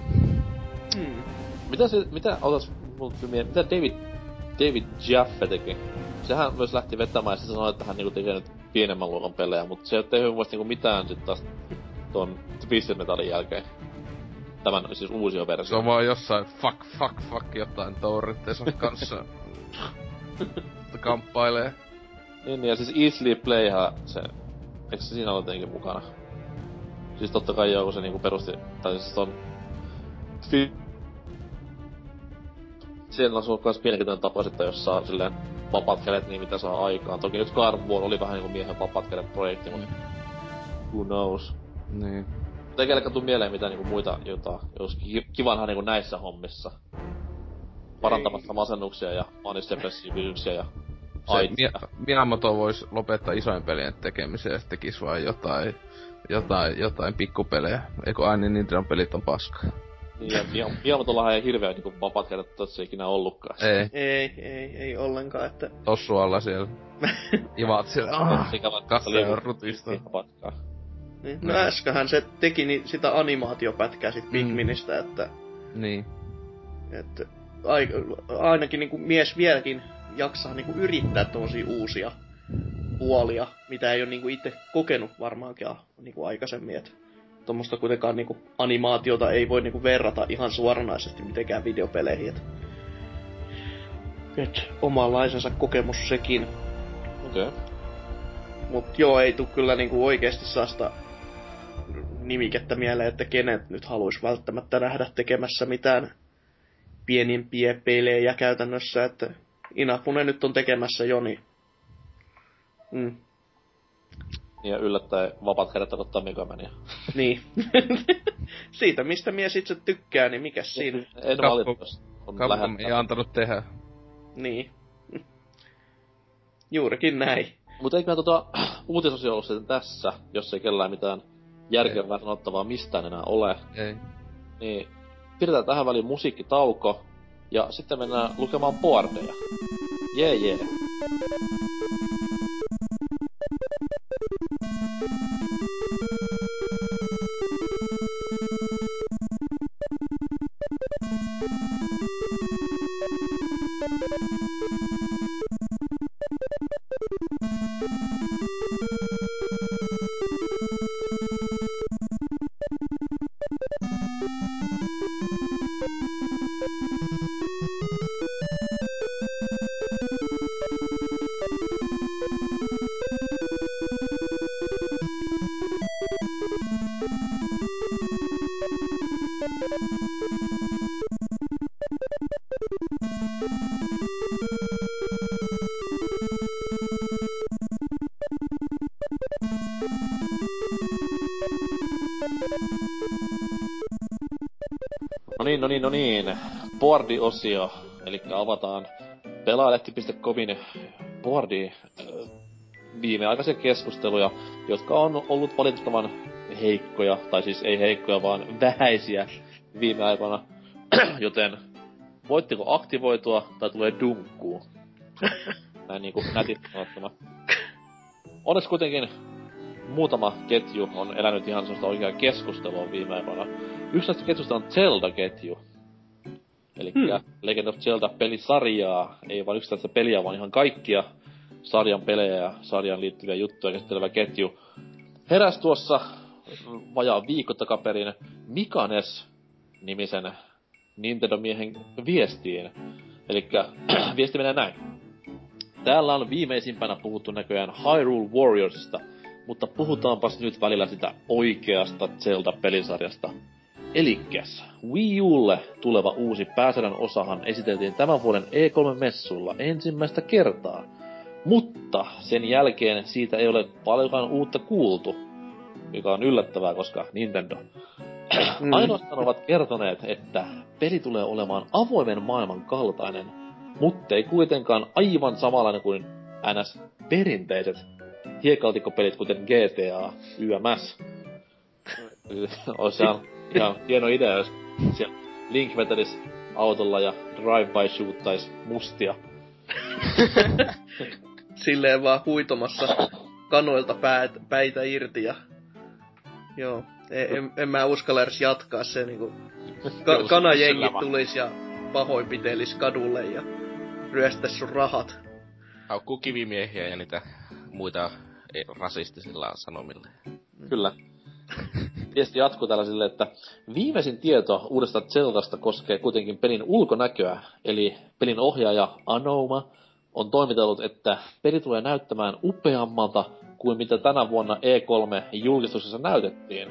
Mitä David Jaffe teki? Sehän myös lähti vetämään ja se sanoi, että hän niinku tekee nyt pienemmän luokan pelejä, mutta se ei oo tehnyt mun mielestä niinku mitään sit taas ton Twisted Metalin jälkeen. Tämän siis uusio versio. Se on vaan jossain fuck jotain torrentteissa kanssa kamppailee. Niin, ja siis Easily Playhän se... Eikö se siinä ole jotenkin mukana? Siis totta kai joo, kun se niinku perusti... Tai siis ton... Siellä on ollut kans mielenkiintoinen tapa sitten, jos saa silleen vapaat kädet, niin mitä saa aikaan. Toki nyt God of War oli vähän niinku miehen vapaat kädet projekti, mut... Who knows? Niin. Ei kellekään tuu mieleen mitään niinku muita, jota olisi kivanhan niinku näissä hommissa. Parantamassa masennuksia ja manisdepressiivisyyksiä ja... Miyamoto vois lopettaa isojen pelien tekemisen ja tekis vaan jotain pikkupelejä. Eikö aina Nintendo pelit on paskaa? Niin, ja Miyamotollahan ei hirveä niinku vapaat kädet tossa ikinä ollutkaan. Ei ollenkaan, että... Tossu alla siellä. Ivat siellä. Katsoja on rutista. Niin. No äsköhän se teki sitä animaatiopätkää sit Pikministä, että... Niin. Että ainakin niinku mies vieläkin jaksaa niinku yrittää tommosia uusia puolia, mitä ei oo niinku itse kokenut varmaankaan niinku aikaisemmin, että tommosta kuitenkaan niinku animaatiota ei voi niinku verrata ihan suoranaisesti mitenkään videopeleihin, et omanlaisensa kokemus sekin. Okei. Mut joo, ei tuu kyllä niinku oikeesti saasta nimikettä mieleen, että kenet nyt haluais välttämättä nähdä tekemässä mitään pienimpiä pelejä käytännössä, että Inafune nyt on tekemässä jo, niin... Ja yllättäen vapaat kädet ottaa Megamania. Niin. Siitä, mistä mies itse tykkää, niin mikäs siinä? En valita, jos on Capcom ei antanut tehdä. Niin. Juurikin näin. Mut eiköhän uutisosio ollut sitten tässä, jos ei kellään mitään järkevää sanottavaa mistään enää ole. Ei. Niin pidetään tähän väliin musiikkitauko, ja sitten mennään lukemaan boardeja. Jee. No niin. Boardi-osio. Elikkä avataan pelaalehti.comin boardi viimeaikaisia keskusteluja, jotka on ollut valitettavan heikkoja, tai siis ei heikkoja, vaan vähäisiä viime aikoina. Joten voitteko aktivoitua tai tulee dunkkuu? Näin niinku nätisti sanottuna. Onneksi kuitenkin muutama ketju on elänyt ihan sellaista oikeaa keskustelua viime aikoina. Yksi näistä ketjusta on Zelda-ketju. Elikkä Legend of Zelda-pelisarjaa, ei vaan yksittäistä peliä, vaan ihan kaikkia sarjan pelejä ja sarjan liittyviä juttuja käsittelevä ketju. Heräs tuossa vajaa viikko takaperin Mikanes-nimisen Nintendo-miehen viestiin. Elikkä viesti menee näin. Täällä on viimeisimpänä puhuttu näköjään Hyrule Warriorsista, mutta puhutaanpas nyt välillä sitä oikeasta Zelda-pelisarjasta. Elikkäs, Wii Ulle tuleva uusi pääsarjan osahan esiteltiin tämän vuoden E3-messuilla ensimmäistä kertaa. Mutta sen jälkeen siitä ei ole paljonkaan uutta kuultu, mikä on yllättävää, koska Nintendo. Ainoastaan ovat kertoneet, että peli tulee olemaan avoimen maailman kaltainen, mutta ei kuitenkaan aivan samanlainen kuin NS-perinteiset hiekaltikkopelit, kuten GTA, YMS. Olisi ihan hieno idea, jos siellä Link vetelis autolla ja drive-by shoottais mustia. Silleen vaan huitomassa kanoilta päitä irti ja... Joo. En mä uskalla edes jatkaa se niinku... Kanajengit tulis ja pahoinpitelis kadulle ja ryöstäis sun rahat. Haukkuu kivimiehiä ja niitä muita rasistisilla sanomilla. Kyllä. Viesti jatkuu täällä silleen, että viimeisin tieto uudesta Zeldasta koskee kuitenkin pelin ulkonäköä, eli pelin ohjaaja Anouma on toimitellut, että peli tulee näyttämään upeammalta kuin mitä tänä vuonna E3-julkistuksessa näytettiin.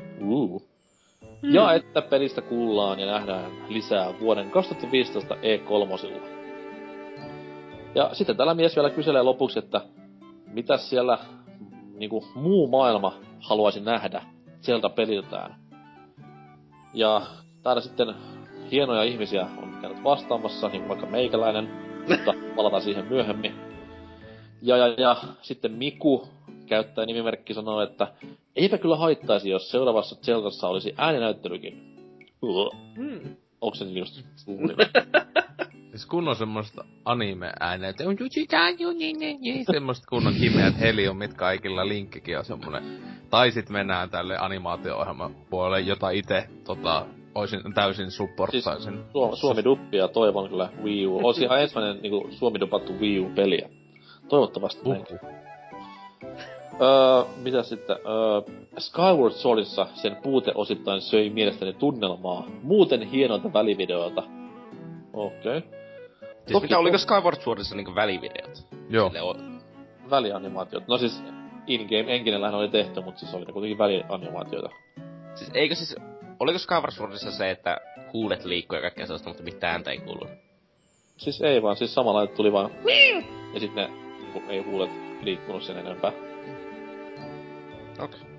Ja että pelistä kuullaan ja nähdään lisää vuoden 2015 E3. Ja sitten täällä mies vielä kyselee lopuksi, että mitäs siellä niinku muu maailma haluaisi nähdä Zelda-peliltään. Ja täällä sitten hienoja ihmisiä on käynyt vastaamassa, niin vaikka meikäläinen, mutta palataan siihen myöhemmin. Ja sitten Miku käyttää nimimerkki sanoo, että eipä kyllä haittaisi, jos seuraavassa Zeldassa olisi ääninäyttelykin. Onko se just suunnilla? Siis kunnon semmoista anime-ääneä, että semmoista kunnon kimeät heliumit kaikilla, Linkkikin on semmonen. Tai sit mennään tälle animaatio-ohjelman puolelle, jota ite oisin täysin supporttaisin. Siis Suomi-duppia toivon kyllä Wii U. Olisi ihan ensimmäinen niinku Suomi-dupattu Wii U-peliä. Toivottavasti näin. Mitä sitten? Skyward Swordissa sen puute osittain söi mielestäni tunnelmaa. Muuten hienolta välivideolta. Okei. Siis mitä, oliko Skyward Swordissa niinku välivideot? Joo. Välianimaatiot. No siis in-game enkinellähän oli tehty, mutta siis oli ne kuitenkin välianimaatioita. Siis eikö oliko Skyward Swordissa se, että huulet liikkuu ja kaikkea sellaista, mutta mitään ääntä ei kuulu? Siis ei vaan, siis samalla tuli vaan ja sit ne niinku, ei huulet liikkunut sen enempää. Okei.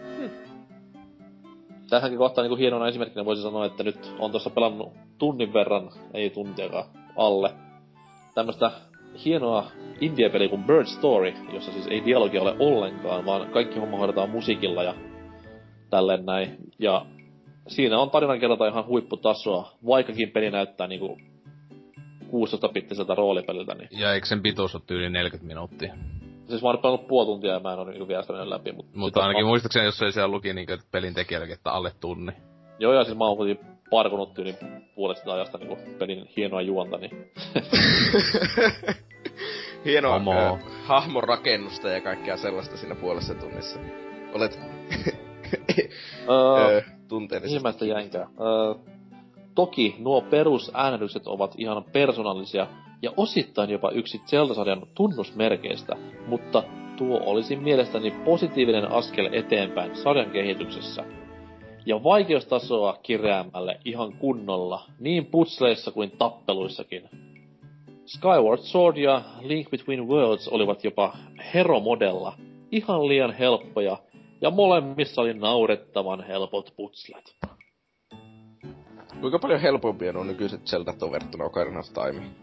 Tähänkin kohtaan niinku hienona esimerkkinä voisi sanoa, että nyt on tossa pelannut tunnin verran, ei tuntiakaan, alle. Tämmöstä hienoa indie-peliä kuin Bird Story, jossa siis ei dialogia ole ollenkaan, vaan kaikki homma hoidetaan musiikilla ja tälleen näin. Ja siinä on tarinan kerrota ihan huipputasoa, vaikkakin peli näyttää niinku 16-bittiseltä roolipeliltä. Niin. Ja eikö sen pituus ole yli 40 minuuttia? Siis mä oon pelannut puoli tuntia ja mä en oo niinku vielä sitä läpi. Mutta ainakin muistaakseni jossain siellä luki niinku, että pelin tekijälläkin, että alle tunni. Joo, ja siis mä oon kuitenkin parkunut yli puolesta ajasta niinku pelin hienoa juonta, niin... Hienoa hahmon rakennusta ja kaikkea sellaista siinä puolessa tunnissa. Olet tunteellisesti. Ihmeistä jänkää. Toki nuo perusäänitykset ovat ihan persoonallisia ja osittain jopa yksi Zelda-sarjan tunnusmerkeistä, mutta tuo olisi mielestäni positiivinen askel eteenpäin sarjan kehityksessä. Ja vaikeustasoa kireämmälle ihan kunnolla, niin putsleissa kuin tappeluissakin. Skyward Sword ja Link Between Worlds olivat jopa heromodella, ihan liian helppoja, ja molemmissa oli naurettavan helpot putslet. Kuinka paljon helpompia nuo nykyiset Zeldat on verrattuna Ocarina of Timeen?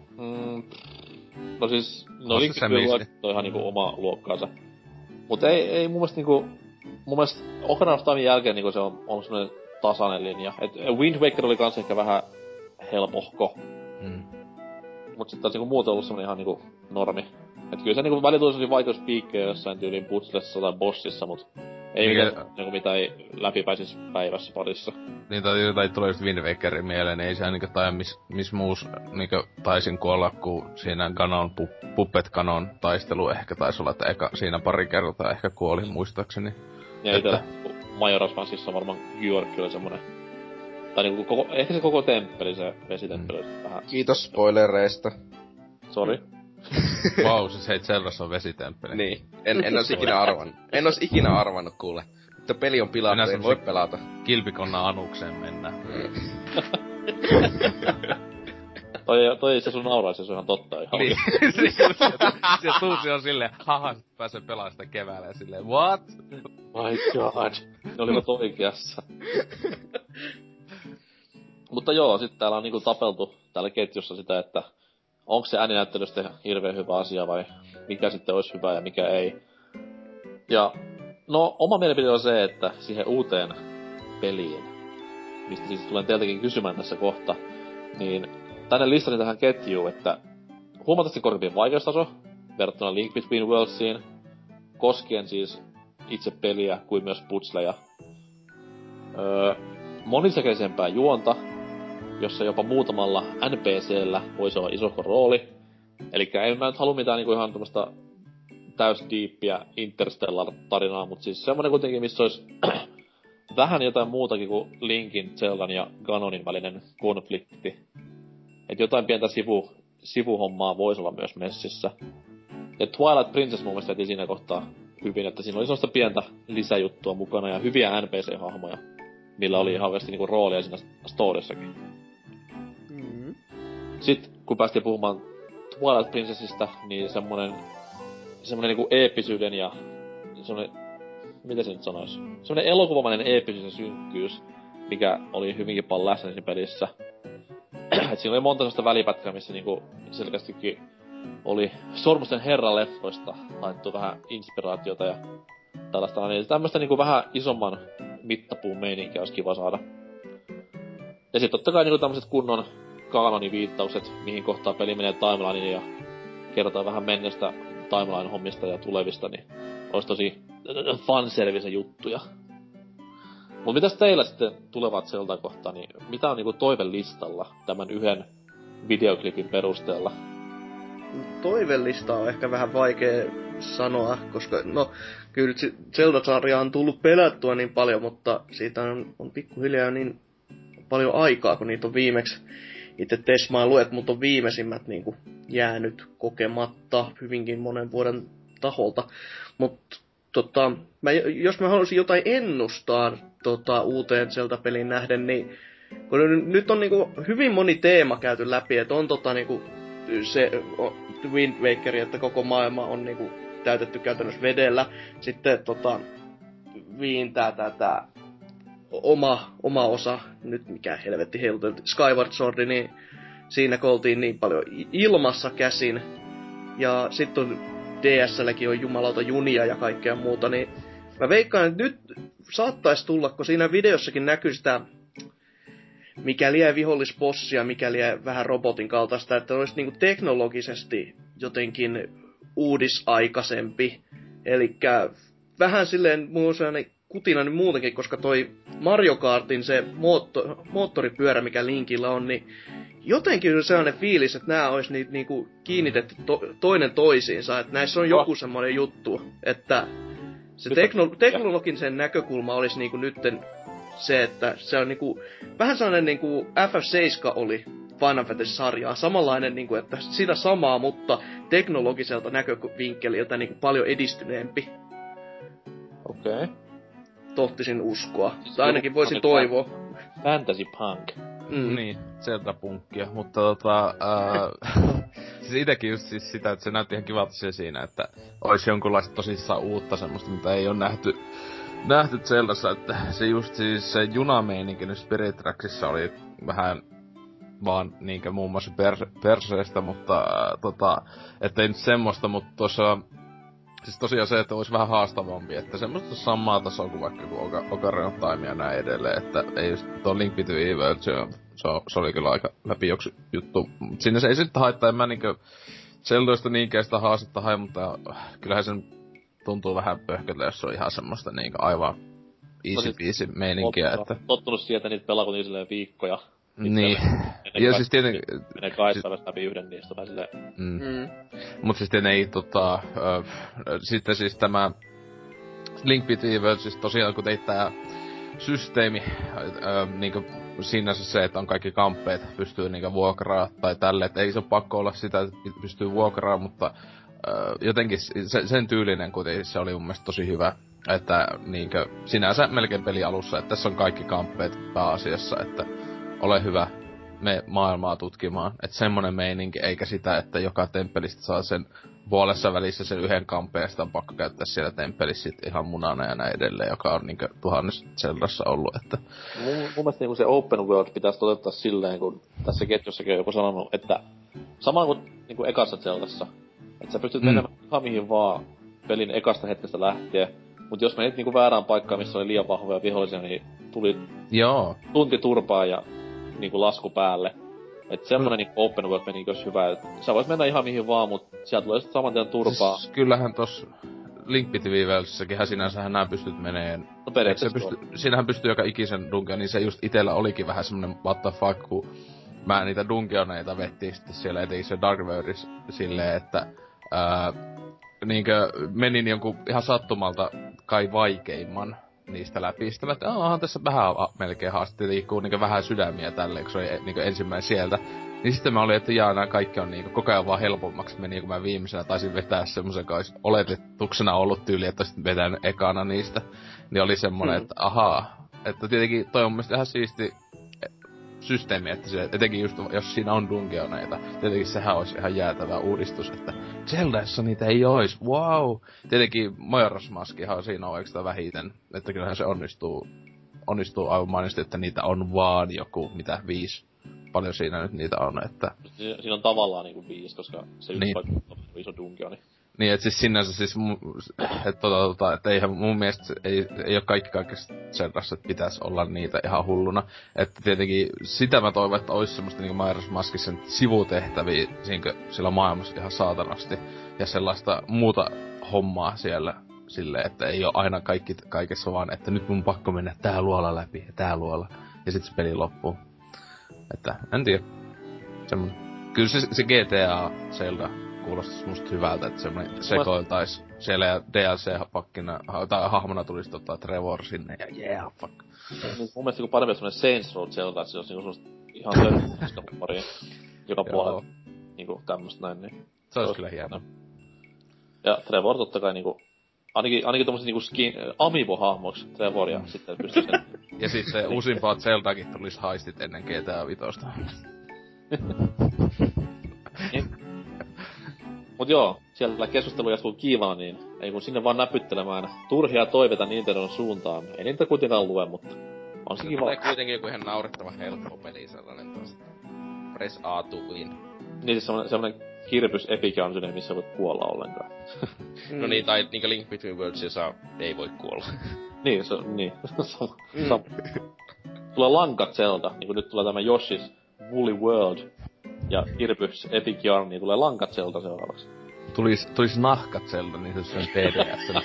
No siis, no Link Between Worlds on ihan niinku oma luokkaansa. Mut ei mun mielestä niinku... Mun mielestä Ocarina of Timen jälkeen niinku se on semmonen tasainen linja. Et Wind Waker oli kans ehkä vähän helpohko. Mut sit taas niinku muuten ollut semmonen ihan niinku normi. Et kyllä se niinku välillä tuli vaikeuspiikkejä jossain tyyliin puzzlessa tai bossissa, mut ei mitään niinku mitä ei läpipäisis päivässä parissa. Niin tai tulee just Wind Wakerin mieleen, niin ei se niinku tai miss muus niinku taisin kuolla, kun siinä Ganon Puppet Ganon taistelu ehkä taisi olla, että eka siinä pari kertaa ehkä kuoli muistaakseni. Ja itellä Majora's Maskissa varmaan Gjörk oli semmonen. Tai niinku ehkä se koko temppeli, se vesitemppeli vähän... Kiitos spoilereista. Sori. Vau, siis hei Zeldassa on vesitemppeli. Niin. En ois ikinä arvannut. En ois ikinä arvannut, kuule. Mutta peli on pilattu, en voi pelata. Kilpikonna anukseen mennään. Toi se sun nauraisi, se on ihan totta. Ihan niin. Sieltä Tuusi on silleen, haha, pääsee pelaamaan sitä keväällä ja silleen, what? My god. Ne olivat oikeassa. Mutta joo, sit täällä on niinku tapeltu täällä ketjussa sitä, että onko se ääninäyttely sitten hirveen hyvä asia vai mikä sitten olisi hyvä ja mikä ei. Ja no, oma mielipide on se, että siihen uuteen peliin, mistä siis tulen teiltäkin kysymään tässä kohta, niin tänne listasin tähän ketjuun, että huomattavasti korkeampi vaikeustaso verrattuna Link Between Worldsiin, koskien siis itse peliä kuin myös putsleja. Monisäkeisempää juonta, jossa jopa muutamalla NPC:llä voisi olla isohko rooli. Elikkä en mä nyt halua mitään niinku ihan tämmöstä täysdiippiä Interstellar-tarinaa, mut siis semmonen kuitenkin, missä olisi vähän jotain muutakin kuin Linkin, Zeldan ja Ganonin välinen konflikti. Et jotain pientä sivuhommaa voisi olla myös messissä. Ja Twilight Princess mun mielestä veti siinä kohtaa hyvin, että siinä oli semmoista pientä lisäjuttua mukana ja hyviä NPC-hahmoja, millä oli ihan oikeasti niinku roolia siinä storissakin. Sitten kun päästiin puhumaan Twilight Princessista, niin semmonen niinku eeppisyyden ja semmonen, miten se nyt sanois? Semmonen elokuvamainen eeppisyys ja synkkyys, mikä oli hyvinkin paljon läsnä siinä pelissä. Et siinä oli monta semmoista välipätkää, missä niinku selkeästikin oli Sormusten herra-leffoista haettu vähän inspiraatiota ja tällaista. Niin tämmöstä niinku vähän isomman mittapuun meininkiä olisi kiva saada. Ja sit totta kai niinku tämmöset kunnon kanoniviittaukset, mihin kohtaa peli menee timelineen ja kerrotaan vähän menneestä timeline-hommista ja tulevista, niin olis tosi fanservice juttuja. Mut mitäs teillä sitten tulevat Zelda kohtaan, niin mitä on niinku toivelistalla tämän yhden videoklipin perusteella? Toivelista on ehkä vähän vaikea sanoa, koska no kyllä Zelda-sarja on tullut pelättyä niin paljon, mutta siitä on pikkuhiljaa niin paljon aikaa, kun niitä on viimeksi itse tesmailu, että mut on viimeisimmät niinku jäänyt kokematta hyvinkin monen vuoden taholta. Mut jos mä haluaisin jotain ennustaa uuteen Zelda-peliin nähden, niin kun nyt on niinku hyvin moni teema käyty läpi, että on niinku se Wind Waker, että koko maailma on niinku täytetty käytännössä vedellä. Sitten Viin tää oma osa, nyt mikä helvetti heiluteltiin, Skyward Sword, niin siinä kun oltiin niin paljon ilmassa käsin. Ja sitten on DSL:kin on jumalauta junia ja kaikkea muuta, niin mä veikkaan, että nyt saattais tulla, kun siinä videossakin näkyy sitä mikä liian vihollisbossia, mikä liian vähän robotin kaltaista, että olisi niinku teknologisesti jotenkin uudisaikaisempi. Elikkä vähän silleen mulla on kutina nyt muutenkin, koska toi Mario Kartin se moottoripyörä, mikä Linkillä on, niin jotenkin on sellainen fiilis, että nämä olisi niitä niinku kiinnitetty toinen toisiinsa, että näissä on joku semmoinen juttu, että se teknologisen näkökulma olisi niinku nytten se, että se on niinku vähän sellainen niinku FF7 oli Final Fantasy-sarjaa, samanlainen niinku, että sitä samaa, mutta teknologiselta näkövinkkeliltä niinku paljon edistyneempi. Okei. Tohtisin uskoa. Tai ainakin voisin toivoa. Fantasy punk. Niin, Zelda-punkkia, mutta siis itekin just siis sitä, että se näytti ihan kivalta siinä, että olisi jonkunlaista tosissaan uutta semmoista, mitä ei ole nähty Zeldassa, että se just siis se junameininki nyt Spirit Tracksissa oli vähän vaan niinkö muun muassa perseestä, mutta ettei nyt semmoista, mutta tuossa siis tosiaan se, että olisi vähän haastavampi, että semmoista samaa tasoa kuin vaikka Ocarina of Time ja näin edelleen, että ei just tuo Link Between Evil, se oli kyllä aika läpijuoksu juttu. Sinne se ei sitten haittaa, en mä niinkö Zeldoista niinkään sitä haastetta hae, mutta kyllähän sen tuntuu vähän pöhköllä, jos se on ihan semmoista niinkö aivan easy peasy meininkiä, että tottunut siihen, että niitä pelaa kun silleen viikkoja. Niin. Ja siis tietenkin menee 2 päivästä läpi yhden niistä vähän silleen. Mut siis ei sitten siis tämä Link Between Worlds, siis tosiaan kun teit tää systeemi, niinku sinänsä se, että on kaikki kamppeet, pystyy niinku vuokraa tai tälle, että ei se oo pakko olla sitä, että pystyy vuokraa, mutta jotenkin sen tyylinen kuitenkin se oli mun mielestä tosi hyvä. Että niinkö sinänsä melkein peli alussa, että tässä on kaikki kamppeet pääasiassa, että ole hyvä, me maailmaa tutkimaan. Että semmonen meininki, eikä sitä, että joka temppelistä saa sen puolessa välissä sen yhden kampeen, ja sitä on pakko käyttää siellä temppelissä sit ihan munana ja näin edelleen, joka on niinkö 1000 Zeldassa ollut, että mun mielestä niinku se open world pitäisi toteuttaa silleen, kun tässä ketjussakin on joku sanonut, että sama kuin niinku ekassa Zeldassa, että sä pystyt menemään ihan mihin vaan pelin ekasta hetkestä lähtien, mut jos menit niinku väärään paikkaan, missä oli liian vahvoja vihollisia, niin tuli tunti turpaa ja niinku lasku päälle. Et semmonen niinku open world meni olisi hyvä, että sä vois mennä ihan mihin vaan, mut sieltä tulee sit saman tien turpaa. Siis kyllähän tossa Link Between Worldsissakinhän sinänsähän nää pystyt meneen. No periaatteessa siinähän pystyy joka ikisen dungeon, niin se just itellä olikin vähän semmonen what the fuck, kun mä niitä dungeoneita vettiin sitten siellä etenkin se Dark Worldis silleen, että niinkö menin jonkun ihan sattumalta kai vaikeimman niistä läpi. Sitten mä, että onhan tässä vähän melkein haaste, liikkuu niinkö vähän sydämiä tälleen, kun se oli niinkö ensimmäinen sieltä. Niin sitten mä olin, että nää kaikki on niinkö koko ajan vaan helpommaksi meni, kun mä viimeisenä taisin vetää semmosen, joka olisi oletetuksena ollut tyyli, että olisin vetänyt ekana niistä. Niin oli semmonen, että ahaa. Että tietenkin toi on mun mielestä ihan siisti systeemi, että se, etenkin just jos siinä on dungeoneita, tietenkin sehän olisi ihan jäätävä uudistus, että Zeldassa niitä ei ois, wow! Tietenkin Majora's Maskihan on siinä oikeastaan vähiten, että kyllähän se onnistuu aivan mainiosti, että niitä on vaan joku, 5, paljon siinä nyt niitä on, että siinä on tavallaan niinku 5, koska se yksi paikka on iso dungeoni. Niin, et siis sinänsä siis, että eihän mun mielestä ei oo kaikessa Zeldassa, että pitäis olla niitä ihan hulluna. Että tietenkin sitä mä toivon, että ois semmoista niinku Majora's Maskissa sivutehtäviä sillä maailmassa ihan saatanasti. Ja sellaista muuta hommaa siellä silleen, että ei oo aina kaikessa vaan, että nyt mun pakko mennä tää luola läpi ja tää luola. Ja sit se peli loppuu. Että en tiedä. Semmonen. Kyllä se GTA Zelda kuulostais musta hyvältä, että semmonen sekoiltais siellä ja DLC-pakkina, tai hahmona tulis Trevor sinne ja yeah, fuck. Mun mielestä parempi semmonen Saints Row Zelda, että se olisi niinku semmoista ihan löytämistä humoria joka puolella. Niinku tämmöstä näin, niin se ois kyllä hieno. Ja Trevor totta kai niinku ainakin tommoset niinku Amiibo-hahmoks Trevoria sitten pystyy sen. Ja siis se uusimpaa Zeldakin tulis haistit ennen GTA Vitosta. Niin. Mut joo, siellä keskustelu jatkuu kiivana, niin ei kun sinne vaan näpyttelemään turhia toiveita Nintendon suuntaan. Ei niitä kuitenkaan lue, mutta on se kiva. Tulee kuitenkin joku ihan naurettava helppo peli sellainen tosta. Press A to win. Niin siis semmonen kirpys Epic Gungeon, missä voit kuolla ollenkaan. No niin, tai niinkö Link Between Worlds, jossa ei voi kuolla. Niin, niin. Tulee lankat Zelda, niinku nyt tulee tämä Yoshi's Woolly World. Ja kirpys Epic Yarn, niin tulee lankat Zelda seuraavaksi. Tulis nahkat Zelda, niin se on TDS.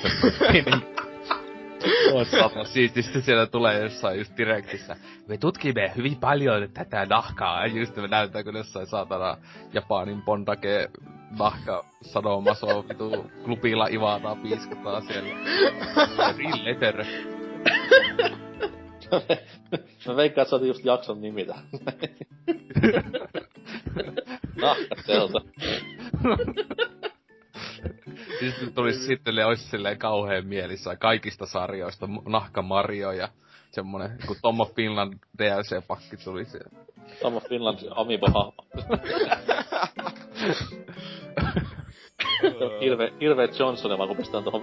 Siististi siellä tulee jossain just direktissä. Me tutkimme hyvin paljon tätä nahkaa. Ja just me näytetään, kun jossain saatana Japanin Bondage nahka sadomaso vitu klubilla ivataan, piiskataan siellä. Real letter. Mä veikkaan, että sä oot just jakson nimitä. Nahkat Zelda. Siis tulis sitten, ois silleen kauheen mielissään kaikista sarjoista, Nahka Mario ja semmonen, kun Tom of Finland DLC-pakki tuli siellä. Tom of Finland Amiibo-hahmo. Hirveet Johnsonia vaan kun pistään tohon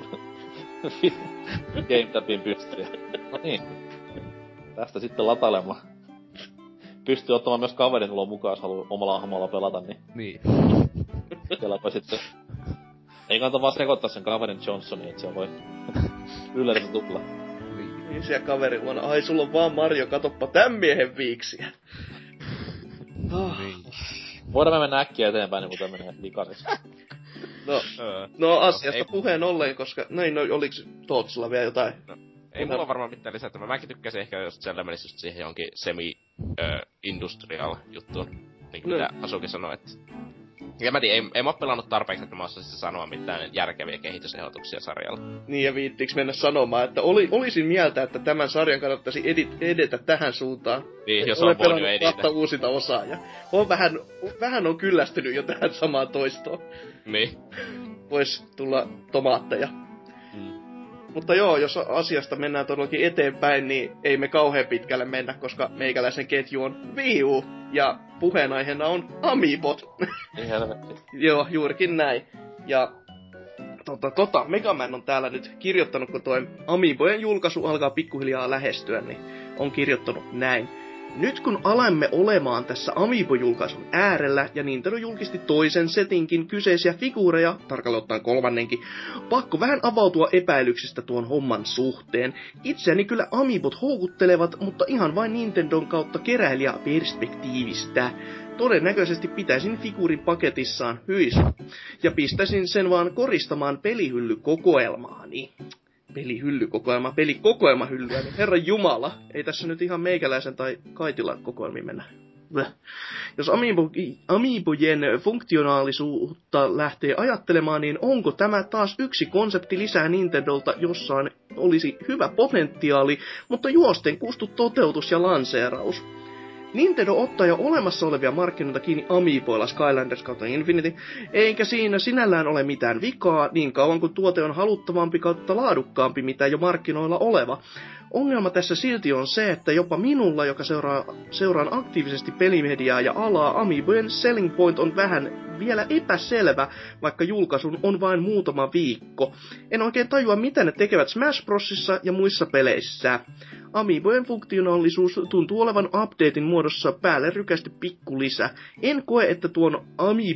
Game Tabin pystyyn. No niin. Tästä sitten latailemaan. Pystyy ottamaan myös kaverin ulo mukaan, jos haluu omalla hahmolla pelata, niin. Niin. Sielläpä sitten. Ei kannata vaan sekoittaa sen kaverin Johnsonin, et se voi yllätä tupla. Niin siellä kaveri luona, ai sulla on vaan Mario, katoppa tän miehen viiksiä. Niin. Voidaan me mennä äkkiä eteenpäin, niin kun tää menee likaseksi. No asiasta puheen ollen, koska näin, no oliks Tootsilla vielä jotain? No, ei mulla varmaan mitään lisättävää. Mäkin tykkäsin ehkä, jos siellä menisi just siihen jonkin semi-industrial juttuun. Niin kuin mitä Asuki sanoi, että... Ja mä tiedän, ei mä oo pelannut tarpeeksi, että mä osaisin sanoa mitään järkeviä kehitysehdotuksia sarjalla. Niin, ja viittiinkö mennä sanomaan, että olisin mieltä, että tämän sarjan kannattaisi edetä tähän suuntaan. Niin, jos on voinut edetä. Kahta uusinta osaa, ja vähän on kyllästynyt jo tähän samaan toistoon. Niin. Vois tulla tomaatteja. Mutta joo, jos asiasta mennään todellakin eteenpäin, niin ei me kauhean pitkälle mennä, koska meikäläisen ketju on Wii U, ja puheenaiheena on Amiibot. Ei helvetti. Joo, juurikin näin. Ja Mega Man on täällä nyt kirjoittanut, kun toi Amiibojen julkaisu alkaa pikkuhiljaa lähestyä, niin on kirjoittanut näin. Nyt kun alamme olemaan tässä Amiibo-julkaisun äärellä, ja Nintendo julkisti toisen setinkin kyseisiä figuureja, tarkalleen ottaen kolmannenkin, pakko vähän avautua epäilyksistä tuon homman suhteen. Itseäni kyllä Amiibot houkuttelevat, mutta ihan vain Nintendon kautta keräilijäperspektiivistä. Todennäköisesti pitäisin figuurin paketissaan hyisua, ja pistäisin sen vaan koristamaan pelihyllykokoelmaani. Pelikokoelmahyllyä, niin herran jumala, ei tässä nyt ihan meikäläisen tai Kaitilan kokoelmiin mennä. Jos Amiibojen funktionaalisuutta lähtee ajattelemaan, niin onko tämä taas yksi konsepti lisää Nintendolta, jossa olisi hyvä potentiaali, mutta juosten kustu toteutus ja lanseeraus? Nintendo ottaa jo olemassa olevia markkinoita kiinni Amiiboilla Skylanders kautta Infinity, eikä siinä sinällään ole mitään vikaa niin kauan kuin tuote on haluttavampi kautta laadukkaampi mitä jo markkinoilla oleva. Ongelma tässä silti on se, että jopa minulla, joka seuraan aktiivisesti pelimediaa ja alaa, Amiibojen selling point on vähän vielä epäselvä, vaikka julkaisun on vain muutama viikko. En oikein tajua, mitä ne tekevät Smash Brosissa ja muissa peleissä. Amiibojen funktionaalisuus tuntuu olevan updatein muodossa päälle rykästi pikkulisä. En koe, että tuon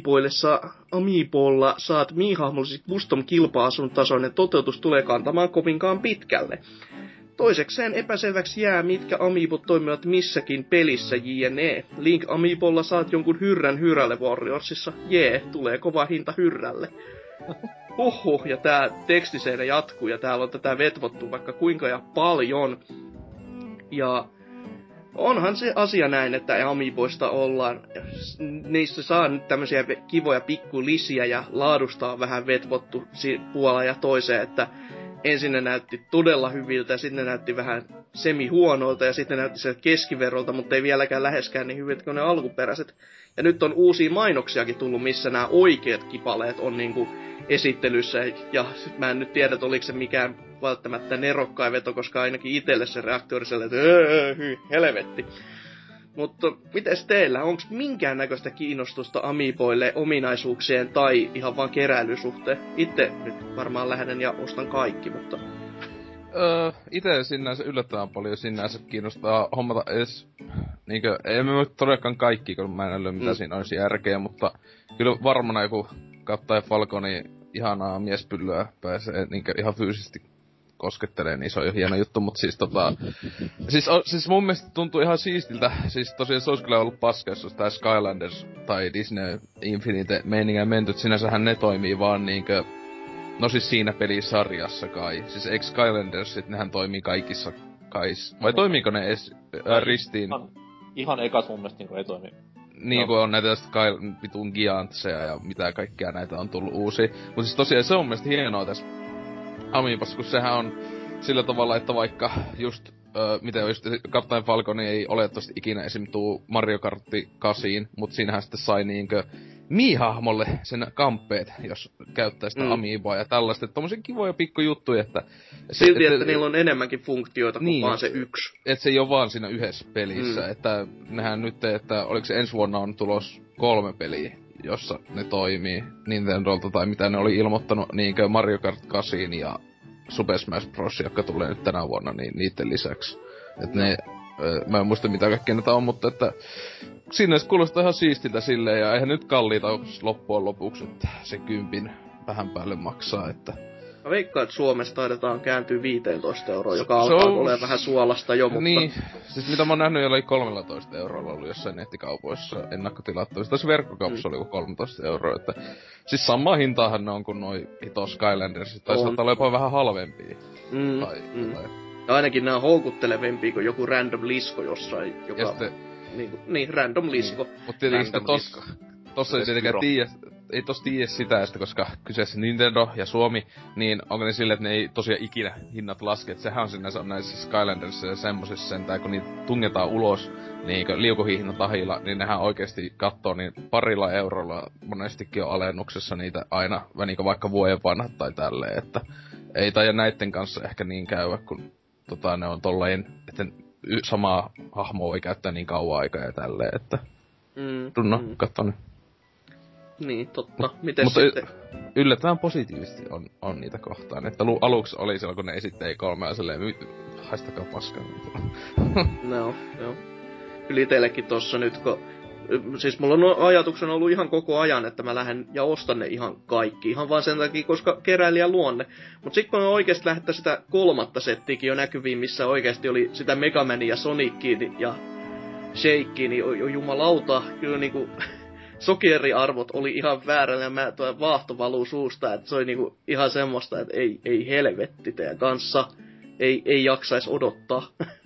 Amiibolla saat miihahmollisesti custom kilpa-asun tasoinen toteutus tulee kantamaan kovinkaan pitkälle. Toisekseen epäselväksi jää, mitkä Amiibot toimivat missäkin pelissä jne. Link Amiibolla saat jonkun hyrrän Hyrälle Warriorsissa. Tulee kova hinta hyrrälle. Ja tää tekstiseinä jatkuu ja täällä on tätä vetvottu vaikka kuinka ja paljon. Ja onhan se asia näin, että Amiiboista ollaan, niissä saa nyt tämmösiä kivoja pikkulisiä ja laadusta on vähän vetvottu puolaan ja toiseen, että ensin ne näytti todella hyviltä ja sitten ne näytti vähän semi-huonoilta ja sitten ne näytti sieltä keskiverrolta, mutta ei vieläkään läheskään niin hyvät kuin ne alkuperäiset. Ja nyt on uusia mainoksiakin tullut, missä nämä oikeat kipaleet on niinku esittelyssä. Ja mä en nyt tiedä, että oliko se mikään välttämättä nerokkain veto, koska ainakin itselle se reaktio oli sellainen, että helvetti. Mutta mites teillä? Onko minkäännäköistä kiinnostusta Amiiboille ominaisuuksien tai ihan vaan keräilysuhteen? Itse nyt varmaan lähden ja ostan kaikki, mutta... Ite sinänsä yllättävän paljon sinänsä kiinnostaa hommata edes... Niinkö, en mä todellakaan kaikki, kun mä en älyä mitä siinä olisi järkeä, mutta... Kyllä varmana joku Captain Falconin ihanaa miespyllyä pääsee niinkö ihan fyysisesti koskettelee, niin se on jo hieno juttu, mut siis siis mun mielestä tuntuu ihan siistiltä, siis tosiaan se olisi kyllä ollut paska, jos olisi tää Skylanders tai Disney Infinite meiningä menty, et sinänsähän ne toimii vaan niinkö, no siis siinä pelisarjassa kai, siis eikö Skylandersit, nehän toimii kaikissa kais, vai toimiiko ne edes ristiin? Ihan ekas mun mielestä niinku ei toimi. Niin kuin on näitä vitun Giantseja ja mitä kaikkea näitä on tullut uusia, mut siis tosiaan se on mun mielestä hienoa tässä Amiibassa, kun sehän on sillä tavalla, että vaikka just, miten just Captain Falcon ei olettavasti ikinä esim. Tuu Mario Kartti 8, mut siinähän sitten sai niinkö Mii-hahmolle sen kamppeet, jos käyttää sitä Amiibaa ja tällaista, että tommosia kivoja pikkujuttuja, että... Silti, että niillä on enemmänkin funktioita kuin niin, vaan se yksi. Et se ei oo vaan siinä yhdessä pelissä, että nehän nyt, että oliko se ensi vuonna on tulos 3 peliä, jossa ne toimii Nintendolta tai mitä ne oli ilmoittanut, niinkö Mario Kart 8 ja Super Smash Bros, jotka tulee nyt tänä vuonna, niin niitten lisäksi. Et ne, mä en muista mitä kaikkea näitä on, mutta että sinne kuulostaa ihan siistiltä silleen, ja eihän nyt kalliita loppujen lopuksi, että se 10 vähän päälle maksaa, että... Mä veikkaan, että Suomessa taidetaan kääntyä 15 €, joka alkaa olemaan vähän suolasta jo, mutta... Niin, siis mitä mä oon nähnyt, oli 13 € ollut jossain nettikaupoissa ennakkotilattavissa. Tässä verkkokaupassa oli 13 €, että... Siis samaa hintaahan ne on kuin noi hito Skylanders, tai saattaa olla jopa vähän halvempia. Tai. Ja ainakin nää on houkuttelevempia kuin joku random lisko jossain, joka... Ja sitten... Niin, random lisko. Niin. Mut tietenkin tossa ei tietenkään ei tossa tiedä sitä, että koska kyseessä Nintendo ja Suomi, niin onko ne silleen, että ne ei tosiaan ikinä hinnat laske. Et sehän on sinänsä näissä Skylandersissa ja semmosissa sentään, kun niitä tungetaan ulos niin liukuhihnatahilla, niin nehän oikeesti kattoo niin parilla eurolla monestikin on alennuksessa niitä aina, niin vaikka vuoden vanhat tai tälleen, että ei taida näitten kanssa ehkä niin käydä, kun ne on tolleen, että samaa hahmoa voi käyttää niin kauan aikaa ja tälleen, että... katso nyt. Niin, totta. Mites sitten? Yllättävän positiivisesti on niitä kohtaan. Että aluksi oli silloin, kun ne esitteli 3 ja silleen, haistakaa paskaa. No, joo. Kyllä itellekin tossa nyt, kun... Siis mulla on ajatuksena ollut ihan koko ajan, että mä lähden ja ostan ne ihan kaikki. Ihan vaan sen takia, koska keräilijän luonne. Mut sit kun on oikeesti lähettää sitä 3. settiäkin jo näkyviin, missä oikeesti oli sitä Mega Mania, Sonicia ja Shakea, niin jumalauta, kyllä niinku... Sokeriarvot oli ihan väärällä ja tuo vaahto valuu suusta, että se oli niinku ihan semmoista, että ei helvetti teidän kanssa. Ei jaksais odottaa.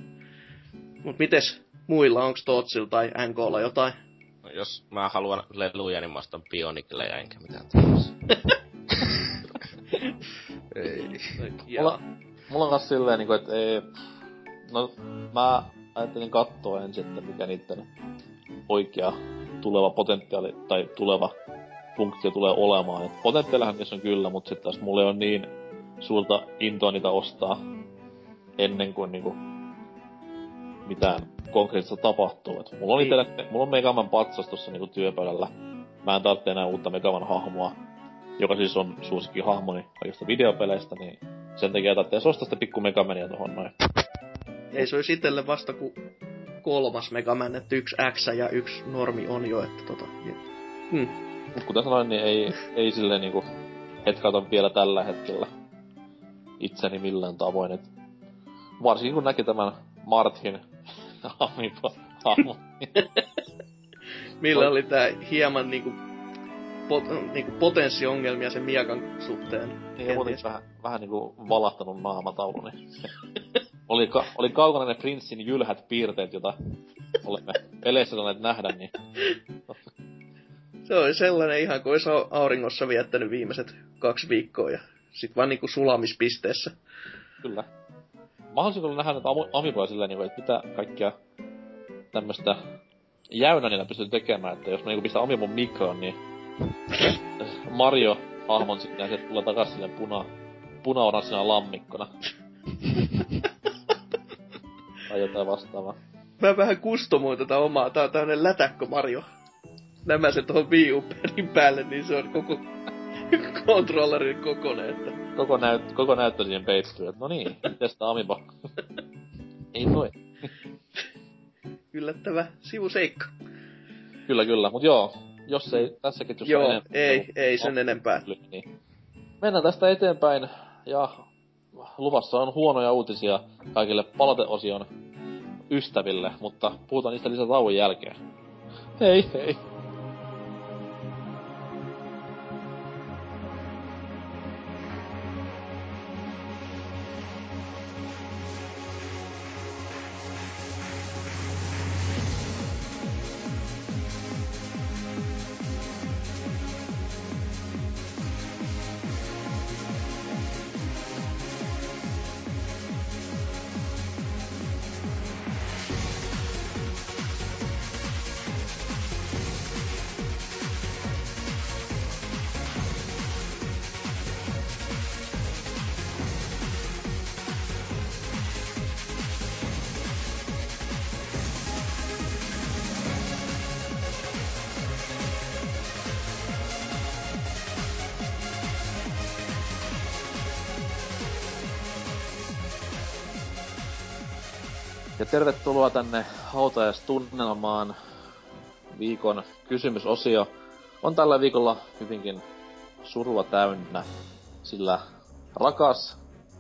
Mut mites muilla, onks Tootsilla tai NKlla jotain? No, jos mä haluan leluja, niin mä ostan Bionicleja enkä mitään tämmöistä. Ei. Mulla on kans silleen niinku, et ei... No, mä ajattelin katsoa ensin, että mikä niitten oikea tuleva potentiaali tai tuleva funktio tulee olemaan. Et potentiaalihan niissä on kyllä, mut sit taas mulla ei oo niin suurta intoa niitä ostaa ennen kuin niinku mitään konkreettista tapahtuu. Et mulla on Megaman patsas tossa niinku työpöydällä. Mä en tarvitse enää uutta Megaman hahmoa, joka siis on suosikkihahmoni kaikista videopeleistä, niin sen takia tarvitsee ostaa sitä pikku Megamania tohon noin. Ei se olisi itelle vasta ku 3. Megaman, että 1 X ja 1 normi on jo, että Mut kuten sanoin, niin ei silleen niinku hetkauta vielä tällä hetkellä itseni millään tavoin, et varsinkin kun näki tämän Marthin Amiibo-hahmon. Millä oli tää hieman niinku potenssiongelmia sen miekan suhteen. Niin, vähän niinku valahtanut naamataulu, niin oli kaukana ne Prinssin jylhät piirteet, jota olemme peleissä saaneet nähdä, niin... Se oli sellainen ihan kuin olisi auringossa viettänyt viimeiset 2 viikkoa ja sit vaan niinku sulamispisteessä. Kyllä. mä haluaisin kyllä nähdä näitä Amiiboja silleen niinku, että mitä kaikkia tämmöstä jäynä niillä pystyy tekemään, että jos mä niinku pistän Amiibon mikroon, niin Mario-hahmon sitten ja sieltä tulee takas silleen puna-oranssina lammikkona. Tai jotain vastaavaa. Mä vähän kustomoin tätä omaa. Tää on tämmönen lätäkkö Mario. Nämä se tuohon Wii U-pedin päälle, niin se on koko kontrollerin kokoinen, että... Koko näyttö siihen peittyy, että no niin, tästä Amiibo. Ei voi. Yllättävä sivuseikka. Kyllä, mut joo, jos ei tässä ketjussa joo, enempää... ei sen enempää. Niin. Mennään tästä eteenpäin, ja luvassa on huonoja uutisia kaikille palauteosion ystäville, mutta puhutaan niistä lisää tauon jälkeen. Hei hei! Ja tervetuloa tänne hautajaistunnelmaan. Viikon kysymysosio on tällä viikolla hyvinkin surua täynnä, sillä rakas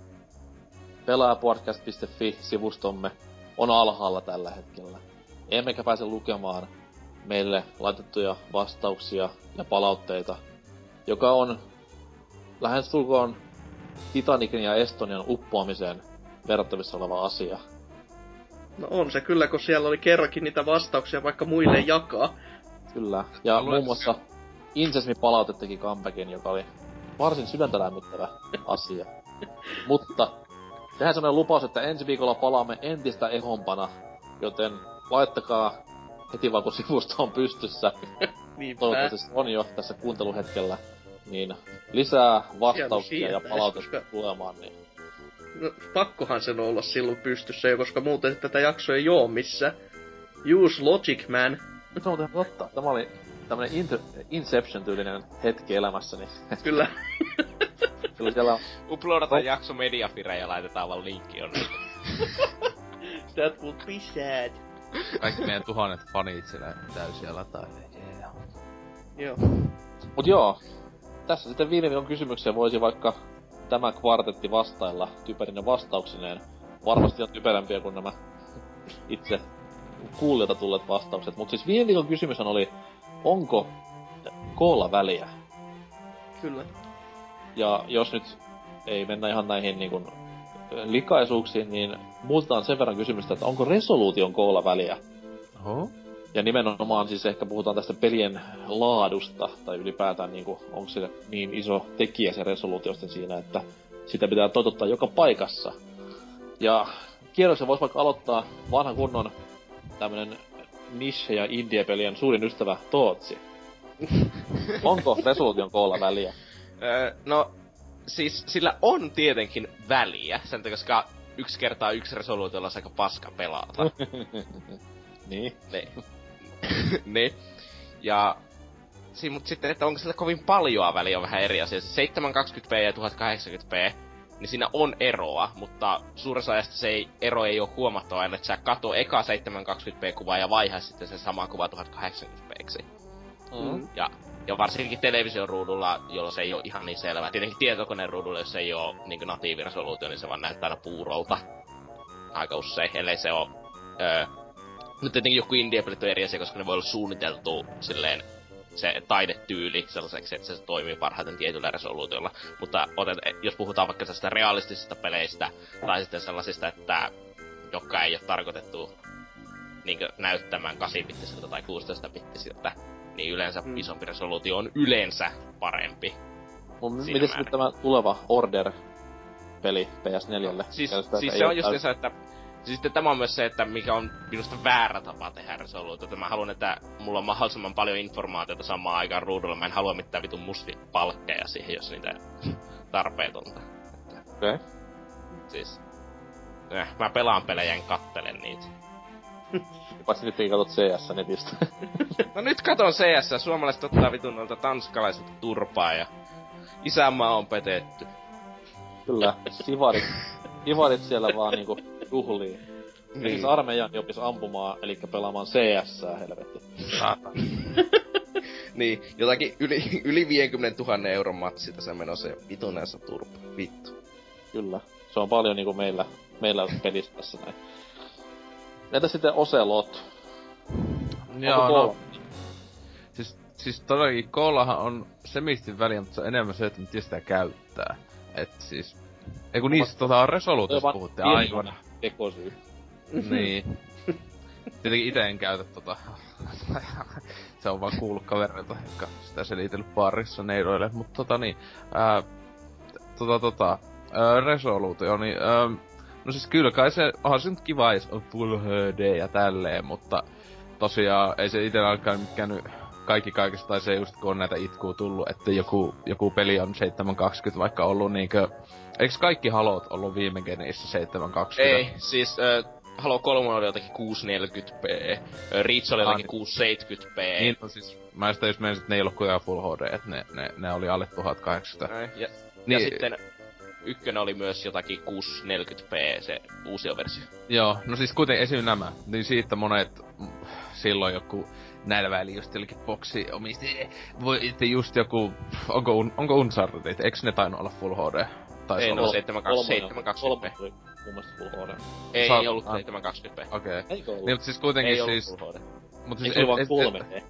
pelaajapodcast.fi-sivustomme on alhaalla tällä hetkellä. Emmekä pääse lukemaan meille laitettuja vastauksia ja palautteita, joka on lähestulkoon Titanicin ja Estonian uppoamiseen verrattavissa oleva asia. No on se kyllä, kun siellä oli kerrankin niitä vastauksia vaikka muille jakaa. Kyllä. Ja muun muassa Insesmi-palaute teki comebackin, joka oli varsin sydäntä lämmittävä asia. Mutta tehdään semmoinen lupaus, että ensi viikolla palaamme entistä ehompana, joten laittakaa heti vaan kun sivusto on pystyssä. Toivottavasti se on jo tässä kuunteluhetkellä. Niin lisää vastauksia ja palautetta tulemaan, niin... No, pakkohan sen olla silloin pystyssä jo, koska muuten tätä jaksoa ei oo missä. Use Logic, man. Nyt on muuten totta. Tämä oli tämmönen Inception-tyylinen hetki elämässäni. Kyllä. Kyllä siellä... Uploadataan jakso Mediafire ja laitetaan vaan linkki jonne. That would be sad. Kaikki meidän 1000 fanit siellä täysiä latailee. Yeah. Joo. Mut joo. Tässä sitten viime viikon kysymykseen voisi vaikka tämä kvartetti vastailla typerinen vastauksineen. Varmasti on typerämpiä kuin nämä itse kuulijoilta tulleet vastaukset. Mut siis viime viikon kysymys oli, onko koolla väliä? Kyllä. Ja jos nyt ei mennä ihan näihin niin likaisuuksiin, niin muutetaan sen verran kysymystä, että onko resoluution koolla väliä? Oho. Ja nimenomaan siis ehkä puhutaan tästä pelien laadusta, tai ylipäätään onko se niin iso tekijä se resoluutiosten siinä, että sitä pitää toteuttaa joka paikassa. Ja kierroksen voisi vaikka aloittaa vanhan kunnon tämmönen niche- ja indie-pelien suurin ystävä Tootsi. Onko resoluution koolla väliä? No, siis sillä on tietenkin väliä, sen takia, koska 1x1 resoluutiolla on aika paska pelata. Niin. Ne. Ja mut sitten, että onko sillä kovin paljoa väliä on vähän eri asia. 720p ja 1080p, niin siinä on eroa, mutta suuressa ajasta ero ei oo huomattava, että sä katoo eka 720p-kuvaa ja vaihda sitten sen sama kuva 1080p:ksi. Ja varsinkin televisioruudulla, jolloin se ei oo ihan niin selvä. Tietenkin tietokoneen ruudulla, jos se ei oo niin natiiviresoluutio, niin se vaan näyttää aina puurolta. Aika usein, ellei se oo... Nyt tietenkin joku indie-pelit on eri asia, koska ne voi olla suunniteltu silleen se taidetyyli sellaiseksi, että se toimii parhaiten tietyllä resoluutiolla. Mutta jos puhutaan vaikka tästä realistisista peleistä, tai sitten sellaisista, että jotka ei ole tarkoitettu niinkö näyttämään 8-bittiseltä tai 16-bittiseltä, niin yleensä isompi resoluutio on yleensä parempi. Mites nyt tämä tuleva Order peli PS4:lle. Siis Ei se oo on just se, että... Siis sitten tämä on myös se, että mikä on minusta väärä tapa tehdä Resoluuta. Että mä haluan, että mulla on mahdollisimman paljon informaatiota samaan aikaan ruudulla. Mä en halua mitään vitun mustia palkkeja siihen, jos niitä tarpeetonta. Okei. Siis... mä pelaan pelejä, en kattele niitä. Paitsi nyt katot CS netistä. No nyt katon CS, suomalaiset ottaa vitun noilta tanskalaiset turpaa ja isänmaa on petetty. Kyllä, sivarit siellä vaan niinku juhlii. Niin. Siis armeijan opis ampumaan, elikkä pelaamaan CS:ää, helvetti. Niin, jotakin yli 50 000 euron matsi tässä menossa ja vitun näissä turpa. Vittu. Kyllä. Se on paljon niinku meillä pelissä tässä näin. Entä sitten Ocelot? Joo, no. Siis todellakin koolahan on semisti väliä, mutta se on enemmän se, että miten sitä käyttää. Et siis... Eiku niistä Resoluutiosta puhutte aivan. Tekosyy. Niin. Tietenkin ite en käytä se on vaan kuullut kavereilta, jotka sitä selitellyt parissa neidoille, mut niin. Resoluutio, niin no siis kyllä kai se, onhan se nyt kiva, jos on Full HD ja tälleen, mutta tosiaan ei se ite alkaa mikään kaikki kaikesta, tai se just kun on näitä itkuu tullut, että joku peli on 720 vaikka ollut niinkö... Eiks kaikki Halot ollut viime genissä 720? Ei, siis Halo 3 oli jotakin 640p, Reach oli jotakin 670p. Niin, no siis mä sitä just menisin, että ne ei ollut kuitenkaan Full HD, että ne oli alle 1800. Ja sitten ykkönen oli myös jotakin 640p, se uusi versio. Joo, no siis kuitenkin esim. Nämä, niin siitä monet silloin joku näillä väliin just jollekin boksi omisti, voi just joku, onko Uncharted, eikö ne tainnut olla Full HD? Ei, no 720p. Mun mielestä Full HD. Ei ollut 720p. Okei. Eikö ollut? Niin, mutta siis kuitenkin ei siis... Full HD. Mut siis eikö vaan 3D?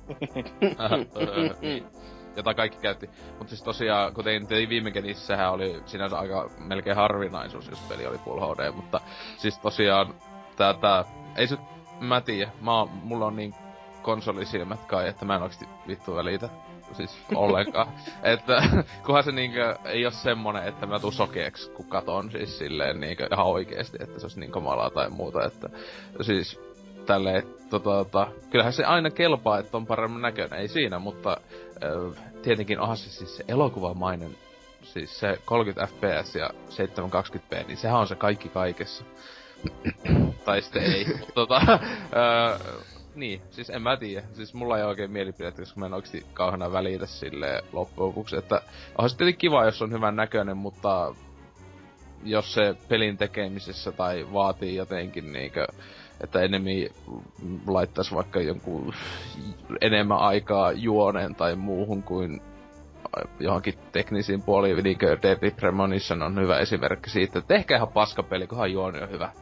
Jota kaikki käytti. Mut siis tosiaan, kuten viime genissähän oli sinänsä aika melkein harvinaisuus, jos peli oli Full HD, mutta siis tosiaan ei se, mä tiedä, mulla on niin konsolisilmät kai, että mä en oikeesti vittu välitä. Siis ollenkaan. Että kunhan se niinkö ei oo semmonen, että mä tuun sokeeks, kun katon siis silleen niinkö ihan oikeesti, että se olisi niin kamalaa tai muuta, että siis tälleen, kyllähän se aina kelpaa, että on paremmin näköinen, ei siinä, mutta tietenkin onhan se siis se elokuvamainen, siis se 30 fps ja 720p, niin sehän on se kaikki kaikessa. Tai sitten ei, mutta niin, siis en mä tiedä. Siis mulla ei oikein mielipidettä, koska mä en oikeesti kauheena välitä silleen loppujen lopuksi, että onhan se tietenkin kiva, jos on hyvän näköinen, mutta jos se pelin tekemisessä tai vaatii jotenkin niinkö, että enemmän laittais vaikka jonkun enemmän aikaa juoneen tai muuhun kuin johonkin teknisiin puoliin, niinkö Deadly Premonition on hyvä esimerkki siitä, että ehkä ihan paskapeli, kunhan juoni on hyvä.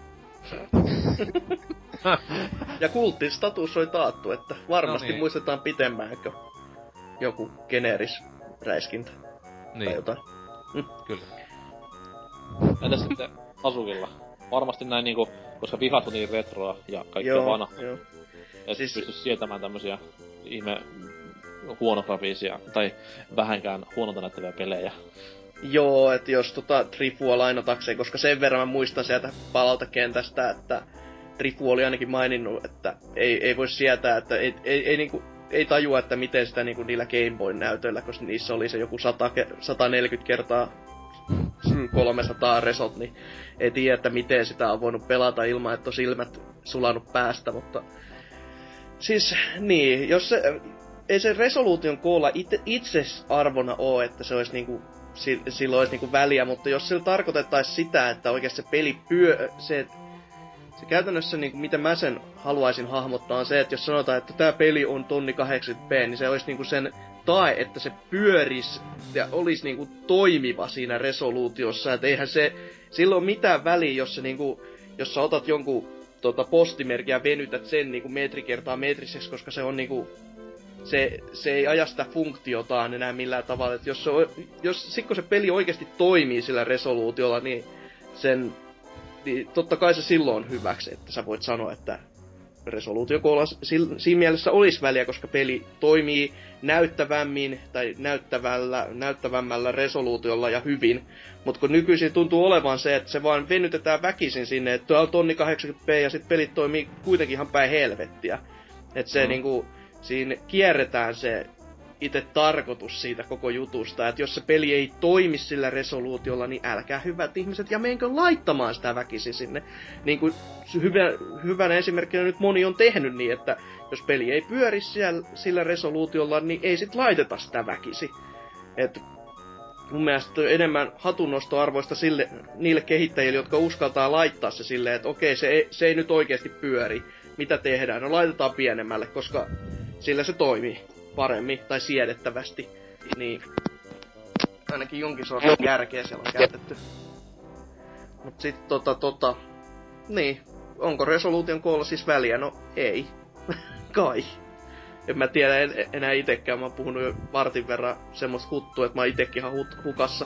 Ja kulttistatus oli taattu, että varmasti no niin. muistetaan pitemmäänkö joku generis räiskintä niin. Tai jotain. Kyllä. Entäs sitten Asukilla? Varmasti näin niinku, koska vihat on niin retroa ja kaikkea vanhaa. Joo. Et siis pysty sietämään tämmösiä ihme huonografiisia tai vähänkään huonolta näyttäviä pelejä. Joo, että jos Trifua lainatakseen, koska sen verran mä muistan sieltä palautekentästä, että Trifu oli ainakin maininnut, että ei voi sietää, että ei tajua, että miten sitä niinku niillä Game Boyn näytöillä, koska niissä oli se joku 140 kertaa 300 resot, niin ei tiedä, että miten sitä on voinut pelata ilman, että on silmät sulanut päästä, mutta siis niin, jos se, ei se resoluution koolla itse arvona oo, että se olisi niinku sillä olisi niinku väliä, mutta jos sillä tarkoitettaisiin sitä, että oikeasti se peli se käytännössä niinku, mitä mä sen haluaisin hahmottaa on se, että jos sanotaan, että tää peli on 1080p, niin se olisi niinku sen tae, että se pyöris ja olisi niinku toimiva siinä resoluutiossa, että eihän se sillä ole mitään väliä, jos se niinku, jos sä otat jonkun postimerkin ja venytät sen niinku metri kertaa metriseksi, koska se on niinku se ei aja sitä funktiotaan enää millään tavalla. Et sit kun se peli oikeasti toimii sillä resoluutiolla, niin totta kai se silloin on hyväksi, että sä voit sanoa, että resoluutiokoolla siinä mielessä olisi väliä, koska peli toimii näyttävämmin tai näyttävämmällä resoluutiolla ja hyvin. Mutta kun nykyisin tuntuu olevan se, että se vaan venytetään väkisin sinne, että tuo on 1080p ja sit pelit toimii kuitenkin ihan päin helvettiä. Että se niinku, siinä kierretään se itse tarkoitus siitä koko jutusta, että jos se peli ei toimi sillä resoluutiolla, niin älkää hyvät ihmiset ja menkö laittamaan sitä väkisin sinne. Niin kuin hyvänä esimerkkinä nyt moni on tehnyt niin, että jos peli ei pyöri sillä resoluutiolla, niin ei sit laiteta sitä väkisi. Et mun mielestä enemmän hatunnostoarvoista niille kehittäjille, jotka uskaltaa laittaa se silleen, että okei, se ei nyt oikeasti pyöri. Mitä tehdään? No laitetaan pienemmälle, koska sillä se toimii paremmin tai siedettävästi, niin ainakin jonkin sortin järkeä siellä on käytetty. Mut sit niin, onko resoluution koolla siis väliä? No ei. Kai. En mä tiedä enää itekään, mä oon puhunut jo vartin verran semmoista huttua, että mä oon itekin ihan hukassa.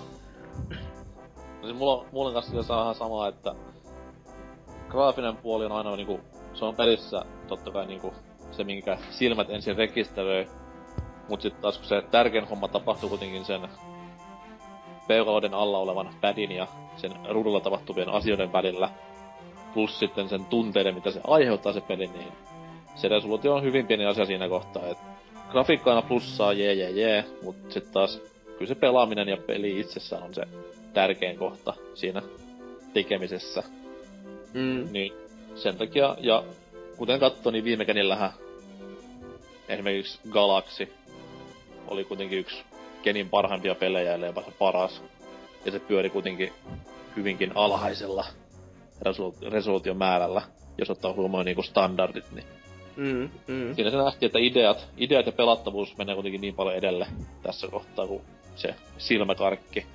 No siis mulla kanssa se on ihan sama, että graafinen puoli on aina niinku, se on pelissä totta kai niinku se, minkä silmät ensin rekisteröi. Mut sit taas kun se tärkein homma tapahtuu kuitenkin sen peukaloiden alla olevan padin ja sen ruudulla tapahtuvien asioiden välillä, plus sitten sen tunteiden, mitä se aiheuttaa se peli, niin se resoluutio on hyvin pieni asia siinä kohtaa, et grafiikka aina plussaa, jee, mut sit taas kyllä se pelaaminen ja peli itsessään on se tärkein kohta siinä tekemisessä. Niin sen takia, ja kuten katsoi, niin viime kenillähän esimerkiksi Galaxy oli kuitenkin yksi Genin parhaimpia pelejä, ellei jopa se paras. Ja se pyöri kuitenkin hyvinkin alhaisella resoluution määrällä, jos ottaa huomioon niinku standardit, niin siinä se nähtiin, että ideat ja pelattavuus menee kuitenkin niin paljon edelle tässä kohtaa kuin se silmäkarkki.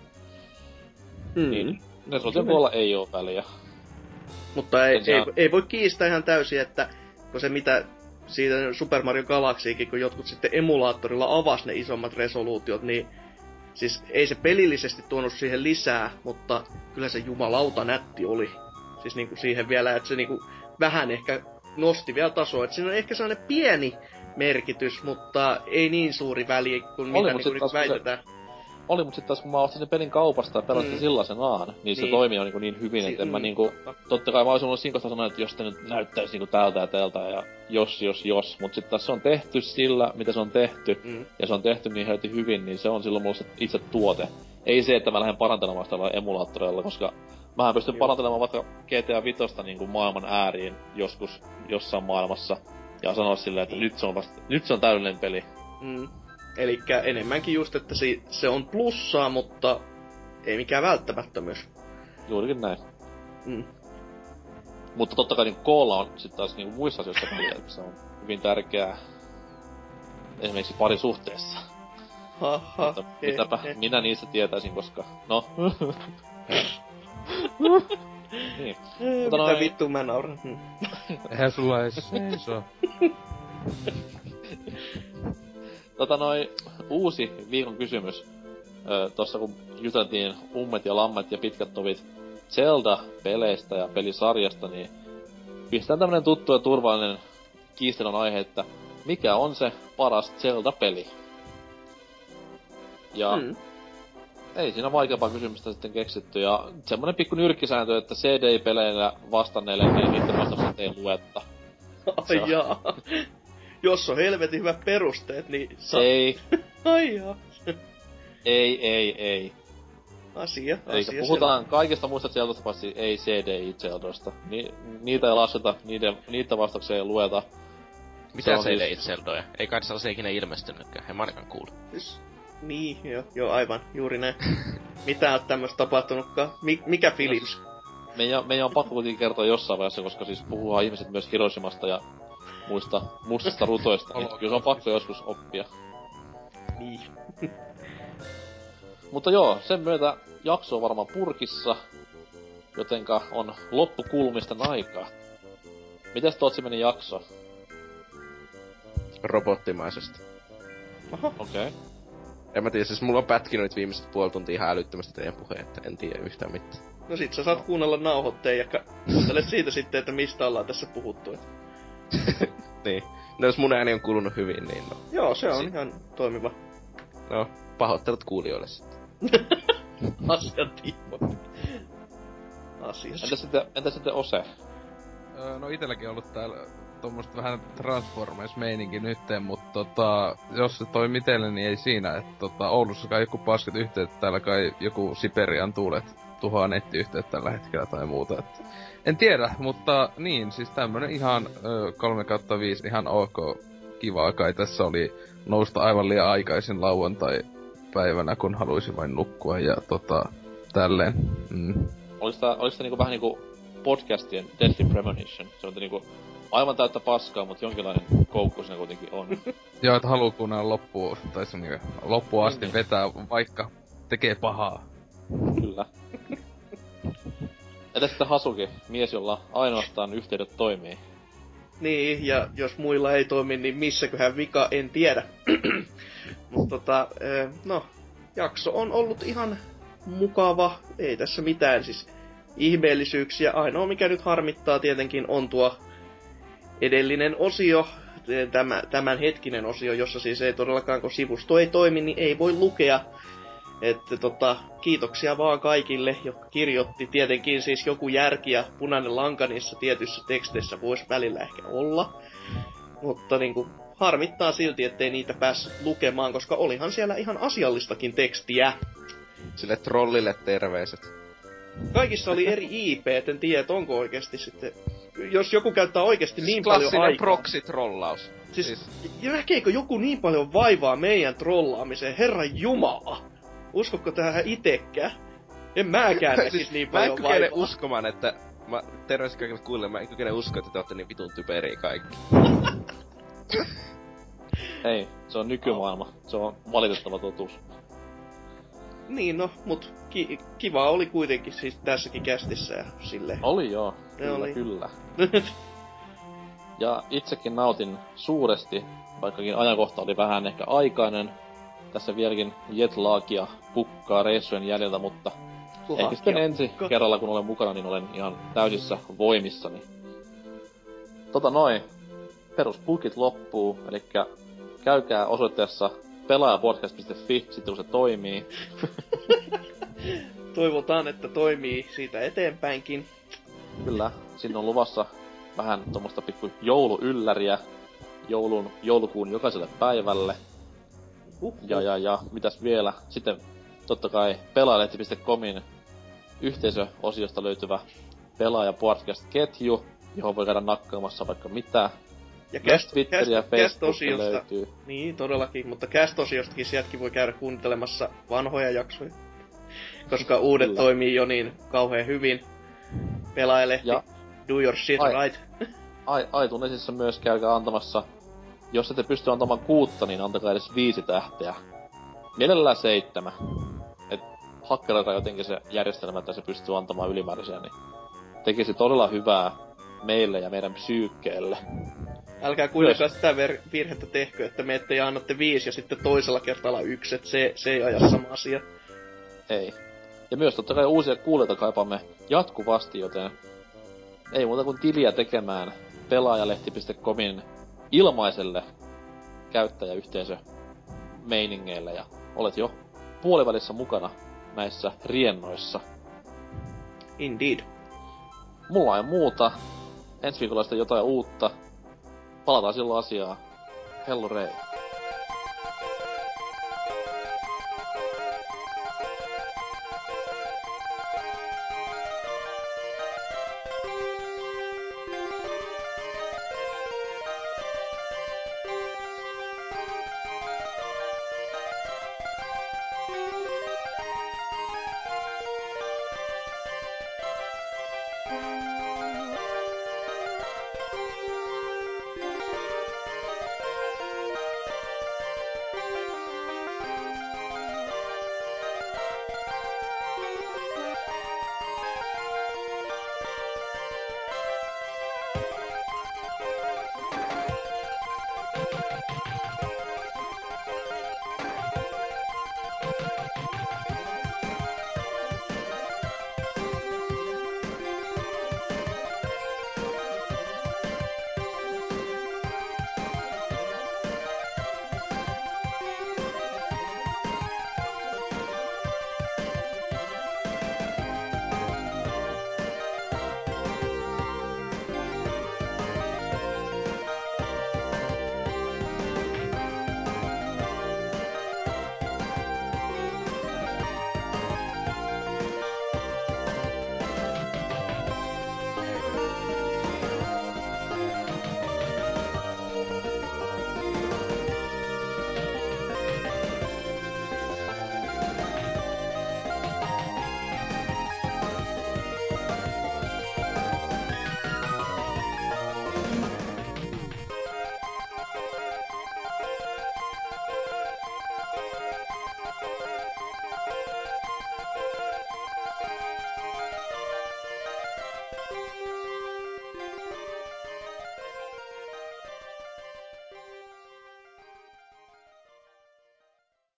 Niin resoluution puolella ei oo väliä. Mutta ei voi kiistää ihan täysin, että kun se mitä siitä Super Mario Galaxykin, kun jotkut sitten emulaattorilla avasi ne isommat resoluutiot, niin siis ei se pelillisesti tuonut siihen lisää, mutta kyllä se jumalauta nätti oli. Siis niinku siihen vielä, että se niinku vähän ehkä nosti vielä tasoa. Että siinä on ehkä sellainen pieni merkitys, mutta ei niin suuri väli kuin mitä niinku väitetään. Oli, mut sit taas kun mä ostin sen pelin kaupasta ja pelasin sellaisenaan, niin se toimi on niin hyvin, että en mä niinku... Totta kai mä olisin ollut siinä kohtaa sanoa, että jos te nyt näyttäis niinku tältä ja tältä ja jos. Mut sit taas se on tehty sillä, mitä se on tehty, ja se on tehty niin helvetin hyvin, niin se on silloin mulle itse tuote. Ei se, että mä lähden parantelemaan sitä emulaattoreilla, koska mähän pystyn parantelemaan vaikka GTA 5 niinku maailman ääriin joskus jossain maailmassa. Ja sanoa silleen, että nyt se on täydellinen peli. Elikkä enemmänkin just, että se on plussaa, mutta ei mikään välttämättömyys. Juurikin näin. Mutta totta kai niinku koolla on sit taas niinku muissa asioissa väliä, että se on hyvin tärkeää. Esimerkiksi parisuhteessa. Mutta mitäpä minä niistä tietäisin, koska... No. Niin. Mitä vittua mä nauran? Eihän sulla ees seiso. Uusi viikon kysymys. Tossa kun juteltiin ummet ja lammet ja pitkät tovit Zelda-peleistä ja pelisarjasta, niin pistetään tämmönen tuttu ja turvallinen kiistelyn aihe, että mikä on se paras Zelda-peli? Ja ei siinä vaikeampaa kysymystä sitten keksitty, ja semmonen pikku nyrkkisääntö, että CD-peleillä vastanneille niin niiden vastaukset ei luetta. Ai jaa. Jos on helvetin hyvät perusteet, niin... Ei. Ai jaa. Ei. Asia puhutaan kaikista muista Zeldasta, paitsi ei CDI-Zeldoista. Niitä ei lasketa, niitä vastauksia ei lueta. Mitä CDI-Zeldoja? Ei kai sellaisia ikinä ilmestynytkään, en mä ainakaan kuulu. Niin, joo, aivan, juuri näin. Mitä on tämmöstä tapahtunutkaan? Mikä Philips? Meidän on pakko kuitenkin kertoa jossain vaiheessa, koska siis puhutaan ihmiset myös Hiroshimasta ja muista mustista rutoista, niin kyllä se on pakko joskus oppia. Niin. Mutta joo, sen myötä jakso on varmaan purkissa, jotenka on loppukulmisten aikaa. Mites Tootsi meni jakso? Robottimaisesti. Oho. Okei. Okay. En mä tiedä, siis mulla on pätkinyt nyt viimeiset puoli tuntia ihan älyttömästi teidän puheen, että en tiedä yhtään mitään. No sit sä saat kuunnella nauhoitteen ja kuuntele siitä sitten, että mistä ollaan tässä puhuttu. Niin. No jos mun ääni on kuulunut hyvin, niin no. Joo, se on ihan toimiva. No, pahoittelut kuulijoille sitten. Asiantiimoilta. Asiassa. Entä sitten Ose? No itelläkin ollut täällä tommoista vähän Transformers-meininki nytten, mutta jos se toi itelle, niin ei siinä, että Oulussa kai joku paskat yhteyttä, täällä kai joku Siperian tuulet tuhoaa nettiyhteyttä tällä hetkellä tai muuta, että en tiedä, mutta niin, siis tämmönen ihan 3/5 ihan ok kivaa kai tässä oli nousta aivan liian aikaisin lauantai-päivänä, kun haluaisin vain nukkua ja tälleen. Olis tää niinku vähän niinku podcastien Deadly Premonition? Se on niinku aivan täyttä paskaa, mut jonkinlainen koukku siinä kuitenkin on. Joo, että haluu kuunnella loppuun, tai se niinku loppuun asti vetää, vaikka tekee pahaa. Kyllä. Entä sitten Hasuki, mies, jolla ainoastaan yhteydet toimii? Niin, ja jos muilla ei toimi, niin missäköhän vika, en tiedä. Mutta no, jakso on ollut ihan mukava, ei tässä mitään siis ihmeellisyyksiä. Ainoa mikä nyt harmittaa tietenkin on tuo edellinen osio, tämän hetkinen osio, jossa siis ei todellakaan, kun sivusto ei toimi, niin ei voi lukea. Että kiitoksia vaan kaikille, jotka kirjoitti. Tietenkin siis joku järki ja punainen lanka niissä tietyissä teksteissä voisi välillä ehkä olla. Mutta niinku harmittaa silti, ettei niitä päässyt lukemaan, koska olihan siellä ihan asiallistakin tekstiä. Sille trollille terveiset. Kaikissa oli eri IP, en tiedä, että onko oikeesti sitten... Jos joku käyttää oikeesti niin paljon aikaa... Klassinen proxy-trollaus. Siis näkeekö joku niin paljon vaivaa meidän trollaamiseen, herran jumala? Uskotko tähän itekään? En mäkään näkis niin paljon vaivaa. Mä en kykene uskomaan, että... Terveys kaikille kuulijoille, mä en kykene uskoa, että te ootte niin vitun typeriä kaikki. Ei, se on nykymaailma. Se on valitettava totuus. Niin no, mut kiva oli kuitenkin siis tässäkin kästissä ja silleen. Oli joo, kyllä oli. Kyllä. Ja itsekin nautin suuresti, vaikkakin ajankohta oli vähän ehkä aikainen. Tässä vieläkin jetlagia pukkaa reissujen jäljellä, mutta ehkä sitten ensi kerralla kun olen mukana, niin olen ihan täysissä voimissani. Peruspulkit loppuu, elikkä käykää osoitteessa pelaajapodcast.fi, sitten kun se toimii. Toivotaan, että toimii siitä eteenpäinkin. Kyllä, sinne on luvassa vähän tommoista pikku jouluylläriä joulukuun jokaiselle päivälle. Ja mitäs vielä? Sitten totta kai pelaajalehti.comin yhteisöosiosta löytyvä pelaaja-podcast-ketju, johon voi käydä nakkaamassa vaikka mitä. Ja Twitter ja Facebook löytyy. Niin, todellakin, mutta cast-osiostakin sieltäkin voi käydä kuuntelemassa vanhoja jaksoja. Koska uudet toimii jo niin kauhean hyvin. Pelaajalehti, ja do your shit right. iTunesissa myös käykää antamassa, jos ette pysty antamaan 6, niin antakaa edes 5 tähteä. Mielellään 7. Et hakkeroida jotenkin se järjestelmä, että se pystyy antamaan ylimääräisiä, niin tekisi todella hyvää meille ja meidän psyykkeelle. Älkää kuitenkaan sitä virhettä tehkö, että me ette annatte 5 ja sitten toisella kertaa 1, että se ei aja sama asia. Ei. Ja myös totta kai uusia kuulijoita kaipaamme jatkuvasti, joten ei muuta kuin tiliä tekemään pelaajalehti.comin ilmaiselle käyttäjäyhteisö meiningeille ja olet jo puolivälissä mukana näissä riennoissa. Indeed. Mulla ei muuta. Ensi viikolla sitten jotain uutta. Palataan silloin asiaa. Hello Rei.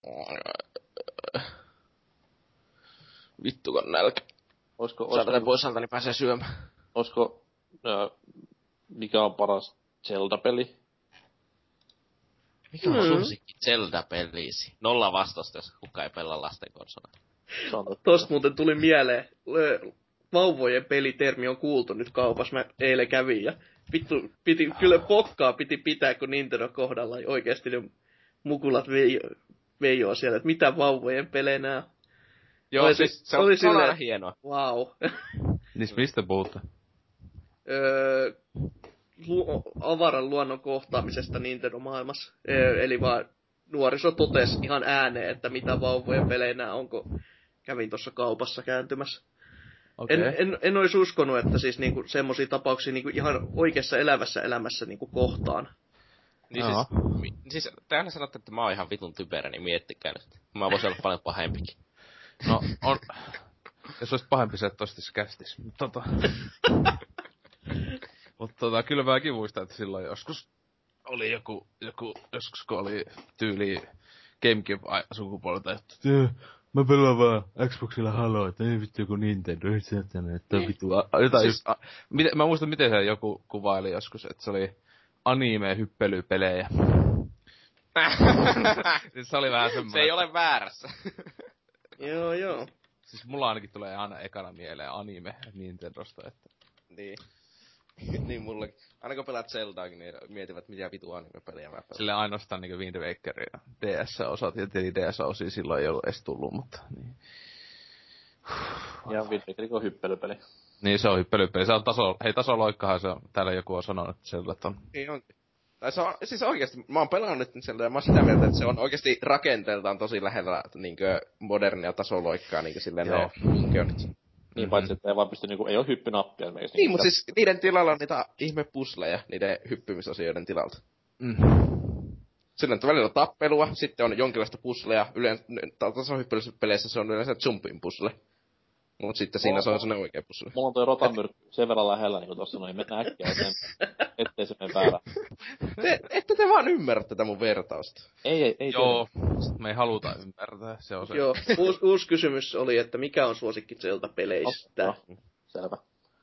Vittukan nälkä. Saadaan pois alta, niin pääsee syömään. Olisiko, mikä on paras Zelda-peli? Mikä on suosikki Zelda-pelisi? 0 vastausta, jos kukaan ei pelaa lasten konsoleilla. Tosta muuten tuli mieleen, vauvojen pelitermi on kuultu nyt kaupassa, mä eilen kävin ja vittu, kyllä pokkaa piti pitää, kun Nintendo kohdalla oikeesti ne mukulat veijoo siellä, että mitä vauvojen pelejä nää. Joo, siis se on aina hienoa. Wow. Niin mistä puhutte? Avaran luonnon kohtaamisesta Nintendo-maailmassa. Eli vaan nuoriso totesi ihan ääneen, että mitä vauvojen pelejä nää on, kun kävin tuossa kaupassa kääntymässä. Okay. En olisi uskonut, että siis niinku semmosia tapauksia niinku ihan oikeassa elävässä elämässä niinku kohtaan. Niin siis tehän sanotte, että mä oon ihan vitun typerä, niin miettikää nyt. Mä voisin olla paljon pahempikin. No, on... Jos olisit pahempi se, että olistis kästis. Mutta kyllä mäkin muistan, että silloin joskus oli joku joskus kun oli tyyli GameCube-sukupuolelta, että mä pelaan vaan Xboxilla Haloa, että ei vittu joku Nintendo, että vittu jotain just... Mä muistan, miten se joku kuvaili joskus, että se oli anime-hyppelypelejä. Siis se oli vähän semmoinen... Se ei ole väärässä. Joo. Siis mulla ainakin tulee aina ekana mieleen anime Nintendosta, että... Niin. Niin mullakin. Aina kun pelaat Zeldaakin, niin mietivät, mitä vitu anime-pelejä mä pelaan. Silleen ainoastaan niinku Wind Waker ja DS-osat, ja DS-osia silloin ei ollut edes tullut, mutta niin. Ja Wind Waker on hyppelypeli. Niin, se on hyppelypeli. Se on tasoloikkahan se on. Täällä joku on sanonut, että Zeldat on. Niin onkin. Tai se on, siis oikeesti, mä oon pelannut nyt Zeldaa ja mä oon sitä mieltä, että se on oikeesti rakenteeltaan tosi lähellä niinkö modernia tasoloikkaa niinkö silleen niinkö nyt. Niin paitsi, että ei vaan pysty niinku, ei oo hyppynappia. Niin, mut siis niiden tilalla on niitä ihme pusleja, niiden hyppymisasioiden tilalta. Silleen, että välillä on tappelua, sitten on jonkinlaista pusleja, yleensä tasohyppelypeleissä se on yleensä jumpin pusle. Mut sitten siinä se on sellainen oikea pusseli. Mulla on toi rotamyrkky sen verran lähellä, niinku tossa noin, mennään äkkiä sen, ettei se mene väärä. Ette te vaan ymmärrä tätä mun vertausta. Ei. Joo, me ei haluta ymmärtää, se on se. Joo, uusi kysymys oli, että mikä on suosikki Zelda-peleistä? Selvä.